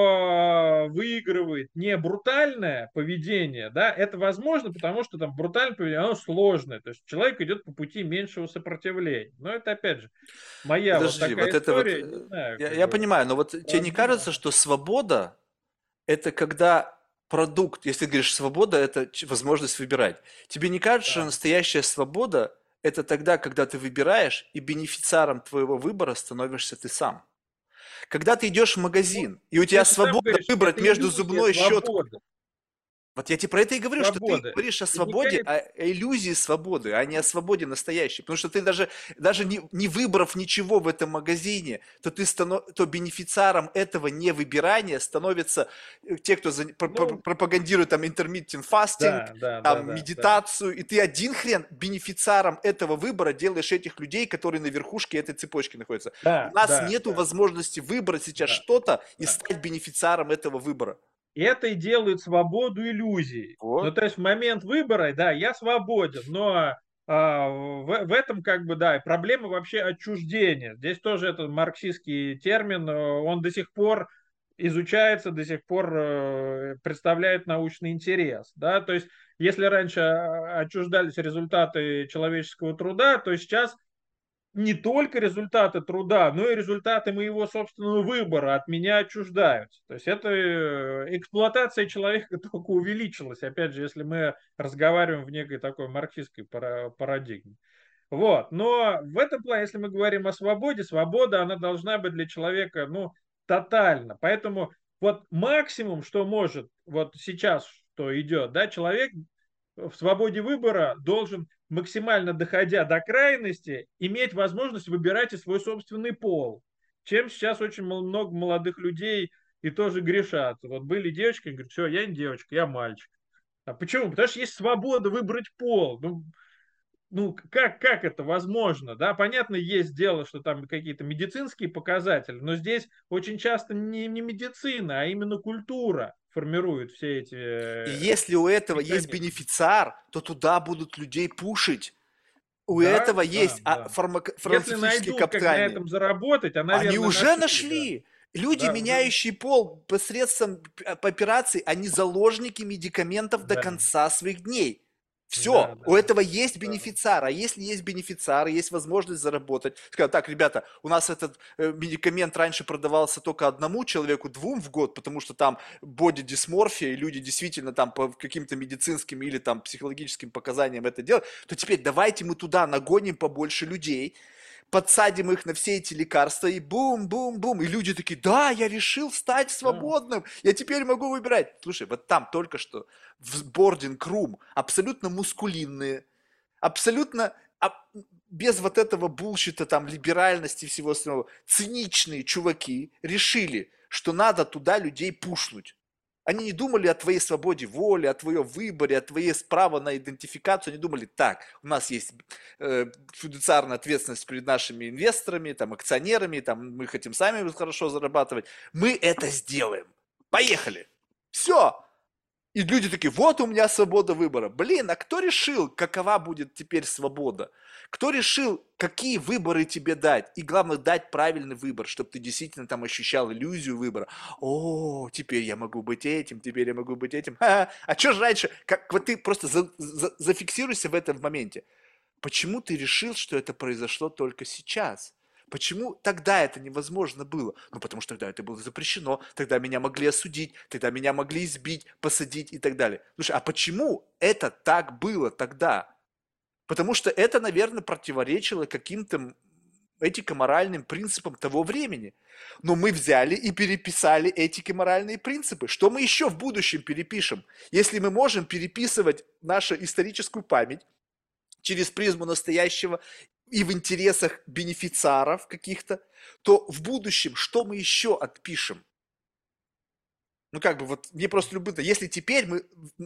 что выигрывает не брутальное поведение, да, это возможно, потому что там брутальное поведение, оно сложное. То есть человек идет по пути меньшего сопротивления. Но это, опять же, моя вот Подожди, такая вот это вот, история, не э, знаю, я, как я бы, понимаю, но вот тебе не кажется, проблема. что свобода – это когда продукт, если ты говоришь свобода – это ч- возможность выбирать. Тебе не кажется, что Да. настоящая свобода – это тогда, когда ты выбираешь, и бенефициаром твоего выбора становишься ты сам? Когда ты идешь в Ну, магазин, и у тебя это ты сам свобода говоришь, выбрать это между иллюзия зубной щеткой. свободы. Вот я тебе про это и говорю, что ты Свободы. говоришь о И свободе, никакая... о, о иллюзии свободы, а не о свободе настоящей. Потому что ты даже, даже не, не выбрав ничего в этом магазине, то ты стано, то бенефициаром этого невыбирания становятся э, те, кто за- пр- пр- Ну, пропагандирует там intermittent fasting, да, да, да, там, да, да. медитацию, и ты один хрен бенефициаром этого выбора делаешь этих людей, которые на верхушке этой цепочки находятся. У Да, нас да, нету да, возможности выбрать сейчас да, что-то и да. стать бенефициаром этого выбора. И это и делает свободу иллюзией. Ну, Вот. то есть в момент выбора, да, я свободен, но а, в, в этом как бы, да, проблема вообще отчуждения. Здесь тоже это марксистский термин, э, он до сих пор изучается, до сих пор э, представляет научный интерес, да, то есть если раньше а, отчуждались результаты человеческого труда, то сейчас не только результаты труда, но и результаты моего собственного выбора от меня отчуждаются. То есть это э, эксплуатация человека только увеличилась, опять же, если мы разговариваем в некой такой марксистской парадигме. Вот. Но в этом плане, если мы говорим о свободе, свобода, она должна быть для человека, ну, тотально. Поэтому вот максимум, что может вот сейчас, что идет, да, человек в свободе выбора должен, максимально доходя до крайности, иметь возможность выбирать и свой собственный пол. Чем сейчас очень много молодых людей и тоже грешат. Вот были девочки, говорят, все, я не девочка, я мальчик. А почему? Потому что есть свобода выбрать пол. Ну, ну как, как это возможно? Да, понятно, есть дело, что там какие-то медицинские показатели, но здесь очень часто не, не медицина, а именно культура формирует все эти И э, если у этого есть механизмы. бенефициар, то туда будут людей пушить. У Да, этого да, есть а, да. фармако- Если фармацевтические найдут, как на капитане. этом заработать, а, Они наверное, уже нашли, да. нашли. Люди, Да, уже, меняющие пол посредством п- операций, они заложники медикаментов до да, конца своих дней. да, Все, у да, этого есть да, бенефициар, а если есть бенефициар, есть возможность заработать. Сказать, так, ребята, у нас этот э, медикамент раньше продавался только одному человеку, двум в год, потому что там боди-дисморфия, и люди действительно там по каким-то медицинским или там психологическим показаниям это делают, то теперь давайте мы туда нагоним побольше людей, подсадим их на все эти лекарства, и бум-бум-бум. И люди такие, да, я решил стать да, свободным, я теперь могу выбирать. Слушай, вот там только что в бординг-рум абсолютно мускулинные, абсолютно а, без вот этого булщита, там, либеральности и всего остального, циничные чуваки решили, что надо туда людей пушнуть. Они не думали о твоей свободе воли, о твоем выборе, о твоей право на идентификацию. Они думали, так, у нас есть э, фидуциарная ответственность перед нашими инвесторами, там, акционерами, там, мы хотим сами хорошо зарабатывать. Мы это сделаем. Поехали. Все. И люди такие, вот у меня свобода выбора. Блин, а кто решил, какова будет теперь свобода? Кто решил, какие выборы тебе дать? И главное, дать правильный выбор, чтобы ты действительно там ощущал иллюзию выбора. О, теперь я могу быть этим, теперь я могу быть этим. Ха-ха. А что же раньше? Как, вот ты просто за- за- зафиксируйся в этом моменте. Почему ты решил, что это произошло только сейчас? Почему тогда это невозможно было? Ну, потому что тогда это было запрещено, тогда меня могли осудить, тогда меня могли избить, посадить и так далее. Слушай, а почему это так было тогда? Потому что это, наверное, противоречило каким-то этико-моральным принципам того времени. Но мы взяли и переписали этико-моральные принципы. Что мы еще в будущем перепишем? Если мы можем переписывать нашу историческую память, через призму настоящего и в интересах бенефициаров каких-то, то в будущем что мы еще отпишем? Ну как бы вот мне просто любопытно, если теперь мы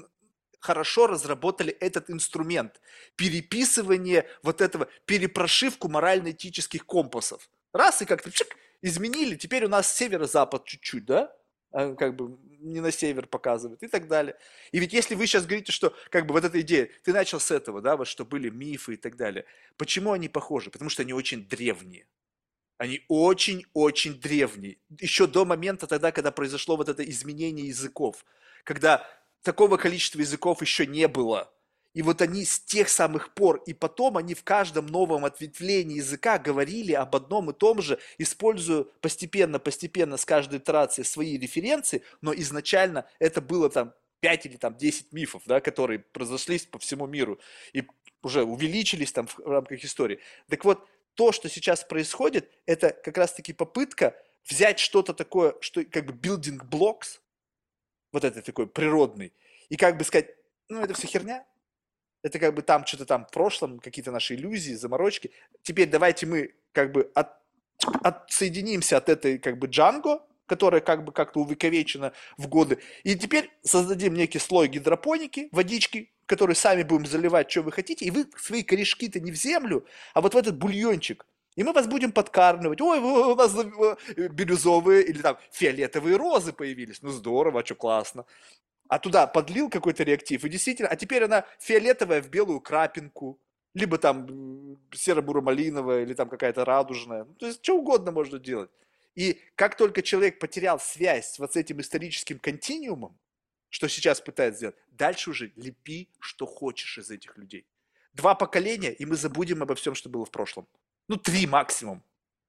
хорошо разработали этот инструмент переписывания вот этого, перепрошивку морально-этических компасов. Раз и как-то чик, изменили, теперь у нас северо-запад чуть-чуть, да? А, как бы не на север показывает и так далее. И ведь если вы сейчас говорите, что как бы вот эта идея, ты начал с этого, да, вот что были мифы и так далее. Почему они похожи? Потому что они очень древние. Они очень-очень древние. Еще до момента тогда, когда произошло вот это изменение языков. Когда такого количества языков еще не было. И вот они с тех самых пор, и потом они в каждом новом ответвлении языка говорили об одном и том же, используя постепенно-постепенно с каждой итерацией свои референции, но изначально это было там пять или там десять мифов, да, которые произошлись по всему миру и уже увеличились там в рамках истории. Так вот, то, что сейчас происходит, это как раз-таки попытка взять что-то такое, что как бы building blocks, вот это такой природный, и как бы сказать, ну это все херня, это как бы там что-то там в прошлом, какие-то наши иллюзии, заморочки. Теперь давайте мы как бы от, отсоединимся от этой как бы Django, которая как бы как-то увековечена в годы, и теперь создадим некий слой гидропоники, водички, который сами будем заливать, что вы хотите, и вы свои корешки-то не в землю, а вот в этот бульончик. И мы вас будем подкармливать. Ой, у нас бирюзовые или там фиолетовые розы появились. Ну здорово, а что классно. А туда подлил какой-то реактив, и действительно, а теперь она фиолетовая в белую крапинку, либо там серо-буро-малиновая, или там какая-то радужная. Ну, то есть, что угодно можно делать. И как только человек потерял связь с вот с этим историческим континуумом, что сейчас пытается сделать, дальше уже лепи, что хочешь из этих людей. Два поколения, и мы забудем обо всем, что было в прошлом. Ну, три максимум.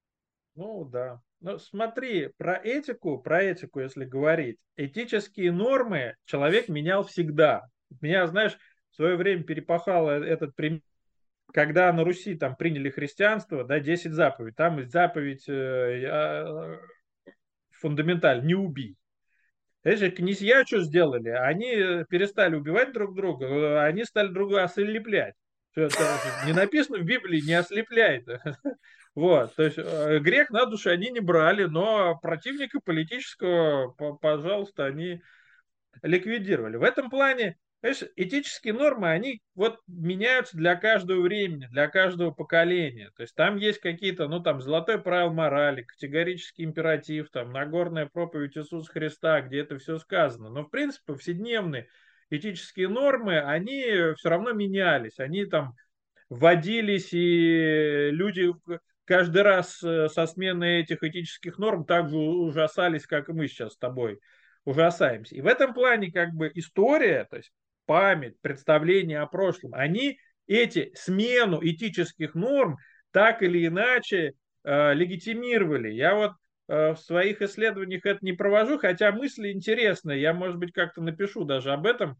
Ну да. Ну смотри, про этику, про этику, если говорить, этические нормы человек менял всегда. Меня, знаешь, в свое время перепахало этот пример, когда на Руси там приняли христианство, да, десять заповедей. Там есть заповедь э, э, фундаменталь, не убий. Эти князья что сделали? Они э, перестали убивать друг друга, э, они стали друг друга ослеплять. Что это не написано в Библии, не ослепляй. Вот, то есть э, грех на душу они не брали, но противника политического, по- пожалуйста, они ликвидировали. В этом плане, знаешь, этические нормы, они вот меняются для каждого времени, для каждого поколения. То есть там есть какие-то, ну там, золотое правило морали, категорический императив, там, Нагорная проповедь Иисуса Христа, где это все сказано. Но, в принципе, повседневные этические нормы, они все равно менялись. Они там вводились, и люди каждый раз э, со смены этих этических норм так же ужасались, как и мы сейчас с тобой ужасаемся. И в этом плане как бы история, то есть память, представление о прошлом, они эти смену этических норм так или иначе э, легитимировали. Я вот э, в своих исследованиях это не провожу, хотя мысли интересные, я, может быть, как-то напишу даже об этом,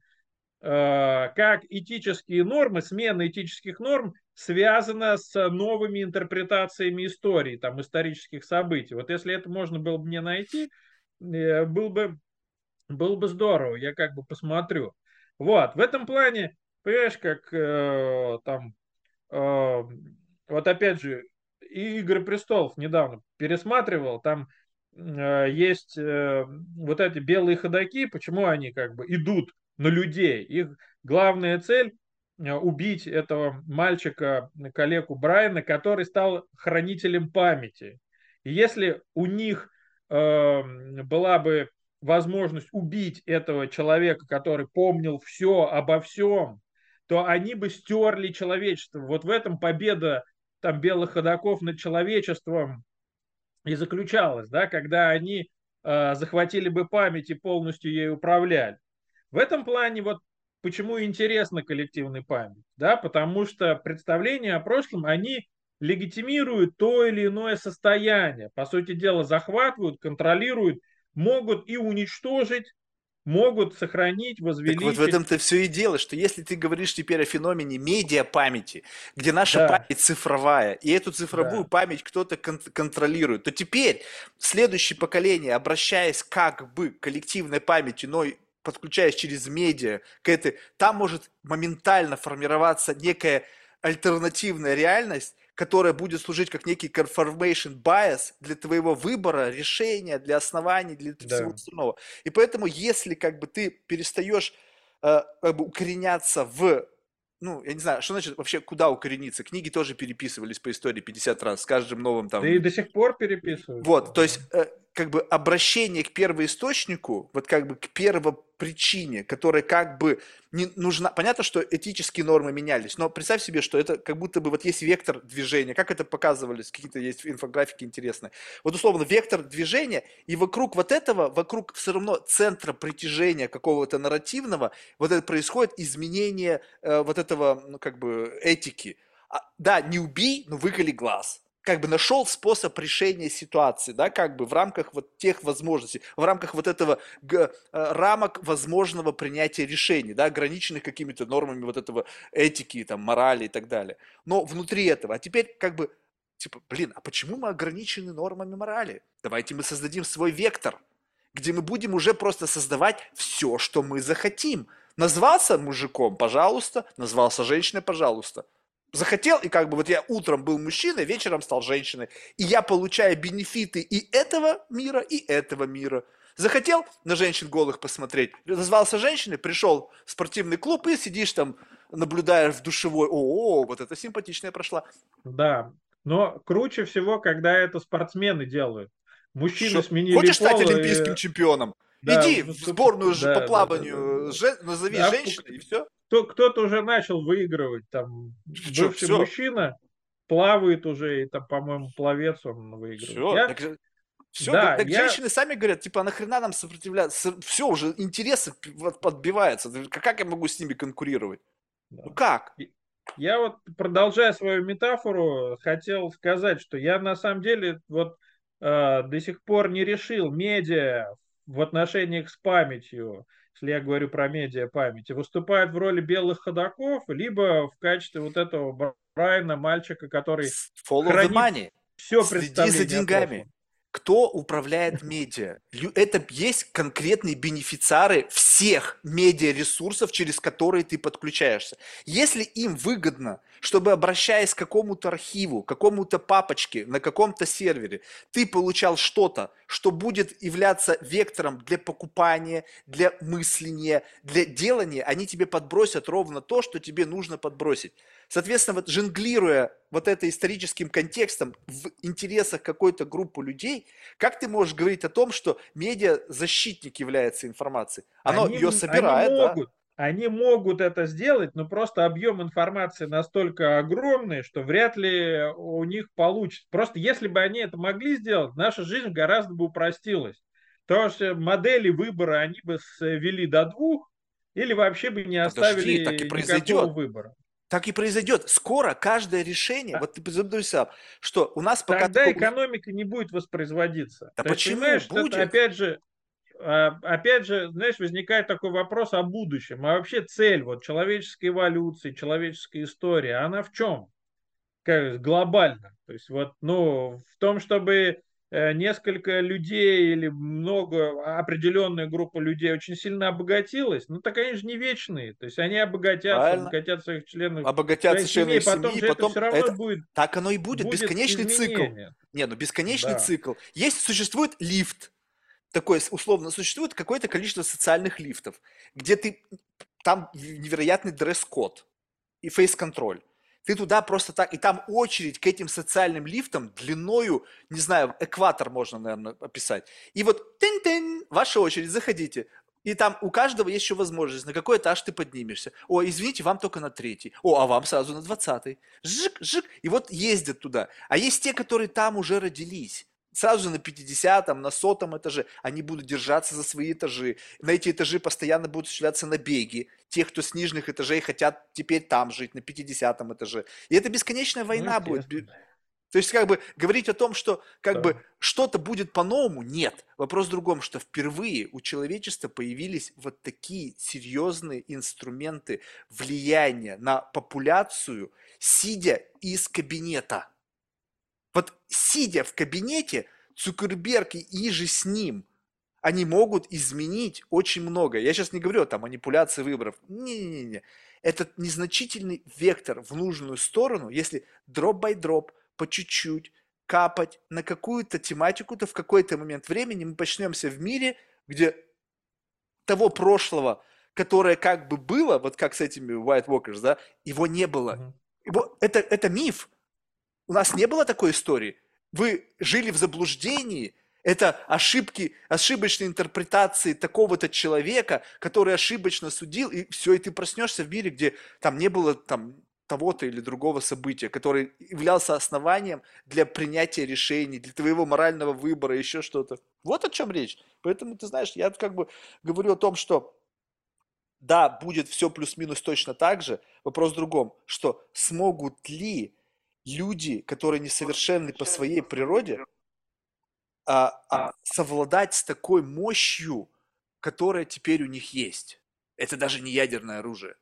э, как этические нормы, смена этических норм связана с новыми интерпретациями истории, там, исторических событий. Вот если это можно было бы мне найти, э, был бы, было бы здорово, я как бы посмотрю. Вот, в этом плане, понимаешь, как э, там, э, вот опять же, и «Игры престолов» недавно пересматривал, там э, есть э, вот эти белые ходаки, почему они как бы идут на людей. Их главная цель э, убить этого мальчика, коллегу Брайана, который стал хранителем памяти. И если у них э, была бы возможность убить этого человека, который помнил все обо всем, то они бы стерли человечество. Вот в этом победа там белых ходоков над человечеством и заключалась, да, когда они э, захватили бы память и полностью ей управляли. В этом плане вот почему интересна коллективная память, да, потому что представления о прошлом, они легитимируют то или иное состояние, по сути дела захватывают, контролируют, могут и уничтожить, могут сохранить, Так вот в возвеличить, этом-то все и дело, что если ты говоришь теперь о феномене медиапамяти, где наша да, память цифровая, и эту цифровую да, память кто-то кон- контролирует, то теперь следующее поколение, обращаясь как бы к коллективной памяти, но и подключаясь через медиа к этой, там может моментально формироваться некая альтернативная реальность, которая будет служить как некий confirmation bias для твоего выбора, решения, для оснований, для всего да. остального. И поэтому, если как бы ты перестаешь э, как бы укореняться в, ну, я не знаю, что значит вообще, куда укорениться? Книги тоже переписывались по истории пятьдесят раз, с каждым новым Да и там. до сих пор переписываются. Вот, то Да. есть, э, как бы обращение к первоисточнику, вот как бы к первопричине, которая как бы не нужна. Понятно, что этические нормы менялись, но представь себе, что это как будто бы вот есть вектор движения, как это показывались, какие-то есть инфографики интересные. Вот условно вектор движения, и вокруг вот этого, вокруг все равно центра притяжения какого-то нарративного, вот это происходит изменение э, вот этого, ну как бы этики. А, да, не убей, но выколи глаз, как бы нашел способ решения ситуации, да, как бы в рамках вот тех возможностей, в рамках вот этого г- э, рамок возможного принятия решений, да, ограниченных какими-то нормами вот этого этики, там, морали и так далее. Но внутри этого, а теперь как бы, типа, блин, а почему мы ограничены нормами морали? Давайте мы создадим свой вектор, где мы будем уже просто создавать все, что мы захотим. Назвался мужиком, пожалуйста, назвался женщиной, пожалуйста. Захотел, и как бы вот я утром был мужчиной, вечером стал женщиной. И я получаю бенефиты и этого мира, и этого мира. Захотел на женщин голых посмотреть, назвался женщиной, пришел в спортивный клуб и сидишь там, наблюдаешь в душевой. О, вот это симпатичная прошла. Да, но круче всего, когда это спортсмены делают. Мужчины Шо? сменили Хочешь стать пол, олимпийским и, чемпионом? да, Иди в- в суп- сборную по да, да, да, да, плаванию, да. же- назови Да, п- женщиной и все. кто, кто-то уже начал выигрывать, там, Что, бывший все, мужчина плавает уже, и там, по-моему, пловец он выигрывает. все. Я, Так, все, да, так я, женщины сами говорят, типа, а нахрена нам сопротивляться? Все, уже интересы п- вот подбиваются. Да как как я могу с ними конкурировать? Ну да. как? И- я вот, продолжая свою метафору, хотел сказать, что я на самом деле вот э, до сих пор не решил, медиа в отношениях с памятью, если я говорю про медиа памяти, выступает в роли белых ходоков, либо в качестве вот этого Брайана, мальчика, который Follow the хранит money. все Следи за представление о деньгами. прошлом. Кто управляет медиа? Лю- Это есть конкретные бенефициары всех медиаресурсов, через которые ты подключаешься. Если им выгодно, чтобы, обращаясь к какому-то архиву, какому-то папочке на каком-то сервере, ты получал что-то, что будет являться вектором для покупания, для мысления, для делания, они тебе подбросят ровно то, что тебе нужно подбросить. Соответственно, вот жонглируя вот это историческим контекстом в интересах какой-то группы людей, как ты можешь говорить о том, что медиа защитник является информацией? Оно Они, ее они собирает, да? могут, они могут это сделать, но просто объем информации настолько огромный, что вряд ли у них получится. Просто если бы они это могли сделать, наша жизнь гораздо бы упростилась. Потому что модели выбора они бы свели до двух или вообще бы не Подожди, так и оставили никакого произойдет. выбора. Так и произойдет. Скоро каждое решение, А вот ты задумайся, что у нас пока тогда такого... экономика не будет воспроизводиться. Да То есть, почему понимаешь, что это будет? опять же а, опять же, знаешь, возникает такой вопрос о будущем. А вообще цель вот человеческой эволюции, человеческой истории, она в чем? Как глобально. То есть вот, ну, в том, чтобы э, несколько людей или много, определенная группа людей очень сильно обогатилась, ну, так они же не вечные. То есть они обогатятся, Правильно? обогатят своих членов, Обогатятся своих члены семей, их потом семьи, же это потом все равно это... будет, Так оно и будет, будет бесконечный цикл. изменение. Не, ну бесконечный Да. цикл. Есть, существует лифт, такой, условно, существует какое-то количество социальных лифтов, где ты, там невероятный дресс-код и фейс-контроль. Ты туда просто так, и там очередь к этим социальным лифтам длиною, не знаю, экватор можно, наверное, описать. И вот тын-тын, ваша очередь, заходите. И там у каждого есть еще возможность, на какой этаж ты поднимешься. О, извините, вам только на третий. О, а вам сразу на двадцатый. Жик, жик. И вот ездят туда. А есть те, которые там уже родились. Сразу же на пятидесятом, на сотом этаже они будут держаться за свои этажи. На эти этажи постоянно будут осуществляться набеги. Тех, кто с нижних этажей хотят теперь там жить, на пятидесятом этаже. И это бесконечная Ну, война будет. естественно, То есть, как бы, говорить о том, что, как бы, да. что-то будет по-новому, нет. Вопрос в другом, что впервые у человечества появились вот такие серьезные инструменты влияния на популяцию, сидя из кабинета. Вот сидя в кабинете, Цукерберг и же с ним, они могут изменить очень много. Я сейчас не говорю о манипуляции выборов. Не-не-не. Это незначительный вектор в нужную сторону, если дроп-бай-дроп, по чуть-чуть, капать на какую-то тематику-то в какой-то момент времени мы почнемся в мире, где того прошлого, которое как бы было, вот как с этими White Walkers, да, его не было. Мгм. Его, это, это миф. У нас не было такой истории. Вы жили в заблуждении. Это ошибки, ошибочные интерпретации такого-то человека, который ошибочно судил, и все, и ты проснешься в мире, где там не было там того-то или другого события, который являлся основанием для принятия решений, для твоего морального выбора, еще что-то. Вот о чем речь. Поэтому, ты знаешь, я как бы говорю о том, что да, будет все плюс-минус точно так же. Вопрос в другом, что смогут ли люди, которые несовершенны по своей природе, а, а, совладать с такой мощью, которая теперь у них есть. Это даже не ядерное оружие.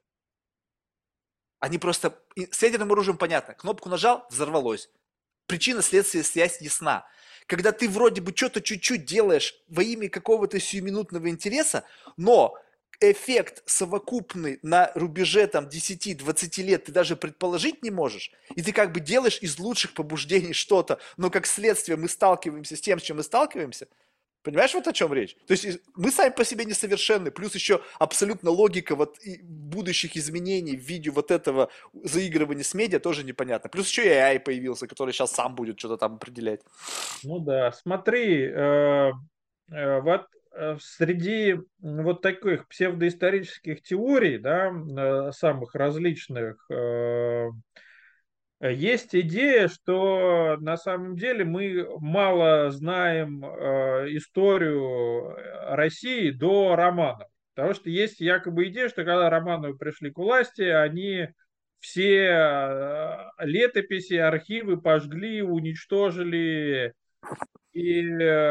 Они просто... С ядерным оружием понятно. Кнопку нажал, взорвалось. Причина, следствие, связь ясна. Когда ты вроде бы что-то чуть-чуть делаешь во имя какого-то сиюминутного интереса, но эффект совокупный на рубеже там десяти-двадцати лет ты даже предположить не можешь, и ты как бы делаешь из лучших побуждений что-то, но как следствие мы сталкиваемся с тем, с чем мы сталкиваемся. Понимаешь, вот о чем речь? То есть мы сами по себе несовершенны, плюс еще абсолютно логика вот будущих изменений в виде вот этого заигрывания с медиа тоже непонятно. Плюс еще и эй ай появился, который сейчас сам будет что-то там определять. Ну да, смотри, э, э, вот э, среди вот таких псевдоисторических теорий, да, э, самых различных, э, есть идея, что на самом деле мы мало знаем э, историю России до Романов. Потому что есть якобы идея, что когда Романовы пришли к власти, они все э, летописи, архивы пожгли, уничтожили и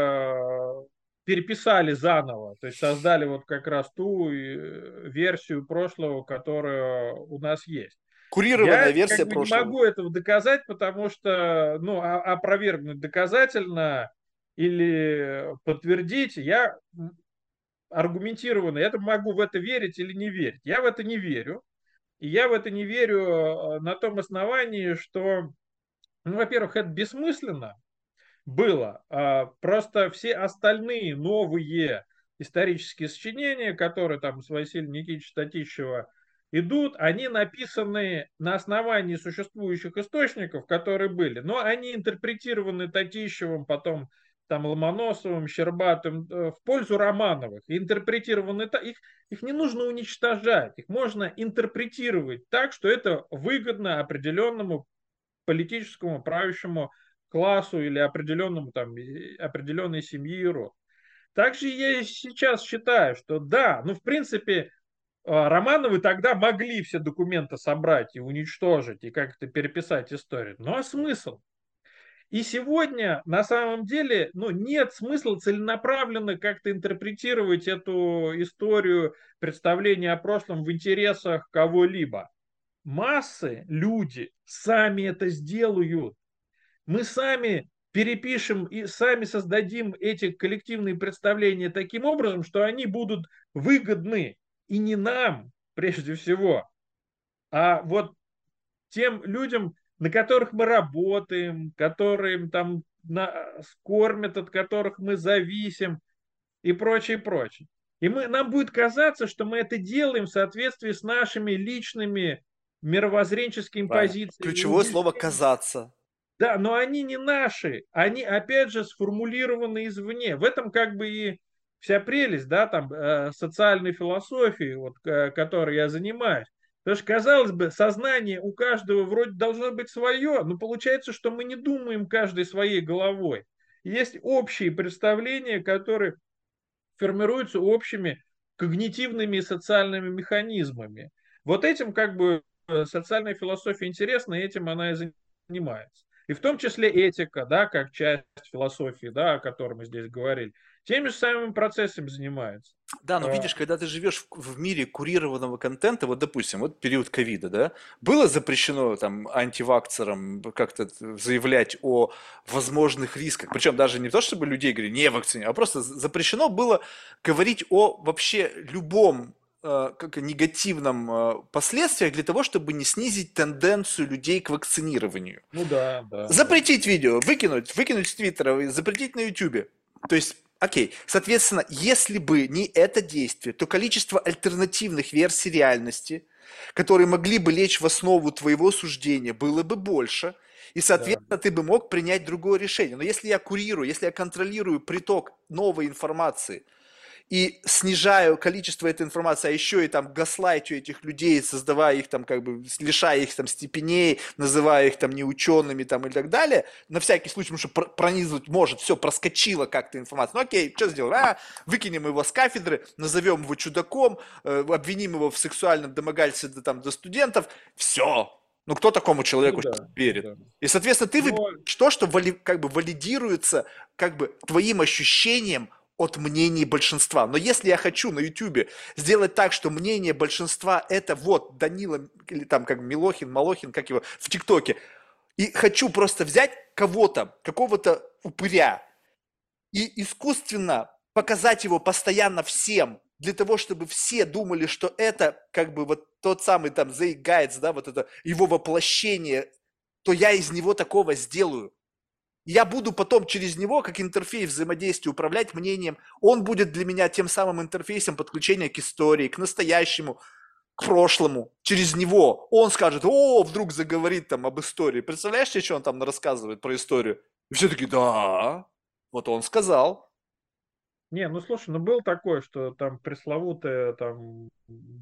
э, переписали заново. То есть создали вот как раз ту э, версию прошлого, которая у нас есть. Курированная Я версия как бы не прошлого. могу этого доказать, потому что, ну, а- опровергнуть доказательно или подтвердить, я м, аргументированно, я могу в это верить или не верить. Я в это не верю. И я в это не верю э, на том основании, что, ну, во-первых, это бессмысленно было. А, Просто все остальные новые исторические сочинения, которые там с Василием Никитичем Татищева идут, они написаны на основании существующих источников, которые были, но они интерпретированы Татищевым, потом там Ломоносовым, Щербатым э, в пользу Романовых. И интерпретированы так, их, их не нужно уничтожать, их можно интерпретировать так, что это выгодно определенному политическому правящему классу или определенному там определенной семьи и род. Также я и сейчас считаю, что да, ну в принципе Романовы тогда могли все документы собрать и уничтожить и как-то переписать историю. Ну а смысл? И сегодня на самом деле ну, нет смысла целенаправленно как-то интерпретировать эту историю представления о прошлом в интересах кого-либо. Массы, люди сами это сделают. Мы сами перепишем и сами создадим эти коллективные представления таким образом, что они будут выгодны и не нам, прежде всего, а вот тем людям, на которых мы работаем, которые там нас кормят, от которых мы зависим и прочее, прочее. И мы, нам будет казаться, что мы это делаем в соответствии с нашими личными мировоззренческими Правильно. позициями, Ключевое слово убеждениями. «казаться». Да, но они не наши, они опять же сформулированы извне. В этом как бы и вся прелесть, да, там э, социальной философии, вот, э, которой я занимаюсь. Потому что, казалось бы, сознание у каждого вроде должно быть свое, но получается, что мы не думаем каждой своей головой. Есть общие представления, которые формируются общими когнитивными и социальными механизмами. Вот этим как бы э, социальная философия интересна, и этим она и занимается. И в том числе этика, да, как часть философии, да, о которой мы здесь говорили, теми же самыми процессами занимается. Да, но Э, видишь, когда ты живешь в, в мире курированного контента, вот, допустим, вот период ковида, да, было запрещено там антиваксерам как-то заявлять о возможных рисках, причем даже не то, чтобы людей говорили не вакцине, а просто запрещено было говорить о вообще любом э, как негативном э, последствиях для того, чтобы не снизить тенденцию людей к вакцинированию. Ну да, да, да. Запретить видео, выкинуть, выкинуть с Твиттера, запретить на Ютубе. То есть, окей, соответственно, если бы не это действие, то количество альтернативных версий реальности, которые могли бы лечь в основу твоего суждения, было бы больше, и, Да. соответственно, ты бы мог принять другое решение. Но если я курирую, если я контролирую приток новой информации, и снижаю количество этой информации, а еще и там гаслайтю этих людей, создавая их там, как бы, лишая их там степеней, называя их там неучеными там и так далее, на всякий случай, потому что пронизывать может, все, проскочила как-то информация. Ну окей, что сделаем? А, выкинем его с кафедры, назовем его чудаком, э, обвиним его в сексуальном домогательстве до, там, до студентов, все. Ну кто такому Ну человеку да, ну верит? да. И, соответственно, ты Но выбираешь то, что вали, как бы валидируется как бы твоим ощущением от мнений большинства. Но если я хочу на Ютубе сделать так, что мнение большинства это вот Данила или там как Милохин, Малохин, как его в ТикТоке, и хочу просто взять кого-то, какого-то упыря и искусственно показать его постоянно всем, для того, чтобы все думали, что это как бы вот тот самый там Зейгайдс, да, вот это его воплощение, то я из него такого сделаю. Я буду потом через него, как интерфейс взаимодействия, управлять мнением. Он будет для меня тем самым интерфейсом подключения к истории, к настоящему, к прошлому. Через него он скажет, о, вдруг заговорит там об истории. Представляешь себе, что он там рассказывает про историю? И все таки да, вот он сказал. не, ну слушай, ну было такое, что там пресловутая там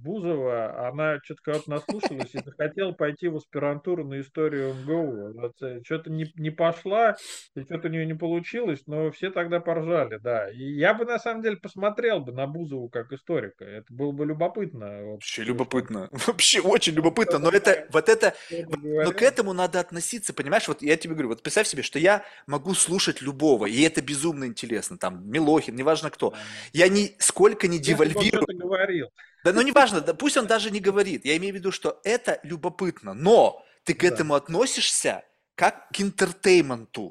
Бузова, она что-то кого-то наслушалась и захотела пойти в аспирантуру на историю МГУ. Вот, что-то не, не пошла, и что-то у нее не получилось, но все тогда поржали, да. И я бы на самом деле посмотрел бы на Бузову как историка. Это было бы любопытно, вот, Вообще что любопытно. Вообще очень любопытно. что Но это, она, вот это, что она вот- но к говорила. этому надо относиться, понимаешь? Вот я тебе говорю, вот представь себе, что я могу слушать любого, и это безумно интересно. Там Милохин, неважно кто. Да. Я ни сколько не Если бы он девальвирую. что-то говорил. Да, ну неважно, да, пусть он даже не говорит. Я имею в виду, что это любопытно, но ты к Да, этому относишься как к интертейменту.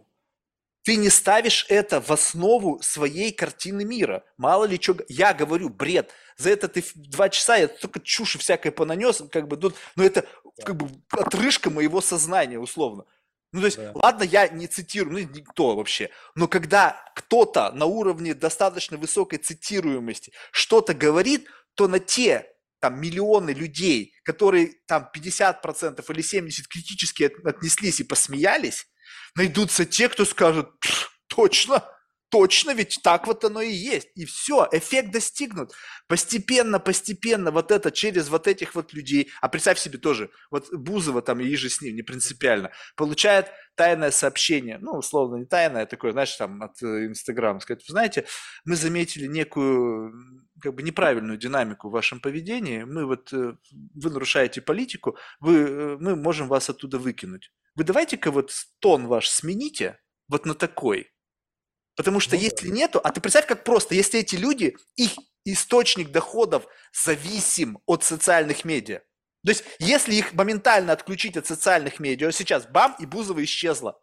Ты не ставишь это в основу своей картины мира. Мало ли что. Я говорю, бред. За это ты в два часа, я только чушь всякое понанес, как бы, тут, но это да, как бы отрыжка моего сознания, условно. Ну, то есть, да. ладно, я не цитирую, ну, никто вообще, но когда кто-то на уровне достаточно высокой цитируемости что-то говорит, то на те там миллионы людей, которые там пятьдесят процентов или семьдесят процентов критически от- отнеслись и посмеялись, найдутся те, кто скажет, точно, точно, ведь так вот оно и есть. И все, эффект достигнут. Постепенно, постепенно вот это через вот этих вот людей, а представь себе тоже, вот Бузова там и же с ним, не принципиально, получает тайное сообщение, ну, условно, не тайное, а такое, знаешь, там, от э, Инстаграма, сказать, вы знаете, мы заметили некую, как бы, неправильную динамику в вашем поведении, мы вот, э, вы нарушаете политику, вы, э, мы можем вас оттуда выкинуть. Вы давайте-ка вот тон ваш смените вот на такой. Потому что Ну да. если нету, а ты представь, как просто, если эти люди, их источник доходов зависим от социальных медиа. То есть, если их моментально отключить от социальных медиа, сейчас бам, и Бузова исчезла.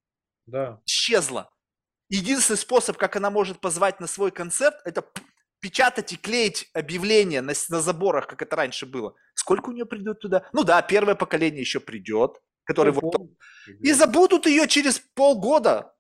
Да. Исчезла. Единственный способ, как она может позвать на свой концерт, это печатать и клеить объявления на, на заборах, как это раньше было. Сколько у нее придет туда? Ну да, первое поколение еще придет, который Кто вот... помнит, И придет. забудут ее через полгода,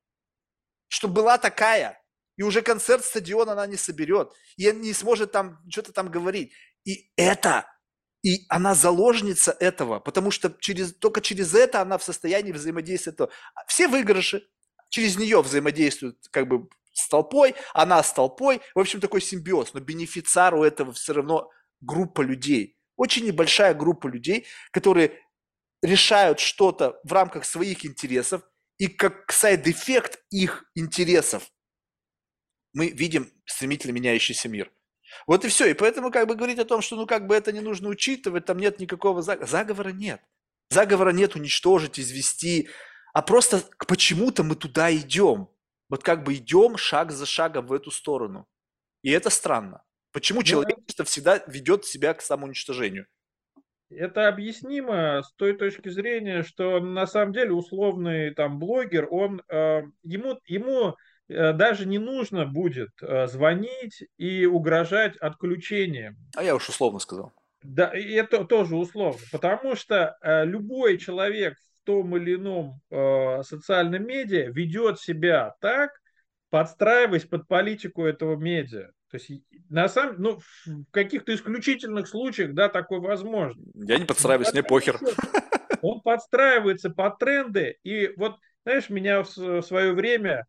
что была такая. И уже концерт стадион она не соберет. И не сможет там что-то там говорить. И это И она заложница этого, потому что через, только через это она в состоянии взаимодействовать. этого. Все выигрыши через нее взаимодействуют как бы с толпой, она с толпой. В общем, такой симбиоз. Но бенефициар у этого все равно группа людей. Очень небольшая группа людей, которые решают что-то в рамках своих интересов, и как сайд-эффект их интересов мы видим стремительно меняющийся мир. Вот и все. И поэтому как бы говорить о том, что ну как бы это не нужно учитывать, там нет никакого заговора. Заговора нет. Заговора нет уничтожить, извести, а просто почему-то мы туда идем. Вот как бы идем шаг за шагом в эту сторону. И это странно. Почему Ну, э, человечество всегда ведет себя к самоуничтожению? это объяснимо с той точки зрения, что на самом деле условный там блогер, он э, ему ему э, даже не нужно будет э, звонить и угрожать отключением. А я уж условно сказал. Да, и это тоже условно, потому что э, любой человек в том или ином э, социальном медиа ведет себя так, подстраиваясь под политику этого медиа. То есть и- на самом, ну, в каких-то исключительных случаях, да, такое возможно. Я не Но подстраиваюсь, по мне большому похер. счету он подстраивается под тренды. И вот, знаешь, меня в, с- в свое время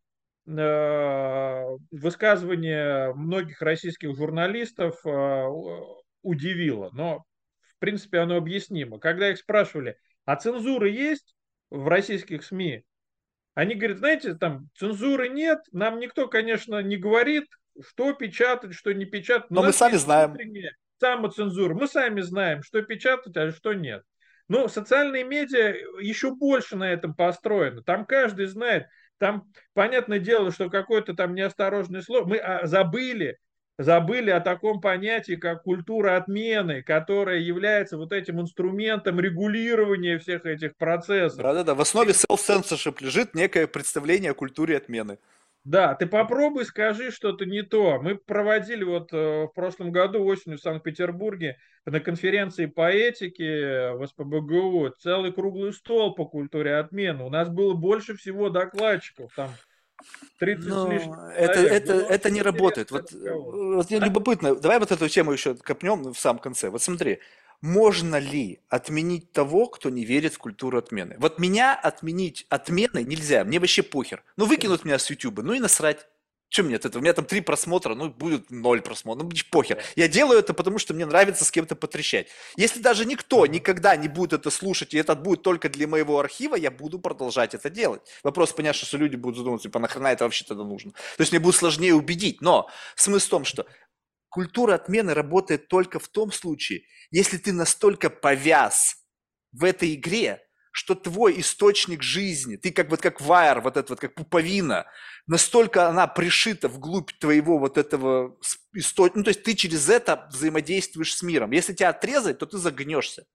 э, высказывание многих российских журналистов э, у- удивило. Но, в принципе, оно объяснимо. Когда их спрашивали, а цензура есть в российских СМИ? Они говорят, знаете, там цензуры нет, нам никто, конечно, не говорит, что печатать, что не печатать, но у Но мы нас сами есть знаем. внутренняя самоцензура. Мы сами знаем, что печатать, а что нет. Но социальные медиа еще больше на этом построены. Там каждый знает, там понятное дело, что какое-то там неосторожное слово. Мы а, забыли, забыли о таком понятии, как культура отмены, которая является вот этим инструментом регулирования всех этих процессов. Да-да-да, в основе self-censorship лежит некое представление о культуре отмены. Да, ты попробуй скажи что-то не то. Мы проводили вот э, в прошлом году осенью в Санкт-Петербурге на конференции по этике в СПбГУ целый круглый стол по культуре отмены. У нас было больше всего докладчиков, там тридцать с Ну, лишним это, человек. это, Было это очень не работает. интересный Вот, э, разговор. вот мне А? любопытно, давай вот эту тему еще копнем в самом конце. Вот смотри, можно ли отменить того, кто не верит в культуру отмены? Вот меня отменить отменой нельзя, мне вообще похер. Ну, выкинут меня с Ютуба, ну и насрать. Что мне от этого? У меня там три просмотра, ну, будет ноль просмотров, ну, мне похер. Да. Я делаю это, потому что мне нравится с кем-то потрещать. Если даже никто Ага. никогда не будет это слушать, и это будет только для моего архива, я буду продолжать это делать. Вопрос, понятно, что люди будут задумываться, типа, нахрена это вообще тогда нужно? То есть мне будет сложнее убедить, но смысл в том, что культура отмены работает только в том случае, если ты настолько повяз в этой игре, что твой источник жизни, ты как вот как вайр, вот это вот как пуповина, настолько она пришита вглубь твоего вот этого источника, ну то есть ты через это взаимодействуешь с миром. Если тебя отрезать, то ты загнешься.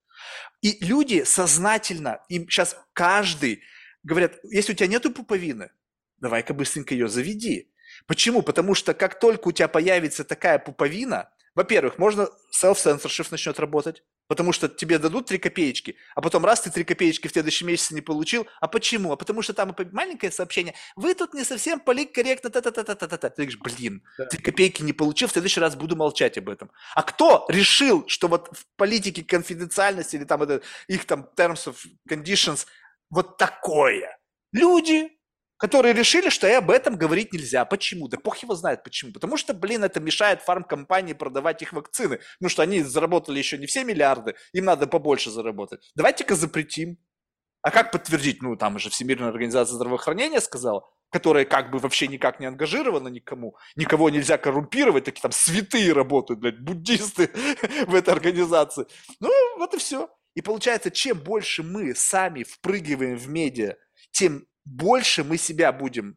И люди сознательно, им сейчас каждый говорят, если у тебя нету пуповины, давай-ка быстренько ее заведи. Почему? Потому что как только у тебя появится такая пуповина, во-первых, можно self-censorship начнет работать, потому что тебе дадут три копеечки, а потом раз ты три копеечки в следующем месяце не получил. А почему? А потому что там маленькое сообщение, вы тут не совсем политкорректно, та-та-та-та-та-та. Ты говоришь, блин, Да. три копейки не получил, в следующий раз буду молчать об этом. А кто решил, что вот в политике конфиденциальности или там это, их там terms of conditions вот такое? Люди, которые решили, что и об этом говорить нельзя. Почему? Да бог его знает почему. Потому что, блин, это мешает фармкомпании продавать их вакцины. Потому что они заработали еще не все миллиарды, им надо побольше заработать. Давайте-ка запретим. А как подтвердить? Ну, там же Всемирная организация здравоохранения сказала, которая как бы вообще никак не ангажирована никому, никого нельзя коррумпировать, такие там святые работают, блядь, буддисты в этой организации. Ну, вот и все. И получается, чем больше мы сами впрыгиваем в медиа, тем больше мы себя будем,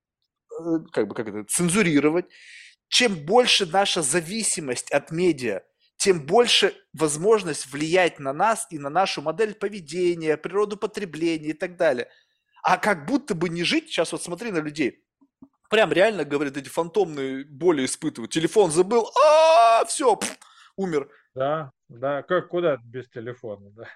э, как бы, как это, цензурировать, чем больше наша зависимость от медиа, тем больше возможность влиять на нас и на нашу модель поведения, природу потребления и так далее. А как будто бы не жить, сейчас вот смотри на людей, прям реально, говорят, эти фантомные боли испытывают. Телефон забыл, а все, умер. Да, да, как куда без телефона, да.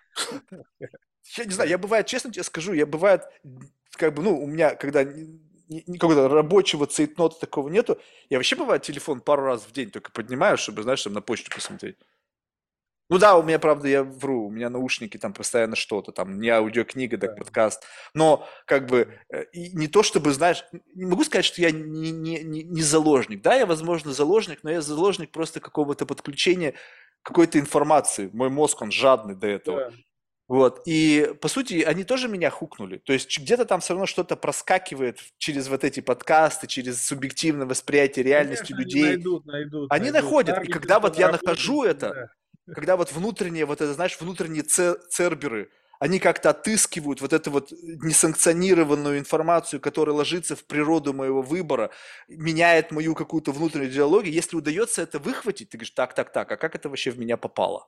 Я не знаю, я бывает, честно тебе скажу, я бывает, как бы, ну, у меня, когда никакого рабочего цейтнота такого нету, я вообще, бывает, телефон пару раз в день только поднимаю, чтобы, знаешь, там на почту посмотреть. Ну да, у меня, правда, я вру, у меня наушники там постоянно что-то, там не аудиокнига, так Да. подкаст. Но как бы э, и не то чтобы, знаешь, не могу сказать, что я не, не, не, не заложник. Да, я, возможно, заложник, но я заложник просто какого-то подключения какой-то информации. Мой мозг, он жадный до этого. Да. Вот. И, по сути, они тоже меня хукнули. То есть ч- где-то там все равно что-то проскакивает через вот эти подкасты, через субъективное восприятие реальности Конечно, они людей. найдут, найдут, Они найдут. находят. И когда Таргетинг вот я отработает нахожу это, всегда. когда вот внутренние, вот это, знаешь, внутренние цер- церберы, они как-то отыскивают вот эту вот несанкционированную информацию, которая ложится в природу моего выбора, меняет мою какую-то внутреннюю идеологию. Если удается это выхватить, ты говоришь, так, так, так, а как это вообще в меня попало?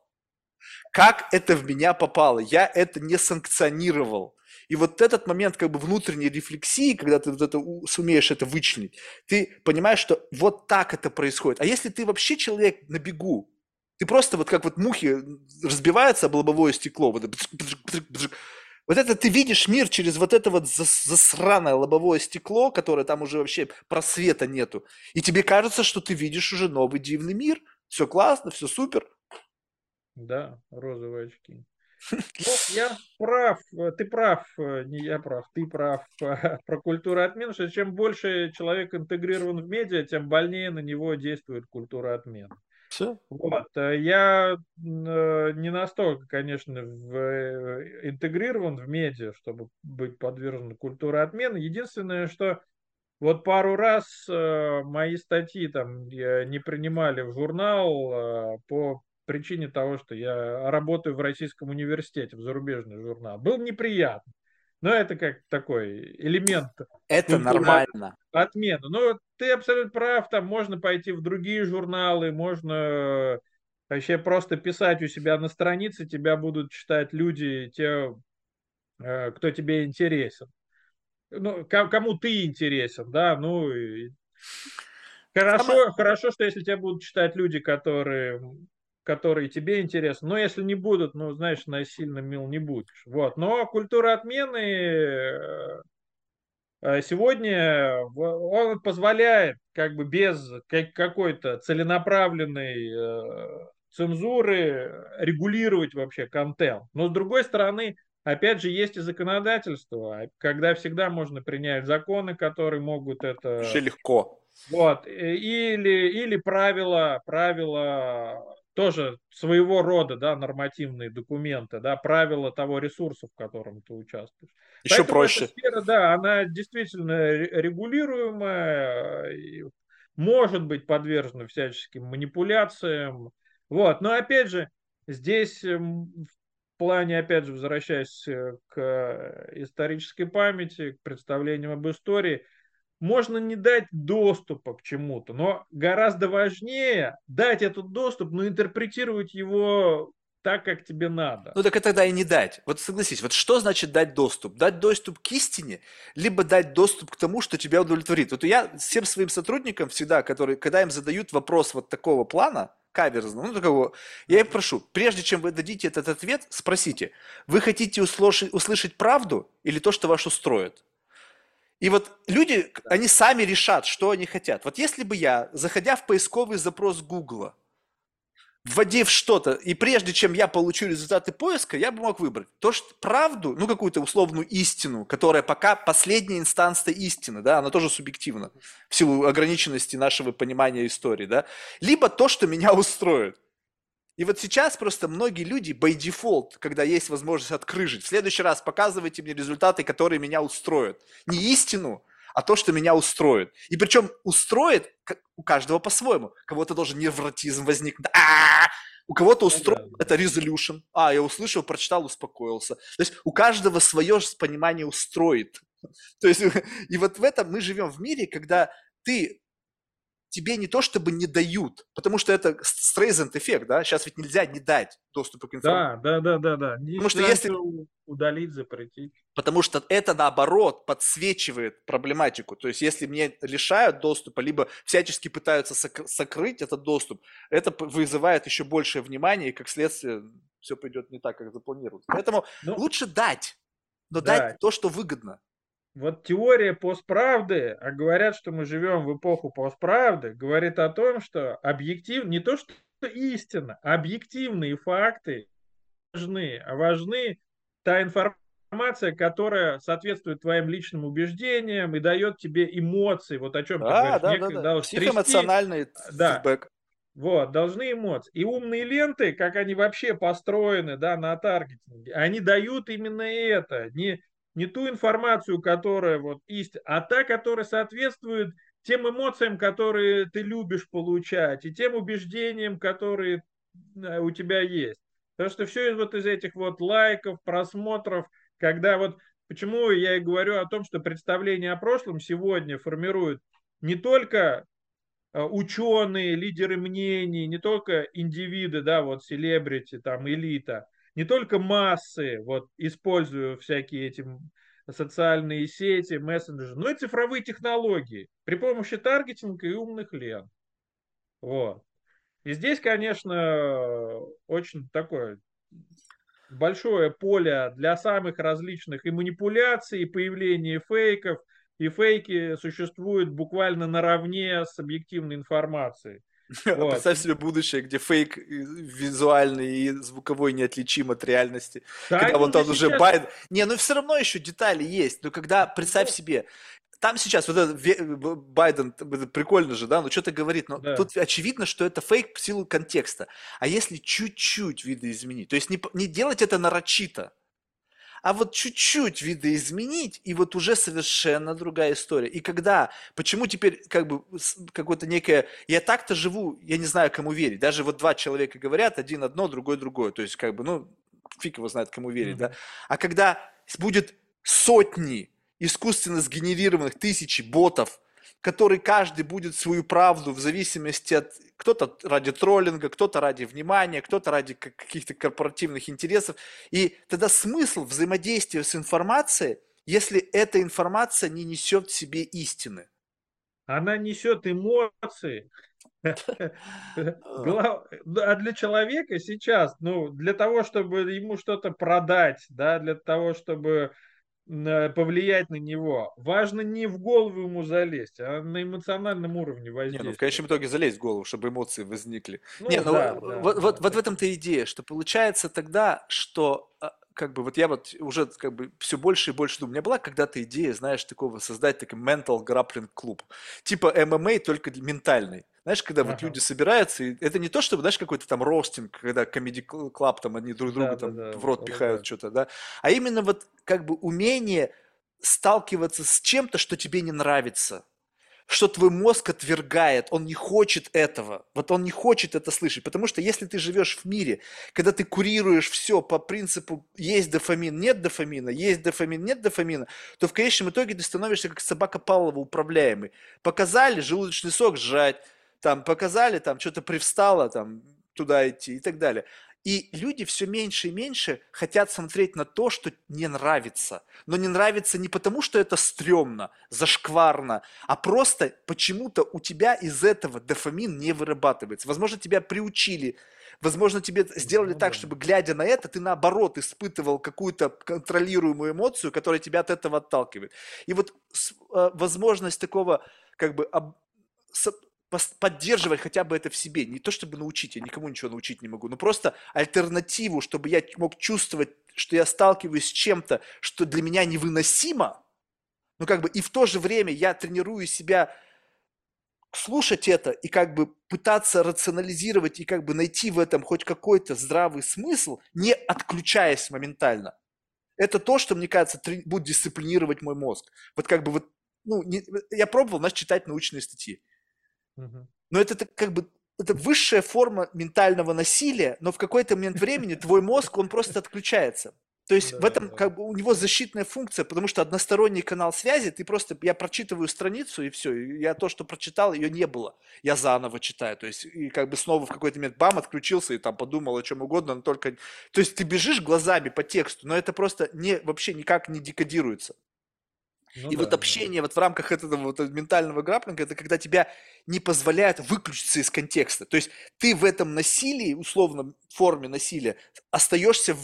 Как это в меня попало? Я это не санкционировал. И вот этот момент как бы внутренней рефлексии, когда ты вот это у- сумеешь это вычленить, ты понимаешь, что вот так это происходит. А если ты вообще человек на бегу, ты просто вот как вот мухи разбиваются об лобовое стекло, вот, это бжик, бжик, бжик, бжик. Вот это ты видишь мир через вот это вот зас- засраное лобовое стекло, которое там уже вообще просвета нету. И тебе кажется, что ты видишь уже новый дивный мир. Все классно, все супер. Да, розовые очки. Ну, я прав, э, ты прав, э, не я прав, ты прав э, про культуру отмены, что чем больше человек интегрирован в медиа, тем больнее на него действует культура отмены. Все. Вот, э, я м, э, не настолько, конечно, в, э, интегрирован в медиа, чтобы быть подвержен культуре отмены. Единственное, что вот пару раз э, мои статьи там э, не принимали в журнал э, по причине того, что я работаю в Российском университете, в зарубежный журнал. Было неприятно. Но это как такой элемент Это культуры от- нормально. отмены. Но ты абсолютно прав, там можно пойти в другие журналы, можно вообще просто писать у себя на странице, тебя будут читать люди, те, э, кто тебе интересен. Ну, ко- кому ты интересен, да, ну, и Самое... хорошо, хорошо, что если тебя будут читать люди, которые, которые тебе интересны, но если не будут, ну, знаешь, насильно мил не будешь, вот, но культура отмены э, э, сегодня в- он позволяет как бы без как- какой-то целенаправленной э, цензуры регулировать вообще контент. Но с другой стороны, опять же, есть и законодательство, а когда всегда можно принять законы, которые могут Вообще это легко. вот, э, или, или правила, правила тоже своего рода, да, нормативные документы, да, правила того ресурса, в котором ты участвуешь. Еще Поэтому эта проще. сфера, да, она действительно ре- регулируемая, и может быть подвержена всяческим манипуляциям. Вот, но опять же, здесь эм, в плане, опять же, возвращаясь э, к э, исторической памяти, к представлениям об истории, можно не дать доступа к чему-то, но гораздо важнее дать этот доступ, но интерпретировать его так, как тебе надо. Ну так это тогда и не дать. Вот согласись, вот что значит дать доступ? Дать доступ к истине, либо дать доступ к тому, что тебя удовлетворит. Вот я всем своим сотрудникам всегда, которые, когда им задают вопрос вот такого плана, каверзного, ну такого, я их прошу, прежде чем вы дадите этот ответ, спросите, вы хотите услышать, услышать правду или то, что вас устроит? И вот люди, они сами решат, что они хотят. Вот если бы я, заходя в поисковый запрос Гугла, вводив что-то, и прежде чем я получу результаты поиска, я бы мог выбрать то, что правду, ну какую-то условную истину, которая пока последняя инстанция истины, да, она тоже субъективна в силу ограниченности нашего понимания истории, да, либо то, что меня устроит. И вот сейчас просто многие люди by default, когда есть возможность открыжить, в следующий раз показывайте мне результаты, которые меня устроят. Не истину, а то, что меня устроит. И причем устроит у каждого по-своему. Кого-то должен невротизм возникнуть. А-а-а! У кого-то Ну устроит да, это resolution. А, я услышал, прочитал, успокоился. То есть у каждого свое понимание устроит. То есть и вот в этом мы живем в мире, когда ты тебе не то чтобы не дают, потому что это Стрейзенд эффект, да, сейчас ведь нельзя не дать доступа к информации. да, да, да, да, да. Потому что Нельзя если, ничего удалить, запретить. потому что это наоборот подсвечивает проблематику. То есть если мне лишают доступа, либо всячески пытаются сок- сокрыть этот доступ, это п- вызывает еще большее внимание, и как следствие все пойдет не так, как запланировалось. Поэтому Ну, лучше дать, но дать да, то, что выгодно. вот теория постправды, а говорят, что мы живем в эпоху постправды, говорит о том, что объектив, не то что истина, объективные факты важны, а важны та информация, которая соответствует твоим личным убеждениям и дает тебе эмоции, вот о чем ты Да, говоришь. да, да, Некоторых да. должны трясти, Психоэмоциональный да, фидбэк. вот, должны эмоции. И умные ленты, как они вообще построены, да, на таргетинге, они дают именно это, не, не ту информацию, которая вот есть, а та, которая соответствует тем эмоциям, которые ты любишь получать, и тем убеждениям, которые э, у тебя есть. Потому что все из вот из этих вот лайков, просмотров, когда вот, почему я и говорю о том, что представление о прошлом сегодня формирует не только э, ученые, лидеры мнений, не только индивиды, да, вот селебрити, там, элита, не только массы, вот, используя всякие эти социальные сети, мессенджеры, но и цифровые технологии при помощи таргетинга и умных лент. Вот. И здесь, конечно, очень такое большое поле для самых различных и манипуляций, и появления фейков, и фейки существуют буквально наравне с объективной информацией. А Вот. представь себе будущее, где фейк и визуальный и звуковой неотличим от реальности. Да Когда они вот уже он уже сейчас, Байден... Не, ну все равно еще детали есть. Но когда, представь ну, себе, там сейчас вот этот Ве- Б- Байден, это прикольно же, да, ну что-то говорит, но да. тут очевидно, что это фейк в силу контекста. А если чуть-чуть видоизменить, то есть не, п- не делать это нарочито, а вот чуть-чуть видоизменить, и вот уже совершенно другая история. И когда, почему теперь как бы с- какое-то некое, я так-то живу, я не знаю, кому верить. Даже вот два человека говорят, один одно, другой другое. То есть как бы, ну, фиг его знает, кому верить, да. Мгм. А когда будет сотни искусственно сгенерированных тысячи ботов, который каждый будет свою правду в зависимости от... Кто-то ради троллинга, кто-то ради внимания, кто-то ради как- каких-то корпоративных интересов. И тогда смысл взаимодействия с информацией, если эта информация не несет в себе истины. Она несет эмоции. А, Глав- А для человека сейчас, ну, для того, чтобы ему что-то продать, да, для того, чтобы м, повлиять на него, важно не в голову ему залезть, а на эмоциональном уровне Не, ну в конечном воздействовать. итоге залезть в голову, чтобы эмоции возникли. Не, Ну ну да, э, да, вот, вот, да, вот в таким. этом-то идея, что получается тогда, что а, как бы вот я вот уже как бы все больше и больше думаю, у меня была когда-то идея, знаешь, такого создать такой mental grappling клуб, типа эм эм а, только для- ментальный. Знаешь, когда вот Ага. люди собираются, и это не то, чтобы, знаешь, какой-то там ростинг, когда комеди клаб там они друг Да, друга да, там да, в рот пихают ругать. что-то, да, а именно вот как бы умение сталкиваться с чем-то, что тебе не нравится, что твой мозг отвергает, он не хочет этого, вот он не хочет это слышать, потому что если ты живешь в мире, когда ты курируешь все по принципу есть дофамин, нет дофамина, есть дофамин, нет дофамина, то в конечном итоге ты становишься как собака Павлова управляемый. Показали желудочный сок жрать, там показали, там что-то привстало, там туда идти и так далее. И люди все меньше и меньше хотят смотреть на то, что не нравится. Но не нравится не потому, что это стрёмно, зашкварно, а просто почему-то у тебя из этого дофамин не вырабатывается. Возможно, тебя приучили, возможно, тебе сделали Ну так, да. чтобы, глядя на это, ты наоборот испытывал какую-то контролируемую эмоцию, которая тебя от этого отталкивает. И вот э, возможность такого как бы об- со- поддерживать хотя бы это в себе. Не то, чтобы научить, я никому ничего научить не могу, но просто альтернативу, чтобы я мог чувствовать, что я сталкиваюсь с чем-то, что для меня невыносимо, ну как бы и в то же время я тренирую себя слушать это и как бы пытаться рационализировать и как бы найти в этом хоть какой-то здравый смысл, не отключаясь моментально. Это то, что, мне кажется, трени- будет дисциплинировать мой мозг. Вот как бы вот, ну, не- я пробовал, знаешь, читать научные статьи. Мгм. Но это так как бы это высшая форма ментального насилия, но в какой-то момент времени твой мозг, он просто отключается. То есть в Да, этом да. как бы у него защитная функция, потому что односторонний канал связи, ты просто, я прочитываю страницу и все, я то, что прочитал, ее не было, я заново читаю, то есть и как бы снова в какой-то момент бам, отключился и там подумал о чем угодно, но только, то есть ты бежишь глазами по тексту, но это просто не, вообще никак не декодируется. Ну И вот да, да. общение вот в рамках этого вот ментального грапплинга, это когда тебя не позволяют выключиться из контекста. То есть ты в этом насилии, условном форме насилия, остаешься в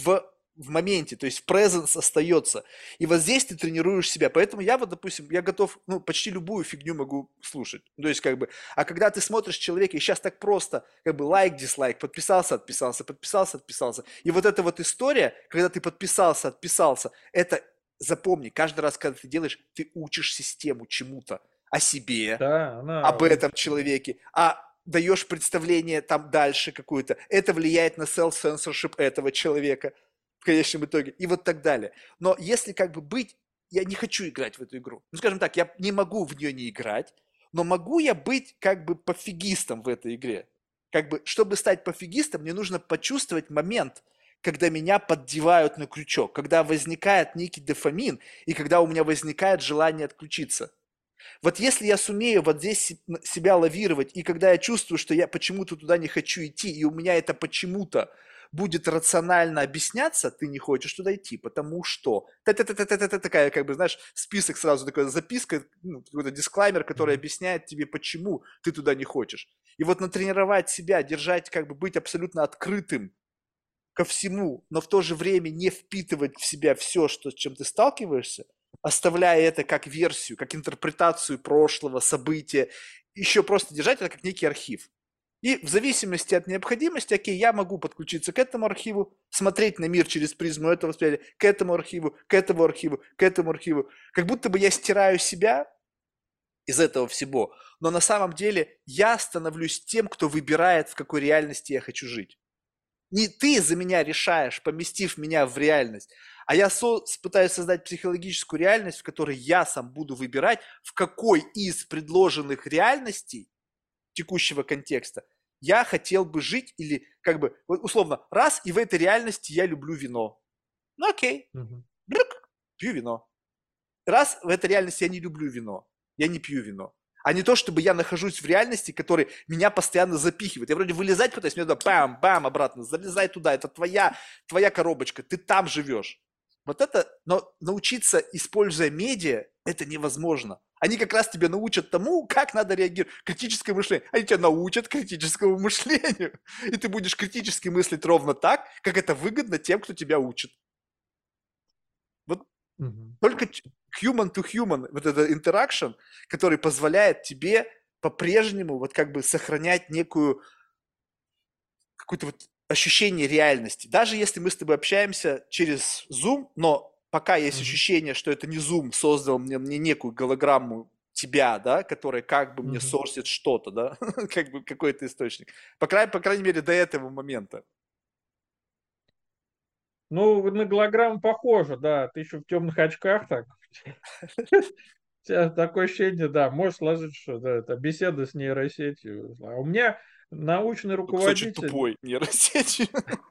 в моменте, то есть presence остается. И вот здесь ты тренируешь себя. Поэтому я вот, допустим, я готов, ну, почти любую фигню могу слушать. То есть, как бы, а когда ты смотришь человека, и сейчас так просто, как бы, лайк, дизлайк, подписался, отписался, подписался, отписался. И вот эта вот история, когда ты подписался, отписался, это, запомни, каждый раз, когда ты делаешь, ты учишь систему чему-то. О себе, Да, она об этом учит. человеке, а даешь представление там дальше какую-то. Это влияет на self-censorship этого человека в конечном итоге. И вот так далее. Но если как бы быть, я не хочу играть в эту игру. Ну, скажем так, я не могу в нее не играть, но могу я быть как бы пофигистом в этой игре. Как бы, чтобы стать пофигистом, мне нужно почувствовать момент, когда меня поддевают на крючок, когда возникает некий дофамин, и когда у меня возникает желание отключиться. Вот если я сумею вот здесь себя лавировать, и когда я чувствую, что я почему-то туда не хочу идти, и у меня это почему-то будет рационально объясняться, ты не хочешь туда идти, потому что... Та-та-та-та-та-та, такая, как бы, знаешь, список сразу, такая записка, ну, какой-то дисклаймер, который Мгм. объясняет тебе, почему ты туда не хочешь. И вот натренировать себя, держать, как бы быть абсолютно открытым ко всему, но в то же время не впитывать в себя все, что, с чем ты сталкиваешься, оставляя это как версию, как интерпретацию прошлого события, еще просто держать это как некий архив. И в зависимости от необходимости, окей, я могу подключиться к этому архиву, смотреть на мир через призму этого восприятия, к этому архиву, к этому архиву, к этому архиву. Как будто бы я стираю себя из этого всего, но на самом деле я становлюсь тем, кто выбирает, в какой реальности я хочу жить. Не ты за меня решаешь, поместив меня в реальность, а я со- пытаюсь создать психологическую реальность, в которой я сам буду выбирать, в какой из предложенных реальностей текущего контекста я хотел бы жить или как бы, вот условно, раз, и в этой реальности я люблю вино. Ну окей, Мгм. брык, пью вино. Раз, в этой реальности я не люблю вино, я не пью вино. А не то, чтобы я нахожусь в реальности, которая меня постоянно запихивает. Я вроде вылезать пытаюсь, мне туда бам-бам обратно, залезай туда, это твоя, твоя коробочка, ты там живешь. Вот это, но научиться, используя медиа, это невозможно. Они как раз тебя научат тому, как надо реагировать. Критическое мышление. Они тебя научат критическому мышлению. И ты будешь критически мыслить ровно так, как это выгодно тем, кто тебя учит. Вот Мгм. только human to human, вот этот interaction, который позволяет тебе по-прежнему вот как бы сохранять некую, какое-то вот ощущение реальности. Даже если мы с тобой общаемся через Zoom, но пока есть Мгм. ощущение, что это не Zoom создал мне, мне некую голограмму тебя, да, которая как бы мне Мгм. сорсит что-то, да, как бы какой-то источник. По, край- по крайней мере, до этого момента. Ну, на голограмму похоже, да. Ты еще в темных очках так. У тебя такое ощущение, да, может сложиться, что да, это беседа с нейросетью. А у меня научный Ну, кусочек руководитель, тупой нейросети.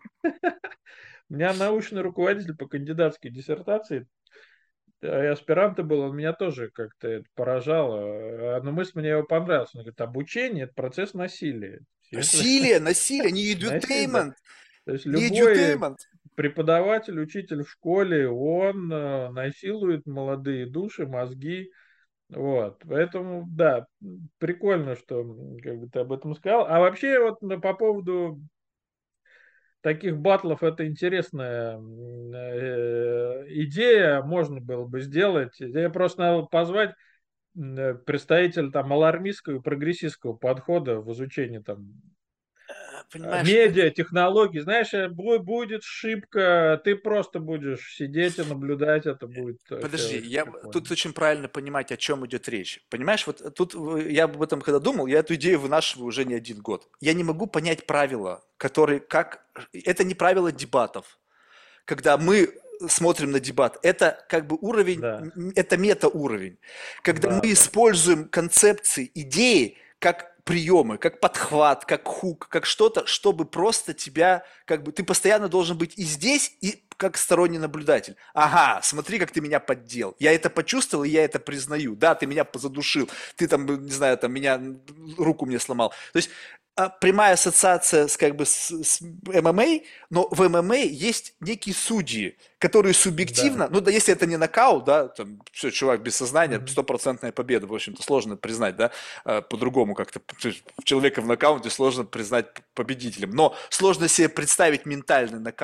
у меня научный руководитель по кандидатской диссертации, э, и аспиранта был, он меня тоже как-то это поражало. Одна мысль мне его понравилась. Он говорит, обучение– это процесс насилия. Если Насилие, насилие, не насилие, да. edutainment, То есть не любой edutainment. преподаватель, учитель в школе, он э, насилует молодые души, мозги. Вот, поэтому, да, прикольно, что м, как бы ты об этом сказал. А вообще, вот ну, по поводу таких батлов, это интересная м, э, идея, можно было бы сделать. Я просто надо позвать м, э, представителя там алармистского и прогрессистского подхода в изучении там а, Понимаешь, это медиа, технологий. Знаешь, э, бу- будет шибко, ты просто будешь сидеть и наблюдать, это будет вообще подожди, очень я тут прикольно. очень правильно понимать, о чем идет речь. Понимаешь, вот тут э, я об этом когда думал, я эту идею вынашиваю уже не один год. Я не могу понять правила, которые как... Это не правила дебатов, когда мы смотрим на дебат. Это как бы уровень, Да, это мета-уровень. Когда мы да, да. используем концепции, идеи как приемы, как подхват, как хук, как что-то, чтобы просто тебя, как бы, ты постоянно должен быть и здесь, и как сторонний наблюдатель. Ага, смотри, как ты меня поддел. Я это почувствовал, и я это признаю. Да, ты меня задушил, ты там, не знаю, там меня, руку мне сломал. То есть а, прямая ассоциация с, как бы, с, с эм эм а, но в эм эм а есть некие судьи, которые Да. субъективно, ну да, если это не нокаут, да, там, все, чувак без сознания, Мгм. стопроцентная победа, в общем-то, сложно признать, да, а, по-другому как-то, человека в нокауте сложно признать победителем, но сложно себе представить ментальный нокаут.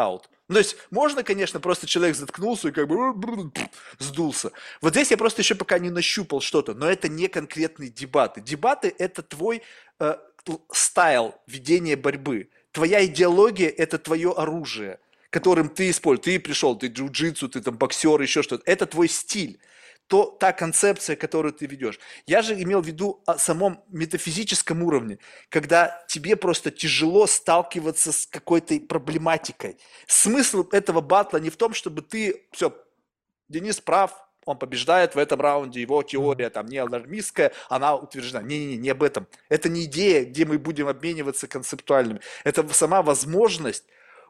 Ну, то есть можно, конечно, просто человек заткнулся и как бы сдулся. Вот здесь я просто еще пока не нащупал что-то, но это не конкретные дебаты. Дебаты – это твой э, стайл ведения борьбы. Твоя идеология – это твое оружие, которым ты используешь. Ты пришел, ты джиу-джитсу, ты там боксер, еще что-то. Это твой стиль. То, та концепция, которую ты ведешь. Я же имел в виду о самом метафизическом уровне, когда тебе просто тяжело сталкиваться с какой-то проблематикой. Смысл этого батла не в том, чтобы ты, все, Денис прав, он побеждает в этом раунде, его Мгм. теория там не алармистская, она утверждена. Не-не-не, не об этом. Это не идея, где мы будем обмениваться концептуальными. Это сама возможность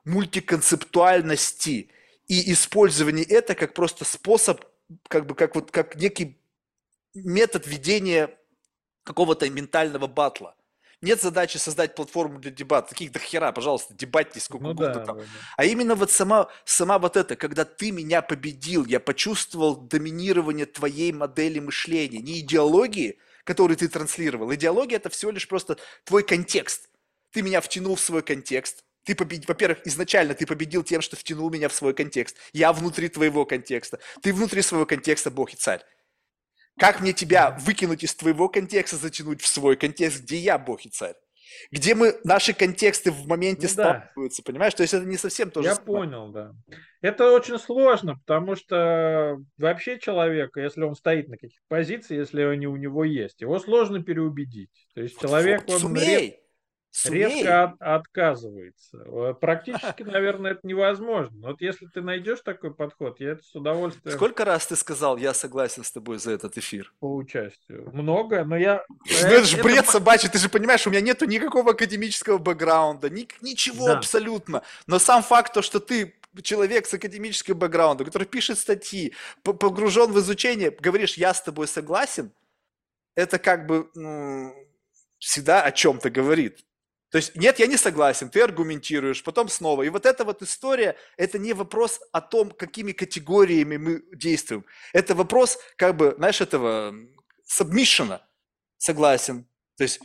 мультиконцептуальности и использование это как просто способ, как бы как вот как некий метод ведения какого-то ментального батла. Нет задачи создать платформу для дебатов. Таких до хера, пожалуйста, дебатьте сколько Ну угодно да, там. да, да. А именно вот сама, сама вот это, когда ты меня победил, я почувствовал доминирование твоей модели мышления, не идеологии, которую ты транслировал. Идеология – это всего лишь просто твой контекст. Ты меня втянул в свой контекст. Ты победил, во-первых, изначально ты победил тем, что втянул меня в свой контекст. Я внутри твоего контекста. Ты внутри своего контекста Бог и царь. Как мне тебя Мгм. выкинуть из твоего контекста, затянуть в свой контекст, где я Бог и царь? Где мы, наши контексты в моменте Ну да, сталкиваются, понимаешь? То есть это не совсем то же я самое. понял, да. Это очень сложно, потому что вообще человека, если он стоит на каких-то позициях, если они у него есть, его сложно переубедить. То есть Вот, человек, вот, он ред- сумей, редко сумей. от- отказывается. Э, Практически, наверное, это невозможно. Но вот если ты найдешь такой подход, я это с удовольствием Сколько раз ты сказал, я согласен с тобой за этот эфир? поучаствую. Много, но я... Ну это Это, же это бред п- собачий, ты же понимаешь, у меня нету никакого академического бэкграунда, ни- ничего да. абсолютно. Но сам факт, то, что ты человек с академическим бэкграундом, который пишет статьи, п- погружен в изучение, говоришь, я с тобой согласен, это как бы м, всегда о чем-то говорит. То есть, нет, я не согласен, ты аргументируешь, потом снова. И вот эта вот история, это не вопрос о том, какими категориями мы действуем. Это вопрос, как бы, знаешь, этого сабмишена. Согласен. То есть,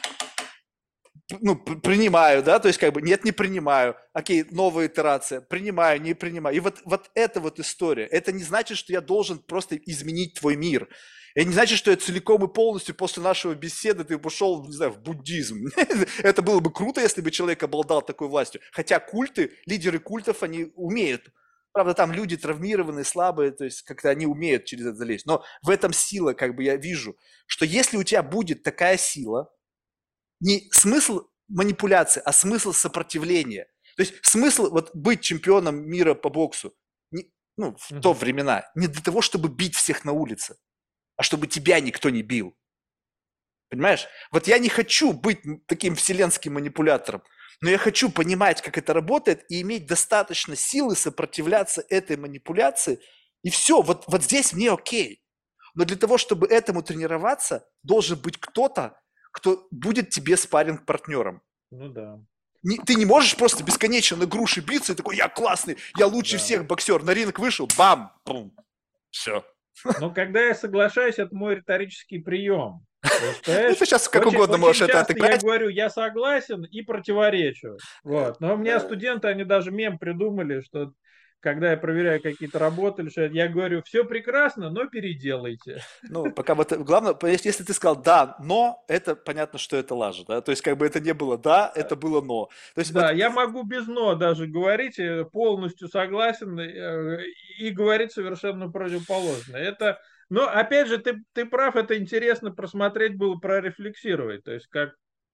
ну, принимаю, да, то есть, как бы, нет, не принимаю. Окей, новая итерация. Принимаю, не принимаю. И вот, вот эта вот история. Это не значит, что я должен просто изменить твой мир. Это не значит, что я целиком и полностью после нашего беседы ты пошел, не знаю, в буддизм. Это было бы круто, если бы человек обладал такой властью. Хотя культы, лидеры культов, они умеют. Правда, там люди травмированные, слабые, то есть как-то они умеют через это залезть. Но в этом сила, как бы я вижу, что если у тебя будет такая сила, не смысл манипуляции, а смысл сопротивления. То есть смысл вот быть чемпионом мира по боксу, не, ну, в то Мгм. времена, не для того, чтобы бить всех на улице, а чтобы тебя никто не бил. Понимаешь? Вот я не хочу быть таким вселенским манипулятором, но я хочу понимать, как это работает, и иметь достаточно силы сопротивляться этой манипуляции, и все, вот, вот здесь мне окей. Но для того, чтобы этому тренироваться, должен быть кто-то, кто будет тебе спарринг-партнером. Ну да, Не- ты не можешь просто бесконечно на груши биться и такой, я классный, я лучше да. всех боксер. На ринг вышел, бам, бум, все. Но когда я соглашаюсь, это мой риторический прием. То есть, Ну, ты понимаешь, сейчас как очень, угодно можешь очень это часто я отыграть. говорю, я согласен и противоречу. Э, Вот. Но у меня да. студенты, они даже мем придумали, что когда я проверяю какие-то работы, или что, я говорю, все прекрасно, но переделайте. Ну, пока вот, э, главное, по- если если ты сказал «да, но», это понятно, что это лажа, да, то есть как бы это не было «да», это было «но». То есть Да, вот, я могу без «но» даже говорить, э, полностью согласен э, и говорить совершенно противоположное. Это, но опять же, ты, ты прав, это интересно просмотреть было, прорефлексировать, то есть как,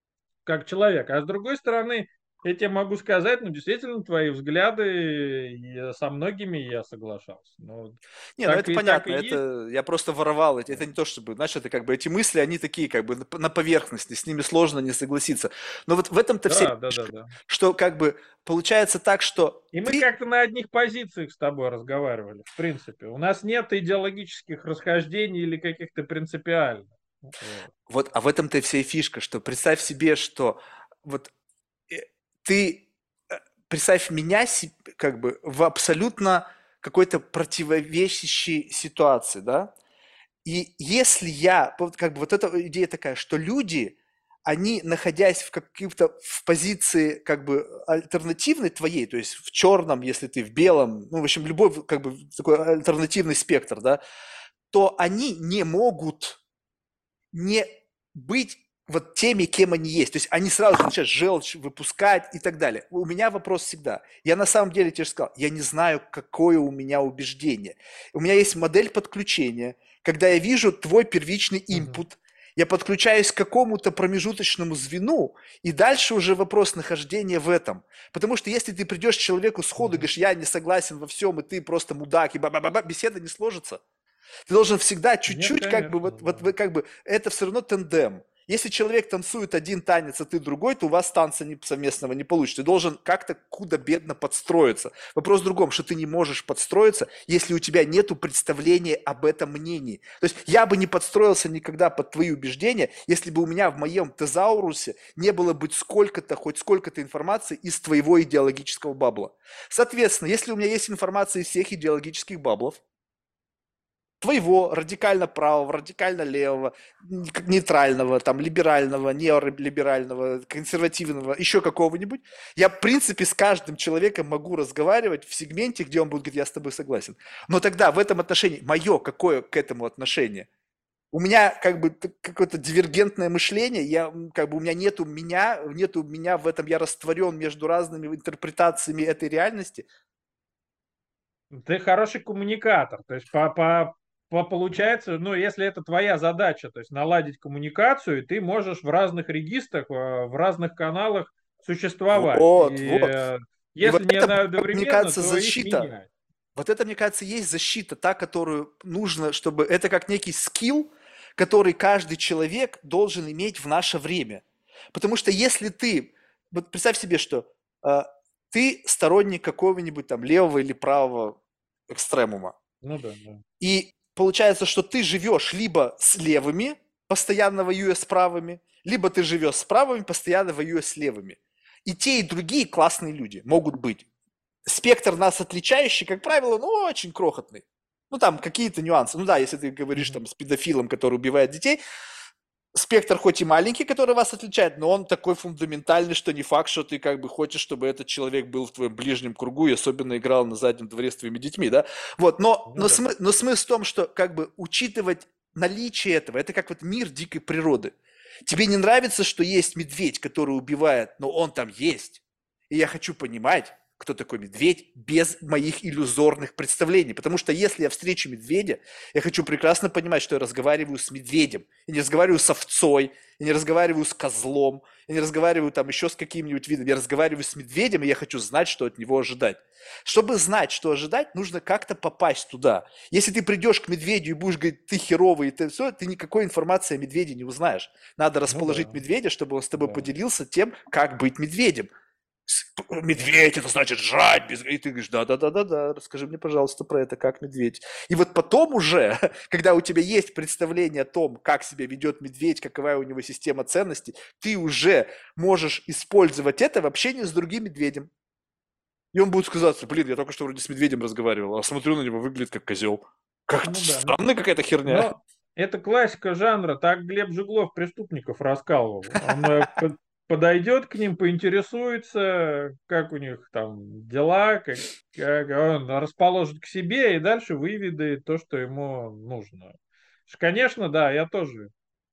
как человек. А с другой стороны, я тебе могу сказать, ну, действительно, твои взгляды, и со многими я соглашался. Ну, не, ну так это и так понятно, и есть. это я просто воровал эти, это не то чтобы, знаешь, это как бы эти мысли, они такие как бы на на поверхности, с ними сложно не согласиться. Но вот в этом-то вся Да, да, да, фишка, да. что как бы получается так, что И мы ты, как-то на одних позициях с тобой разговаривали, в принципе. У нас нет идеологических расхождений или каких-то принципиальных. Вот. вот, а в этом-то и вся и фишка, что представь себе, что вот э, ты, э, представь меня си- как бы в абсолютно какой-то противовесящей ситуации, да, и если я, вот как бы вот эта идея такая, что люди, они, находясь в каких-то в позиции как бы альтернативной твоей, то есть в черном, если ты в белом, ну, в общем, любой как бы такой альтернативный спектр, да, то они не могут не быть вот теми, кем они есть. То есть они сразу начинают желчь выпускать и так далее. У меня вопрос всегда. Я на самом деле тебе же сказал, я не знаю, какое у меня убеждение. У меня есть модель подключения, когда я вижу твой первичный Мгм. инпут, я подключаюсь к какому-то промежуточному звену, и дальше уже вопрос нахождения в этом. Потому что если ты придешь к человеку сходу и Мгм. говоришь, я не согласен во всем, и ты просто мудак, и ба-ба-ба-ба, беседа не сложится. Ты должен всегда Нет, чуть-чуть, как бы, конечно, вот, вот да. вы, как бы, это все равно тандем. Если человек танцует один танец, а ты другой, то у вас танца не, совместного не получится. Ты должен как-то худо-бедно подстроиться. Вопрос в другом, что ты не можешь подстроиться, если у тебя нет представления об этом мнении. То есть я бы не подстроился никогда под твои убеждения, если бы у меня в моем тезаурусе не было быть сколько-то, хоть сколько-то информации из твоего идеологического бабла. Соответственно, если у меня есть информация из всех идеологических баблов, твоего радикально правого, радикально левого, нейтрального, там, либерального, неолиберального, консервативного, еще какого-нибудь, я, в принципе, с каждым человеком могу разговаривать в сегменте, где он будет говорить, я с тобой согласен. Но тогда в этом отношении, мое какое к этому отношение? У меня как бы какое-то дивергентное мышление, я, как бы у меня нету меня, нету меня в этом, я растворен между разными интерпретациями этой реальности. Ты хороший коммуникатор. То есть по, по, по получается, ну, если это твоя задача, то есть наладить коммуникацию, ты можешь в разных регистрах, э, в разных каналах существовать. Вот, И вот. э, И вот если не это, мне одновременно, кажется, то их защита. менять. Вот это, мне кажется, есть защита, та, которую нужно, чтобы... Это как некий скилл, который каждый человек должен иметь в наше время. Потому что если ты... Вот представь себе, что э, ты сторонник какого-нибудь там левого или правого экстремума. Ну да, да. И получается, что ты живешь либо с левыми, постоянно воюя с правыми, либо ты живешь с правыми, постоянно воюя с левыми. И те, и другие классные люди могут быть. Спектр нас отличающий, как правило, ну, очень крохотный. Ну, там какие-то нюансы. Ну да, если ты говоришь Мгм. там с педофилом, который убивает детей, спектр хоть и маленький, который вас отличает, но он такой фундаментальный, что не факт, что ты как бы хочешь, чтобы этот человек был в твоем ближнем кругу и особенно играл на заднем дворе с твоими детьми, да? Вот, но, Ну но, да. смы- но смысл в том, что как бы учитывать наличие этого, это как вот мир дикой природы. Тебе не нравится, что есть медведь, который убивает, но он там есть. И я хочу понимать, кто такой медведь, без моих иллюзорных представлений. Потому что если я встречу медведя, я хочу прекрасно понимать, что я разговариваю с медведем. Я не разговариваю с овцой, я не разговариваю с козлом, я не разговариваю там еще с каким-нибудь видом. Я разговариваю с медведем, и я хочу знать, что от него ожидать. Чтобы знать, что ожидать, нужно как-то попасть туда. Если ты придешь к медведю и будешь говорить, ты херовый, и ты все, ты никакой информации о медведе не узнаешь. Надо Ну да, расположить медведя, чтобы он с тобой да. поделился тем, как быть медведем. Медведь, это значит жрать. Без... И ты говоришь, да-да-да-да-да, расскажи мне, пожалуйста, про это, как медведь. И вот потом уже, когда у тебя есть представление о том, как себя ведет медведь, какова у него система ценностей, ты уже можешь использовать это в общении с другим медведем. И он будет сказать, блин, я только что вроде с медведем разговаривал, а смотрю на него, выглядит как козел. Как-то Ну да. Но, странная какая-то херня. но это классика жанра. Так Глеб Жиглов «Преступников» рассказывал. Он э, под- подойдет к ним, поинтересуется, как у них там дела, как, как он расположит к себе и дальше выведает то, что ему нужно. Конечно, да, я тоже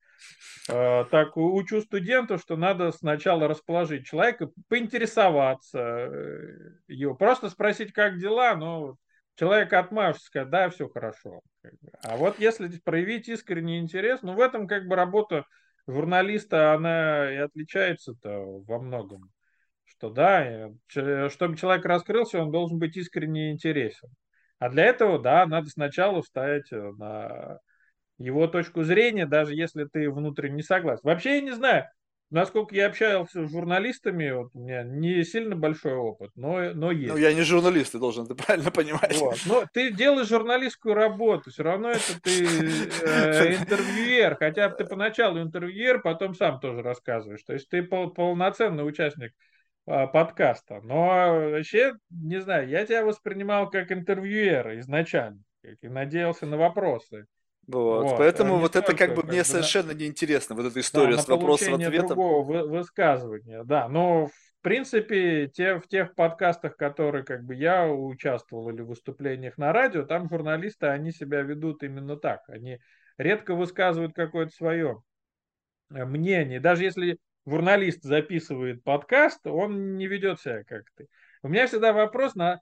э, так у- учу студентов, что надо сначала расположить человека, поинтересоваться э, его, просто спросить, как дела, но человек отмажется, сказать, да, все хорошо. Как бы. А вот если проявить искренний интерес, ну в этом как бы работа журналиста, она и отличается-то во многом. Что да, э, че- чтобы человек раскрылся, он должен быть искренне интересен. А для этого, да, надо сначала встать э, на его точку зрения, даже если ты внутренне не согласен. Вообще я не знаю, насколько я общался с журналистами, вот у меня не сильно большой опыт, но, но Ну, есть. я не журналист, ты должен это правильно понимать. Вот. Но ты делаешь журналистскую работу, все равно это ты э, интервьюер, хотя бы ты поначалу интервьюер, потом сам тоже рассказываешь. То есть ты пол- полноценный участник а, подкаста. Но вообще, не знаю, я тебя воспринимал как интервьюера изначально, как и надеялся на вопросы. Вот. Вот, э, Поэтому не вот это как столько бы мне как бы на, совершенно неинтересно, вот эта да, история на с получение вопросом-ответом. другого вы- высказывания, да, но в принципе те, в тех подкастах, которые как бы я участвовал или в выступлениях на радио, там журналисты, они себя ведут именно так, они редко высказывают какое-то свое э, мнение. Даже если журналист записывает подкаст, он не ведет себя как ты. У меня всегда вопрос, на,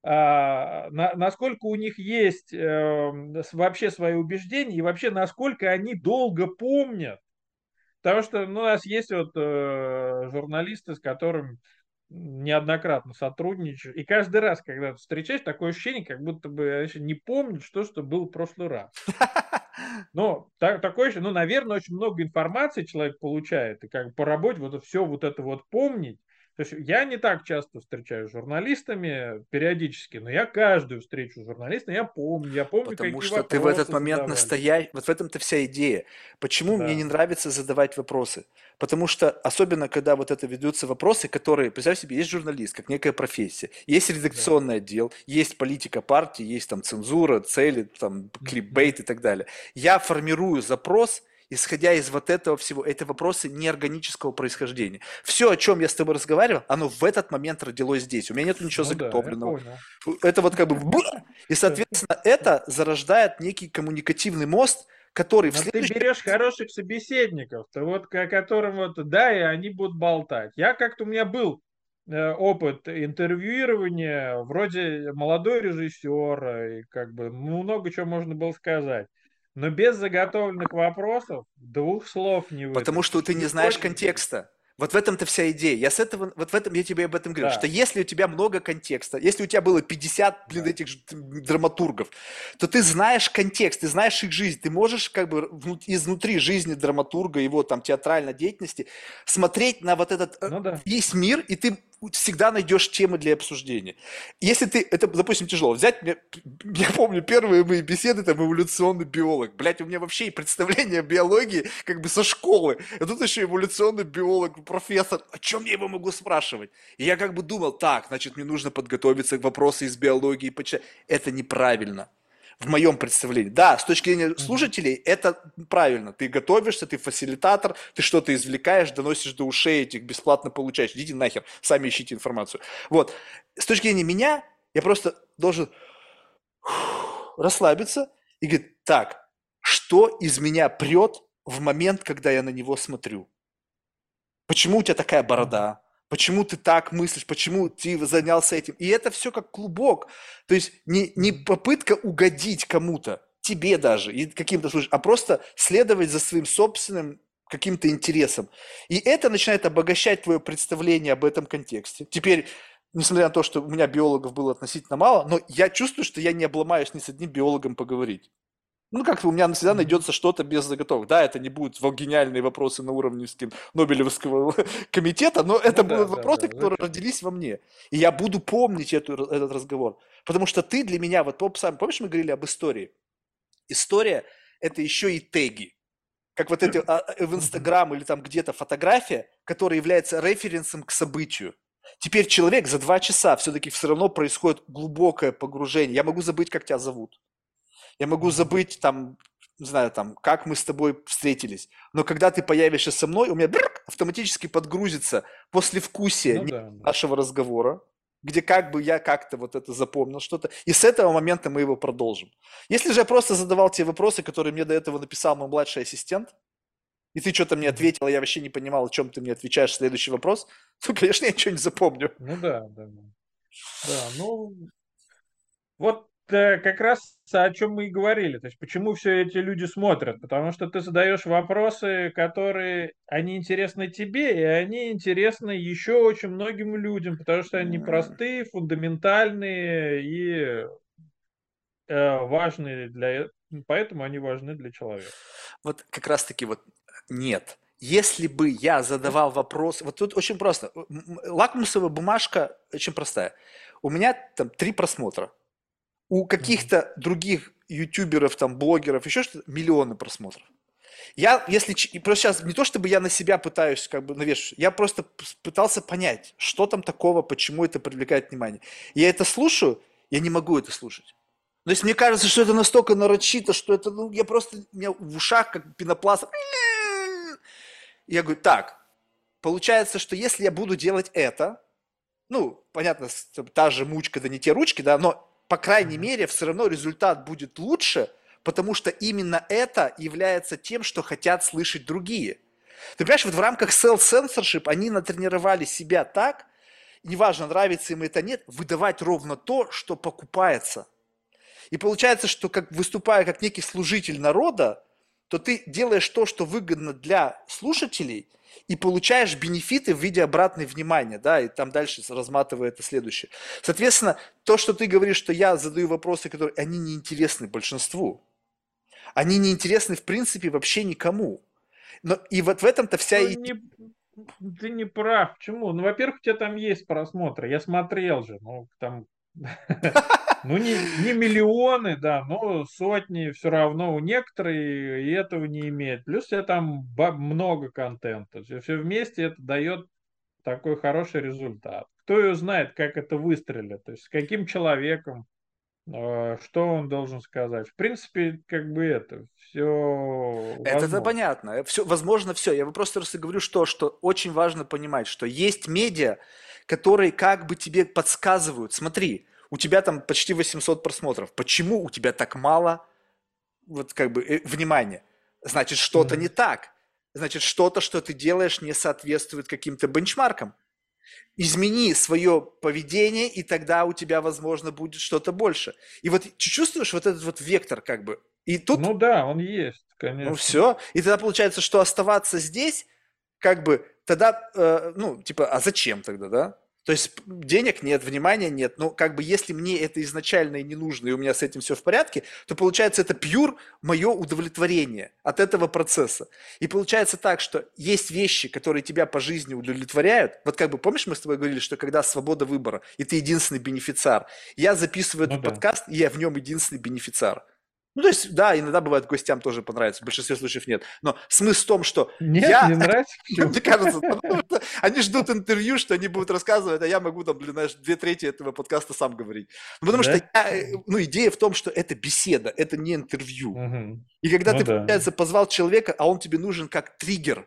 а, на- насколько у них есть э, с- вообще свои убеждения и вообще насколько они долго помнят. Потому что ну, у нас есть вот э, журналисты, с которыми неоднократно сотрудничаю. И каждый раз, когда ты встречаешь, такое ощущение, как будто бы вообще не помнишь то, что было в прошлый раз. Ну, так, такое еще, ну, наверное, очень много информации человек получает, и как бы по работе вот все вот это вот помнить. То есть я не так часто встречаюсь с журналистами периодически, но я каждую встречу с журналистом, я помню, я помню, Потому какие что ты в этот вопросы момент задавали. настоящий, вот в этом-то вся идея. Почему мне не Да, нравится задавать вопросы? Потому что, особенно когда вот это ведутся вопросы, которые, представь себе, есть журналист, как некая профессия, есть да. редакционный отдел, есть политика партии, есть там цензура, цели, там Мгм. кликбейт и так далее. Я формирую запрос, исходя из вот этого всего. Это вопросы неорганического происхождения. Все, о чем я с тобой разговаривал, оно в этот момент родилось здесь. У меня нет ничего Ну да, я заготовленного. понял. Это вот как бы... бра! И, соответственно, это зарождает некий коммуникативный мост, который в Но ты следующий... берешь хороших собеседников, то вот, ко- которым вот, да, и они будут болтать. Я как-то, у меня был э, опыт интервьюирования, вроде молодой режиссер, э, и как бы ну, много чего можно было сказать. Но без заготовленных вопросов двух слов не Потому что вытащишь. ты Не не знаешь хочешь говорить. контекста. Вот в этом-то вся идея. Я с этого, вот в этом я тебе об этом говорю, что Да, если у тебя много контекста, если у тебя было пятьдесят, блин, да. этих ж- драматургов, то ты знаешь контекст, ты знаешь их жизнь, ты можешь как бы вну- изнутри жизни драматурга, его там театральной деятельности, смотреть на вот этот э, Ну да. весь мир, и ты всегда найдешь темы для обсуждения. Если ты, это, допустим, тяжело взять, мне, я помню первые мои беседы, там, эволюционный биолог, блядь, у меня вообще и представление о биологии как бы со школы, а тут еще эволюционный биолог, профессор, о чем я его могу спрашивать? И я как бы думал, так, значит, мне нужно подготовиться к вопросу из биологии, почитать. Это неправильно. В моем представлении. Да, с точки зрения Мгм. слушателей, это правильно. Ты готовишься, ты фасилитатор, ты что-то извлекаешь, доносишь до ушей этих, бесплатно получаешь. Идите нахер, сами ищите информацию. Вот. С точки зрения меня, я просто должен расслабиться и говорить, так, что из меня прет в момент, когда я на него смотрю? Почему у тебя такая Мгм. борода? Почему ты так мыслишь? Почему ты занялся этим? И это все как клубок. То есть не, не Мгм. попытка угодить кому-то, тебе даже, и каким-то случаем, а просто следовать за своим собственным каким-то интересом. И это начинает обогащать твое представление об этом контексте. Теперь, несмотря на то, что у меня биологов было относительно мало, но я чувствую, что я не обломаюсь ни с одним биологом поговорить. Ну, как-то у меня всегда Мгм. найдется что-то без заготовок. Да, это не будут во- гениальные вопросы на уровне с кем- Нобелевского комитета, но это Ну да, будут да, вопросы, да. которые Зачем? родились во мне. И я буду помнить эту, этот разговор. Потому что ты для меня, вот поп- сам- помнишь, мы говорили об истории? История– это еще и теги. Как вот эти а, а, в Мгм. Инстаграм или там где-то фотография, которая является референсом к событию. Теперь человек за два часа все-таки все равно происходит глубокое погружение. Я могу забыть, как тебя зовут. Я могу Мгм. забыть там, не знаю, там, как мы с тобой встретились. Но когда ты появишься со мной, у меня бррк, автоматически подгрузится послевкусие Ну не- да, да. нашего разговора, где как бы я как-то вот это запомнил что-то. И с этого момента мы его продолжим. Если же я просто задавал те вопросы, которые мне до этого написал мой младший ассистент, и ты что-то мне Мгм. ответил, а я вообще не понимал, о чем ты мне отвечаешь, следующий вопрос, то, конечно, я ничего не запомню. Ну да, да, да. Да, ну вот э, как раз о чем мы и говорили. То есть почему все эти люди смотрят? Потому что ты задаешь вопросы, которые они интересны тебе, и они интересны еще очень многим людям, потому что они М, простые, фундаментальные и э, важные для, поэтому они важны для человека. Вот как раз-таки вот нет. Если бы я Ну, задавал вопрос, вот тут очень просто. М- м- Лакмусовая бумажка очень простая. У меня там три просмотра. У мгм. каких-то других ютуберов, там, блогеров, еще что-то, миллионы просмотров. Я, если ч- и просто сейчас не то, чтобы я на себя пытаюсь как бы навешивать, я просто п- пытался понять, что там такого, почему это привлекает внимание. Я это слушаю, я не могу это слушать. То есть мне кажется, что это настолько нарочито, что это, ну, я просто, у меня в ушах как пенопласт. Я говорю, так, получается, что если я буду делать это, ну, понятно, та же мучка, да не те ручки, да, но, по крайней Мгм. мере, все равно результат будет лучше, потому что именно это является тем, что хотят слышать другие. Ты понимаешь, вот в рамках self-censorship они натренировали себя так, неважно, нравится им это нет, выдавать ровно то, что покупается. И получается, что как выступая как некий служитель народа, то ты делаешь то, что выгодно для слушателей, и получаешь бенефиты в виде обратной внимания, да, и там дальше разматывая это следующее. Соответственно, то, что ты говоришь, что я задаю вопросы, которые, они неинтересны большинству. Они неинтересны, в принципе, вообще никому. Но и вот в этом-то вся Ну, и... не, ты не прав. Почему? Ну, во-первых, у тебя там есть просмотры. Я смотрел же. Ну, там, ну, не, не миллионы, да, но сотни все равно. У некоторых и этого не имеет. Плюс у тебя там ба- много контента. Все вместе это дает такой хороший результат. Кто ее знает, как это выстрелит, то есть с каким человеком, э, что он должен сказать. В принципе, как бы это все Это-то возможно. понятно. Все, возможно, все. Я просто просто говорю, что, что очень важно понимать, что есть медиа, которые как бы тебе подсказывают. Смотри, у тебя там почти восемьсот просмотров. Почему у тебя так мало вот как бы э, внимания? Значит, что-то не Мгм. так. Значит, что-то, что ты делаешь, не соответствует каким-то бенчмаркам. Измени свое поведение, и тогда у тебя, возможно, будет что-то больше. И вот чувствуешь вот этот вот вектор как бы. И тут Ну да, он есть, ну конечно. все. И тогда получается, что оставаться здесь, как бы, тогда, э, ну, типа, а зачем тогда, да? То есть денег нет, внимания нет, но как бы если мне это изначально и не нужно, и у меня с этим все в порядке, то получается это пьюр мое удовлетворение от этого процесса. И получается так, что есть вещи, которые тебя по жизни удовлетворяют. Вот как бы помнишь, мы с тобой говорили, что когда свобода выбора, и ты единственный бенефициар. Я записываю Ну этот да. подкаст, и я в нем единственный бенефициар. Ну, то есть, да, иногда бывает гостям тоже понравится, в большинстве случаев нет. Но смысл в том, что Нет, я, не нравится? Почему? мне кажется, потому что они ждут интервью, что они будут рассказывать, а я могу там, блин, знаешь, две трети этого подкаста сам говорить. Ну, потому что Да? я, э, ну, идея в том, что это беседа, это не интервью. Мгм. И когда Ну ты, да. получается, позвал человека, а он тебе нужен как триггер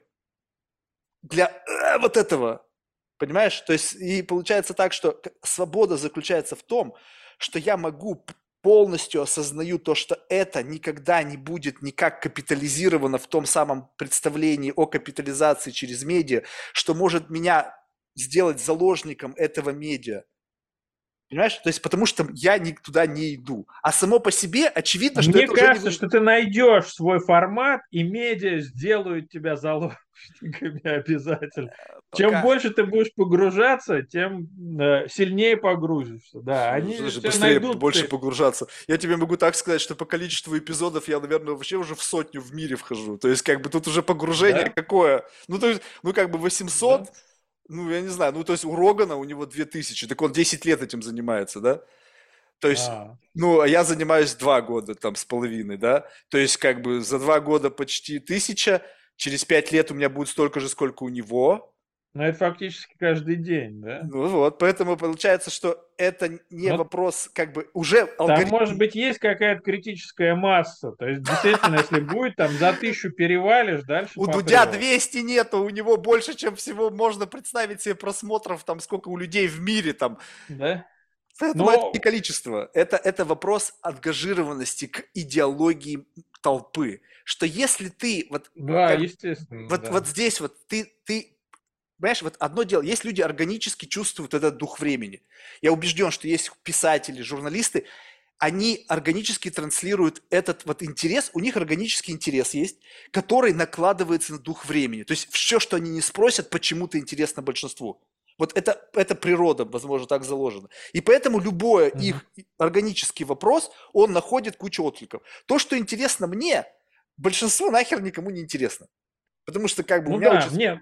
для э, вот этого, понимаешь? То есть, и получается так, что к- свобода заключается в том, что я могу п- полностью осознаю то, что это никогда не будет никак капитализировано в том самом представлении о капитализации через медиа, что может меня сделать заложником этого медиа. Понимаешь? То есть потому что я ни, туда не иду. А само по себе очевидно, что Мне это уже не... кажется, вы- что ты найдешь свой формат, и медиа сделают тебя заложниками обязательно. Чем Пока. больше ты будешь погружаться, тем э, сильнее погрузишься. Да, они Даже все быстрее, найдут. больше э, погружаться. Я тебе могу так сказать, что по количеству эпизодов я, наверное, вообще уже в сотню в мире вхожу. То есть, как бы тут уже погружение Да, какое? Ну, то есть, ну, как бы да. восемьсот, ну, я не знаю, ну, то есть у Рогана у него две тысячи, так он десять лет этим занимается, да? То есть, А, ну, а я занимаюсь два года там с половиной, да? То есть, как бы за два года почти тысяча, через пять лет у меня будет столько же, сколько у него. но это фактически каждый день, да? Ну вот, поэтому получается, что это не Но вопрос, как бы уже там, может алгоритм. быть, есть какая-то критическая масса. То есть, действительно, если будет, там за тысячу перевалишь, дальше У Дудя попрет. двести нету, у него больше, чем всего можно представить себе просмотров, там сколько у людей в мире там. Да? Поэтому это не Но, количество, это, это вопрос ангажированности к идеологии толпы. Что если ты, вот, да, как, естественно, вот, вот да. здесь вот, ты, ты, понимаешь, вот одно дело, есть люди органически чувствуют этот дух времени. Я убежден, что есть писатели, журналисты, они органически транслируют этот вот интерес, у них органический интерес есть, который накладывается на дух времени. То есть все, что они не спросят, почему-то интересно большинству. Вот это, это природа, возможно, так заложена. И поэтому любой Мгм. их органический вопрос, он находит кучу откликов. То, что интересно мне, большинству нахер никому не интересно. Потому что как бы у Ну меня да, очень... нет,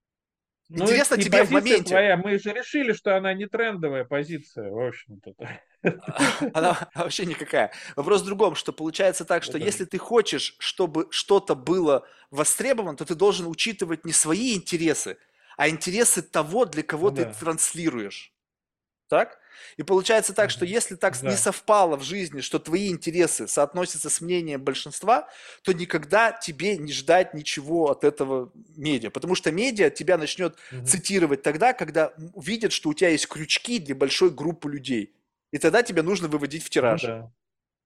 ну и, Интересно и тебе в позиция моменте. твоя, мы же решили, что она не трендовая позиция, в общем-то. Она вообще никакая. Вопрос в другом, что получается так, что Это- если ты хочешь, чтобы что-то было востребовано, то ты должен учитывать не свои интересы, а интересы того, для кого Ну ты да. транслируешь. Так? И получается так, что Мгм. если так не Да. совпало в жизни, что твои интересы соотносятся с мнением большинства, то никогда тебе не ждать ничего от этого медиа. Потому что медиа тебя начнет Мгм. цитировать тогда, когда видят, что у тебя есть крючки для большой группы людей. И тогда тебе нужно выводить в Ну тираж. да.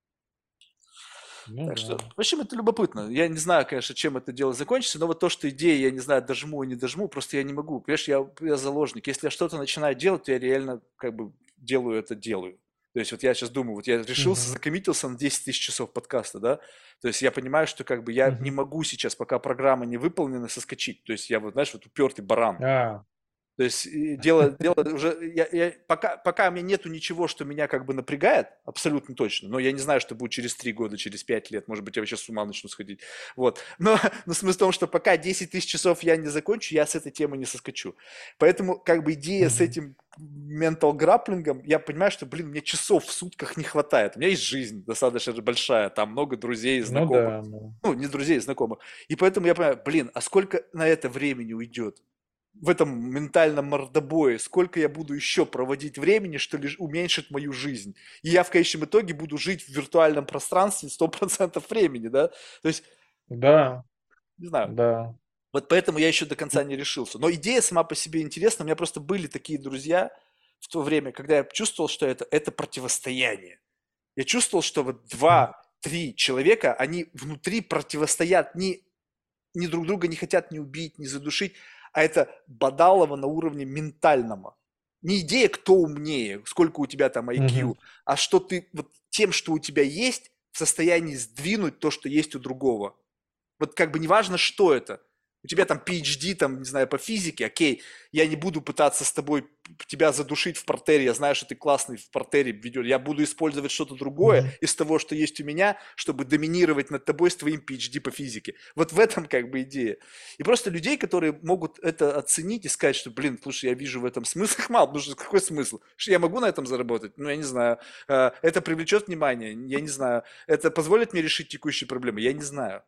Ну Так что, да. в общем, это любопытно. Я не знаю, конечно, чем это дело закончится, но вот то, что идея, я не знаю, дожму и не дожму, просто я не могу. Понимаешь, я, я заложник. Если я что-то начинаю делать, то я реально как бы делаю это, делаю. То есть вот я сейчас думаю, вот я решился, Мгм. закоммитился на десять тысяч часов подкаста, да, то есть я понимаю, что как бы я не Мгм. могу сейчас, пока программа не выполнена, соскочить. То есть я вот, знаешь, вот упертый баран. А, То есть и дело, дело уже, я, я- пока, пока у меня нету ничего, что меня как бы напрягает, абсолютно точно, но я не знаю, что будет через три года, через пять лет, может быть, я вообще с ума начну сходить, вот. Но, но смысл в том, что пока десять тысяч часов я не закончу, я с этой темы не соскочу. Поэтому как бы идея с мгм. этим ментал грапплингом, я понимаю, что, блин, мне часов в сутках не хватает. У меня есть жизнь достаточно большая, там много друзей, Ну знакомых, да, да. ну, не друзей, знакомых. И поэтому я понимаю, блин, а сколько на это времени уйдет? В этом ментальном мордобое, сколько я буду еще проводить времени, что лишь уменьшит мою жизнь. И я в конечном итоге буду жить в виртуальном пространстве сто процентов времени, да? То есть, Да, не знаю. да. Вот поэтому я еще до конца не решился. Но идея сама по себе интересна. У меня просто были такие друзья в то время, когда я чувствовал, что это, это противостояние. Я чувствовал, что вот М. два-три человека, они внутри противостоят, не, ни друг друга не хотят ни убить, ни задушить, а это бодалово на уровне ментальном. Не идея, кто умнее, сколько у тебя там Мгм. ай кью, а что ты вот тем, что у тебя есть, в состоянии сдвинуть то, что есть у другого. Вот как бы неважно, что это. У тебя там пи эйч ди, там, не знаю, по физике, окей, я не буду пытаться с тобой тебя задушить в портере, я знаю, что ты классный в портере ведешь, я буду использовать что-то другое Мгм. из того, что есть у меня, чтобы доминировать над тобой с твоим пи эйч ди по физике. Вот в этом как бы идея. И просто людей, которые могут это оценить и сказать, что, блин, слушай, я вижу в этом смысл, их мало, потому что какой смысл? Что я могу на этом заработать? Ну, я не знаю. Э, Это привлечет внимание? Я не знаю. Это позволит мне решить текущие проблемы? Я не знаю.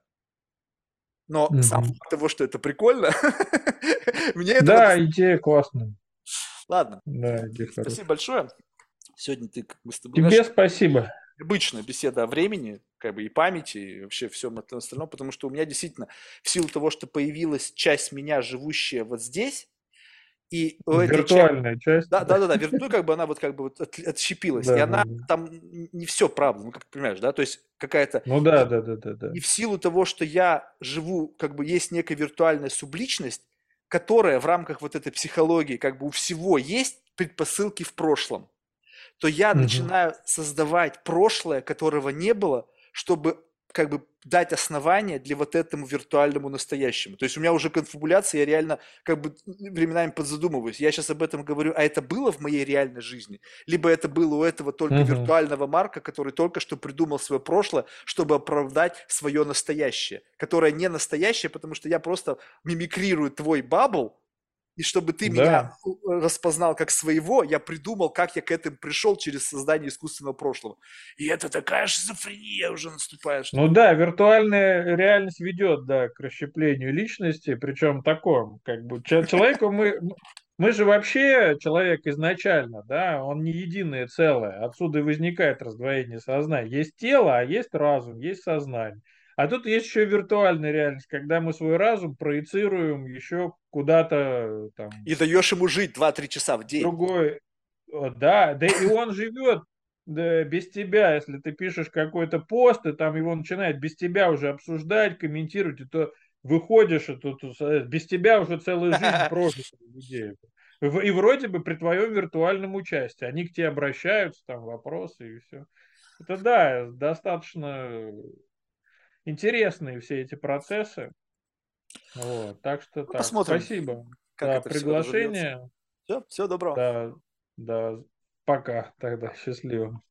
Но сам Мгм. факт того, что это прикольно, мне этого Да, достаточно. идея классная. Ладно, Да, идея спасибо хорошая. большое. Сегодня ты, как бы, с тобой, знаешь, Тебе спасибо. обычная беседа о времени, как бы и памяти, и вообще всем остальном, потому что у меня действительно, в силу того, что появилась часть меня, живущая вот здесь, и у этой части, Виртуальная часть, да, да, да. да, да, вер- ну, как бы она вот как бы вот от- отщепилась, и Да, да, она да. там не все правда, ну, как ты понимаешь, да, то есть какая-то, Ну да, да, да, да, да. и в силу того, что я живу, как бы есть некая виртуальная субличность, которая в рамках вот этой психологии, как бы у всего есть предпосылки в прошлом, то я Мгм. начинаю создавать прошлое, которого не было, чтобы как бы дать основание для вот этому виртуальному настоящему. То есть у меня уже конфабуляция, я реально как бы временами подзадумываюсь. Я сейчас об этом говорю, а это было в моей реальной жизни? Либо это было у этого только Мгм. виртуального Марка, который только что придумал свое прошлое, чтобы оправдать свое настоящее, которое не настоящее, потому что я просто мимикрирую твой бабл, и чтобы ты меня Да. распознал как своего, я придумал, как я к этому пришел через создание искусственного прошлого. И это такая шизофрения уже наступает, что... Ну да, виртуальная реальность ведет, да, к расщеплению личности, причем таком, как бы че- человеку мы, мы же вообще человек изначально, да, он не единое целое, отсюда и возникает раздвоение сознания. Есть тело, а есть разум, есть сознание. А тут есть еще виртуальная реальность, когда мы свой разум проецируем еще куда-то там И даешь ему жить два-три часа в день. другой, о, да, да и он живет да, без тебя, если ты пишешь какой-то пост, и там его начинает без тебя уже обсуждать, комментировать, и то выходишь, и тут э, без тебя уже целая жизнь прожита у людей. В- И вроде бы при твоем виртуальном участии. Они к тебе обращаются, там вопросы и все. Это да, достаточно интересные все эти процессы. Вот, так что Ну, так, посмотрим, спасибо как за это все разовьется. приглашение. Все, всего доброго. Да, да, пока тогда, счастливо.